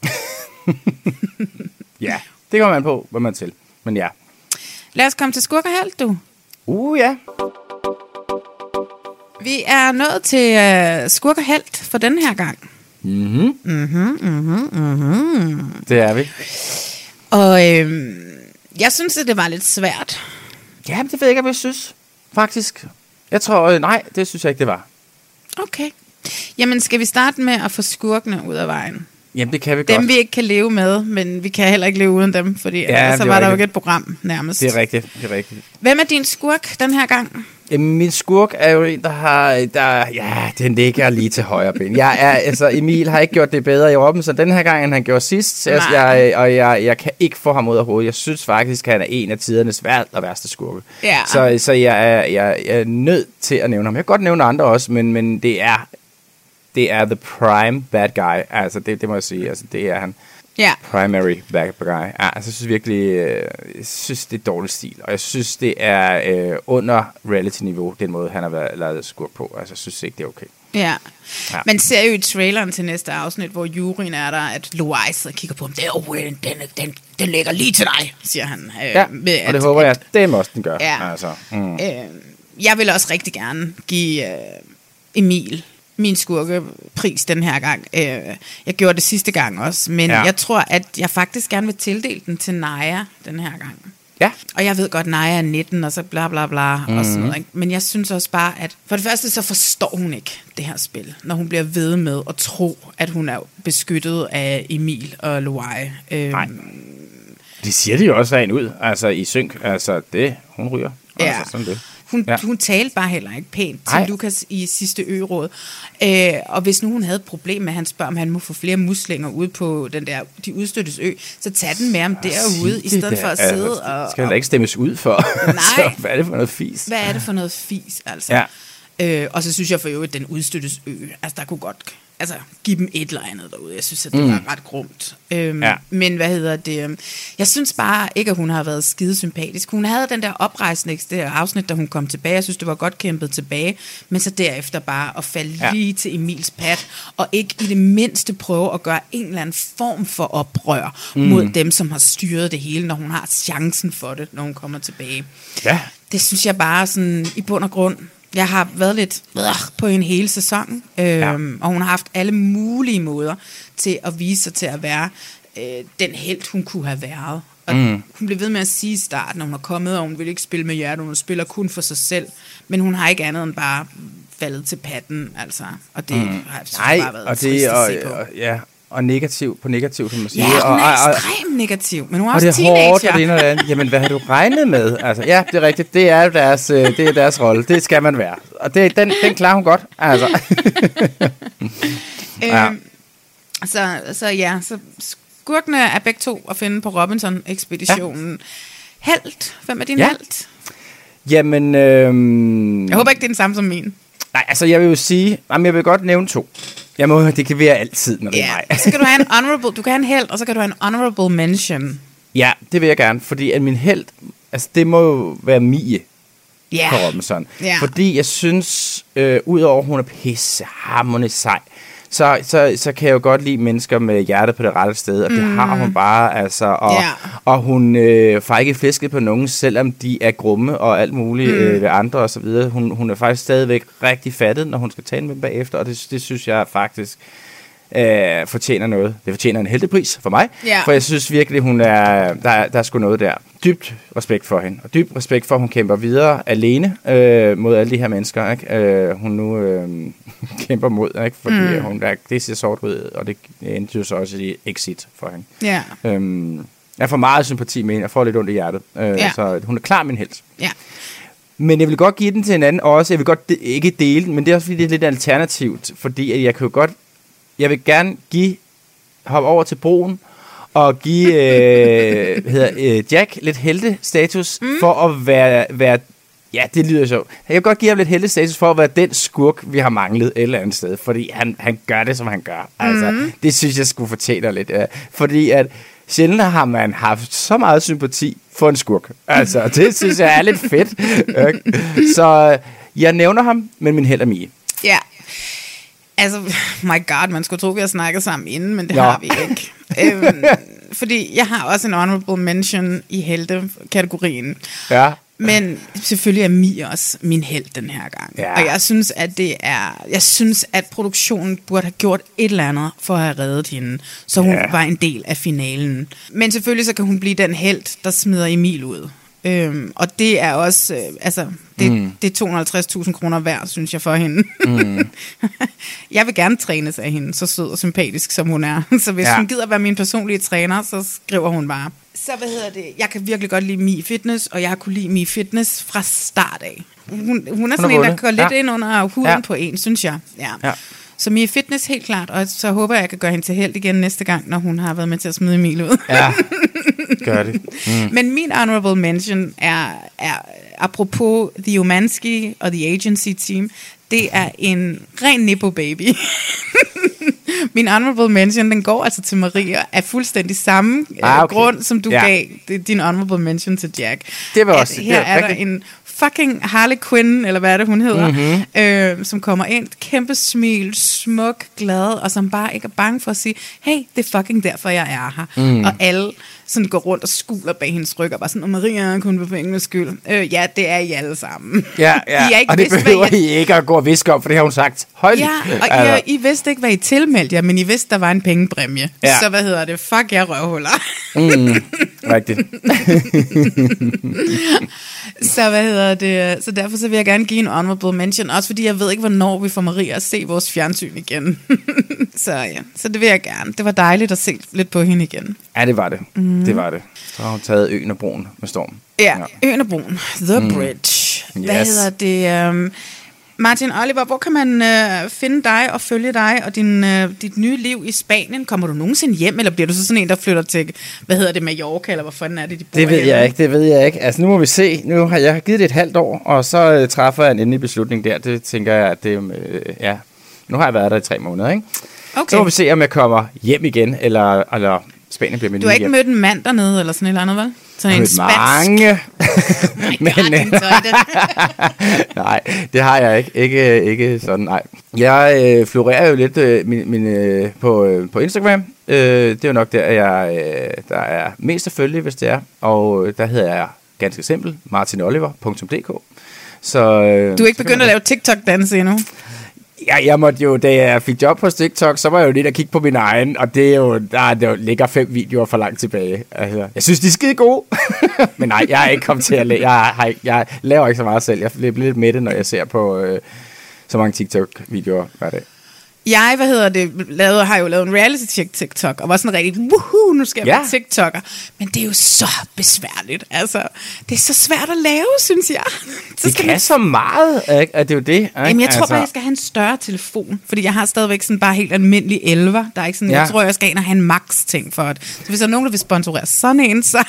Ja, det kommer man på, hvad man til. Men ja. Lad os komme til skurk og helt, du. Ja. Vi er nået til skurk og helt for den her gang. Det er vi. Og jeg synes, at det var lidt svært. Ja, det ved jeg ikke, hvad jeg synes. Faktisk. Jeg tror, nej, det synes jeg ikke, det var. Okay. Jamen, skal vi starte med at få skurkene ud af vejen? Jamen, det kan vi godt. Dem, vi ikke kan leve med, men vi kan heller ikke leve uden dem, fordi så var der jo ikke et program nærmest. Det er rigtigt. Hvem er din skurk den her gang? Min skurk er jo en, den ligger lige til højre ben. Emil har ikke gjort det bedre i Robinson den her gang, end han gjorde sidst. Jeg kan ikke få ham ud af hovedet. Jeg synes faktisk, at han er en af tidernes værste skurke. Ja. Så jeg er nødt til at nævne ham. Jeg kan godt nævne andre også, men det er the prime bad guy. Altså, det må jeg sige. Altså, det er han. Ja. Primary bad guy. Altså, jeg synes virkelig, det er dårlig stil. Og jeg synes, det er under reality-niveau, den måde, han har lavet skurk på. Altså, jeg synes ikke, det er okay. Ja. Man ser jo i traileren til næste afsnit, hvor juryen er der, at Louise kigger på ham. Den ligger lige til dig, siger han. Og det håber jeg, det må også den gør. Ja. Altså, jeg vil også rigtig gerne give Emil min skurkepris den her gang. Jeg gjorde det sidste gang også, men jeg tror, at jeg faktisk gerne vil tildele den til Naja den her gang. Ja. Og jeg ved godt, Naja er 19, og så bla bla bla, og sådan noget. Ikke? Men jeg synes også bare, at for det første, så forstår hun ikke det her spil, når hun bliver ved med at tro, at hun er beskyttet af Emil og Louise. Nej. Det siger de jo også af en ud, altså i synk. Altså det, hun ryger. Ja. Altså, sådan det. Hun talte bare heller ikke pænt til Lukas i sidste ø-råd. Og hvis nu hun havde et problem med, at han spørger, om han må få flere muslinger ude på den der, de udstøttes ø, så tag den med ham derude, i stedet for at sidde og... Skal han da ikke stemmes ud for? Nej. Så, hvad er det for noget fis? Hvad er det for noget fis, altså? Ja. Og så synes jeg for øvrigt, den udstøttes ø, altså der kunne godt... Altså, give dem et eller andet derude. Jeg synes, at det var ret grumt. Men hvad hedder det? Jeg synes bare ikke, at hun har været skide sympatisk. Hun havde den der oprejsning, det afsnit, da hun kom tilbage. Jeg synes, det var godt kæmpet tilbage. Men så derefter bare at falde lige til Emils pat, og ikke i det mindste prøve at gøre en eller anden form for oprør mod dem, som har styret det hele, når hun har chancen for det, når hun kommer tilbage. Ja. Det synes jeg bare sådan i bund og grund. Jeg har været lidt på en hel sæson, og hun har haft alle mulige måder til at vise sig til at være den helt, hun kunne have været. Og hun blev ved med at sige i starten, når hun er kommet, og hun vil ikke spille med hjertet, hun spiller kun for sig selv. Men hun har ikke andet end bare faldet til patten, altså. Og det har bare været trist at se på. Og negativ på negativ, kan man sige. Ja, hun er ekstremt negativ, men hun er og også det er teenager. hårdt, og det ene og det andet. Jamen, hvad har du regnet med? Altså, ja, det er rigtigt. Det er deres rolle. Det skal man være. Og den klarer hun godt. Altså. Så skurkene er begge to at finde på Robinson-ekspeditionen. Ja. Helt. Hvem er din helt? Jamen... Jeg håber ikke, det er den samme som min. Nej, altså jeg vil jo sige... Jamen, jeg vil godt nævne 2. Det kan være altid, når det er mig. Så kan du have en honorable... Du kan have en helt, og så kan du have en honorable mention. Ja, det vil jeg gerne, fordi at min helt... Altså, det må jo være Mie på Robinson. Yeah. Fordi jeg synes, udover hun er pissehamrende sej, så kan jeg jo godt lide mennesker med hjertet på det rette sted, og det har hun bare, altså, og hun får ikke fisket på nogen, selvom de er grumme og alt muligt ved andre og så videre. Hun er faktisk stadigvæk rigtig fattet, når hun skal tale med dem bagefter, og det synes jeg faktisk fortjener noget. Det fortjener en heltepris for mig, for jeg synes virkelig, der er sgu noget der. Dybt respekt for hende, og dybt respekt for, at hun kæmper videre alene mod alle de her mennesker, ikke? Hun nu kæmper mod, ikke? Fordi det ser sort-rød, og det endte jo så også i exit for hende. Jeg får meget sympati med hende, jeg får lidt ondt i hjertet, så hun er klar min helt. Men jeg vil godt give den til en anden også. Jeg vil godt ikke dele den, men det er også fordi, det er lidt alternativt, fordi jeg vil gerne hoppe over til broen og give Jack lidt heltestatus for at være ja, det lyder så. Jeg kan godt give ham lidt heltestatus for at være den skurk, vi har manglet et eller andet sted, fordi han gør det, som han gør. Altså, det synes jeg skulle fortælle lidt. Fordi at sjældent har man haft så meget sympati for en skurk. Altså, det synes jeg er lidt fedt. Så jeg nævner ham, men min held er Mie. Ja. Altså, my god, man skulle tro, vi har snakket sammen inden, men det har vi ikke. Fordi jeg har også en honorable mention i helte-kategorien. Ja. Men selvfølgelig er Mie også min helt den her gang. Ja. Og jeg synes, at produktionen burde have gjort et eller andet for at have reddet hende, så hun var en del af finalen. Men selvfølgelig så kan hun blive den helt, der smider Emil ud. Og det er også, det er 250.000 kroner værd, synes jeg, for hende. Jeg vil gerne trænes af hende, så sød og sympatisk som hun er. Så hvis hun gider være min personlige træner, så skriver hun bare. Så jeg kan virkelig godt lide Mie Fitness, og jeg har kunne lide Mie Fitness fra start af. Hun er sådan en, der går lidt ind under huden på en, synes jeg. Ja. Så Mie Fitness helt klart, og så håber jeg kan gøre hende til held igen næste gang, når hun har været med til at smide Emil ud. Ja, gør det. Men min honorable mention er apropos The Umansky og The Agency Team, det er en ren nippo baby. Min honorable mention, den går altså til Maria, af fuldstændig samme grund, som du gav din honorable mention til Jack. Det var også her er der en fucking Harley Quinn, eller hvad er det, hun hedder, som kommer ind, kæmpe smil, smuk, glad, og som bare ikke er bange for at sige, hey, det er fucking derfor, jeg er her. Og alle sådan går rundt og skuler bag hendes ryg, og bare sådan, og Maria er kun for pengenes skyld. Ja, det er I alle sammen. Ja, og det behøver I ikke at gå og viske om, for det har hun sagt højt. Ja, og I vidste ikke, hvad I tilmeldte jer, men I vidste, der var en pengepræmie. Ja. Så hvad hedder det? Fuck jer røvhuller. Rigtigt. Så hvad hedder det? Så derfor så vil jeg gerne give en honorable mention, også fordi jeg ved ikke, hvornår vi får Maria at se vores fjernsyn igen. Så det vil jeg gerne. Det var dejligt at se lidt på hende igen. Ja, det var det. Det var det. Så har hun taget Øen og Broen med storm. Ja, Øen og Broen. The Bridge. Hvad hedder det? Martin Oliver, hvor kan man finde dig og følge dig og dit nye liv i Spanien? Kommer du nogensinde hjem, eller bliver du så sådan en, der flytter til, Mallorca, eller hvor fanden er det, de bor? Det ved jeg ikke. Altså, nu må vi se. Nu har jeg givet det et halvt år, og så træffer jeg en endelig beslutning der. Det tænker jeg, at det nu har jeg været der i 3 måneder, ikke? Okay. Så må vi se, om jeg kommer hjem igen, eller Spanien bliver min nye hjem. Du har ikke mødt en mand dernede, eller sådan et eller andet, vel? Sådan en spansk. Mange. Nej, det har jeg ikke. Ikke sådan, nej. Jeg florerer jo lidt på Instagram. Det er jo nok der, der er mest selvfølgelig, hvis det er. Og der hedder jeg ganske simpelt martinoliver.dk. Så du er ikke begyndt at lave TikTok-danse endnu? Ja, jeg måtte jo, da jeg fik job på TikTok, så var jeg jo lidt at kigge på min egen, og det er jo, der ligger 5 videoer for langt tilbage. Altså, jeg synes, de er skide gode, men nej, jeg er ikke kommet til at lave, jeg laver ikke så meget selv. Jeg bliver lidt mættet, når jeg ser på så mange TikTok-videoer hver dag. Jeg, har jo lavet en reality-check TikTok, og var sådan rigtig, woohoo, nu skal jeg være TikToker. Men det er jo så besværligt, altså. Det er så svært at lave, synes jeg. Det kan så meget, ikke? At det er jo det, ikke? Jamen, jeg tror bare, jeg skal have en større telefon, fordi jeg har stadigvæk sådan bare helt almindelig 11'er. Der er ikke sådan, jeg tror, jeg skal ind og have en max-ting for det. Så hvis der er nogen, der vil sponsorere sådan en, så...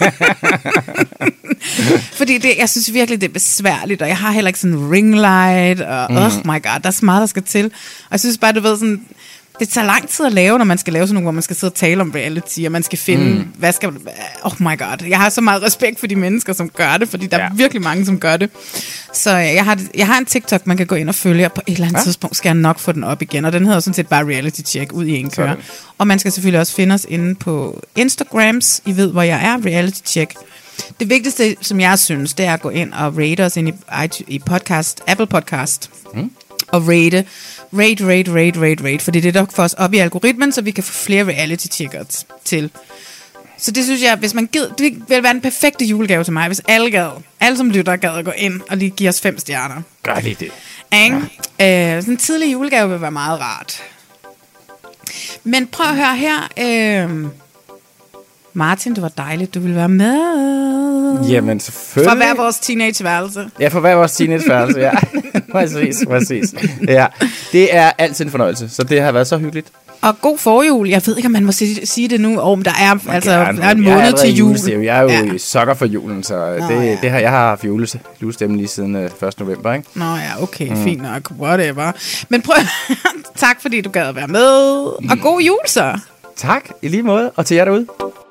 Fordi jeg synes virkelig, det er besværligt, og jeg har heller ikke sådan en ring light, og oh my god, der er så meget, der skal til. Og jeg synes bare, du ved sådan, Det tager lang tid at lave, når man skal lave sådan nogle, hvor man skal sidde og tale om reality, og man skal finde, hvad skal... Oh my god, jeg har så meget respekt for de mennesker, som gør det, fordi der er virkelig mange, som gør det. Så jeg har en TikTok, man kan gå ind og følge, og på et eller andet tidspunkt skal jeg nok få den op igen, og den hedder sådan set bare Reality Check ud i en køre. Og man skal selvfølgelig også finde os inde på Instagrams, I ved, hvor jeg er, Reality Check. Det vigtigste, som jeg synes, det er at gå ind og rate os ind i podcast, Apple Podcast, og rate, fordi det er der for os op i algoritmen, så vi kan få flere reality-checkers til. Så det synes jeg, hvis man gider, det vil være den perfekte julegave til mig, hvis alle som lytter gad at gå ind og lige give os 5 stjerner. Gør lige det. Sådan en tidlig julegave vil være meget rart. Men prøv at høre her, Martin, det var dejligt, du ville være med. Jamen, selvfølgelig. For hver vores teenageværelse. Ja, for hver vores teenageværelse, ja. Præcis. Ja, det er altid en fornøjelse, så det har været så hyggeligt. Og god forjul. Jeg ved ikke, om man må sige det nu, om der er, der er en måned til jul. Jeg er jo sokker for julen, så det har jeg har haft julestemmen lige siden 1. november, ikke? Nå ja, okay, fint nok, whatever. Men prøv, tak fordi du gad at være med, og god jul så. Tak, i lige måde, og til jer derude.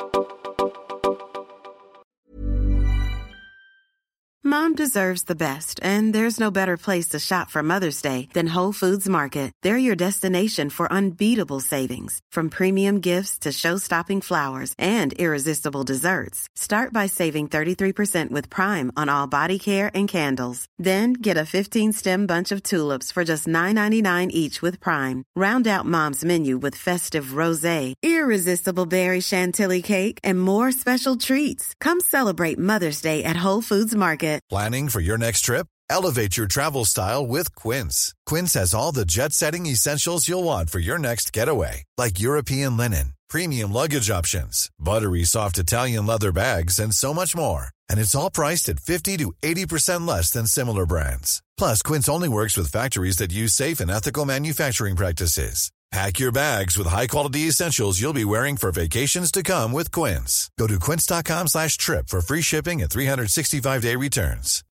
Mom deserves the best, and there's no better place to shop for Mother's Day than Whole Foods Market. They're your destination for unbeatable savings, from premium gifts to show-stopping flowers and irresistible desserts. Start by saving 33% with Prime on all body care and candles. Then get a 15-stem bunch of tulips for just $9.99 each with Prime. Round out Mom's menu with festive rosé, irresistible berry chantilly cake, and more special treats. Come celebrate Mother's Day at Whole Foods Market. Planning for your next trip? Elevate your travel style with Quince. Quince has all the jet-setting essentials you'll want for your next getaway, like European linen, premium luggage options, buttery soft Italian leather bags, and so much more. And it's all priced at 50 to 80% less than similar brands. Plus, Quince only works with factories that use safe and ethical manufacturing practices. Pack your bags with high-quality essentials you'll be wearing for vacations to come with Quince. Go to quince.com/trip for free shipping and 365-day returns.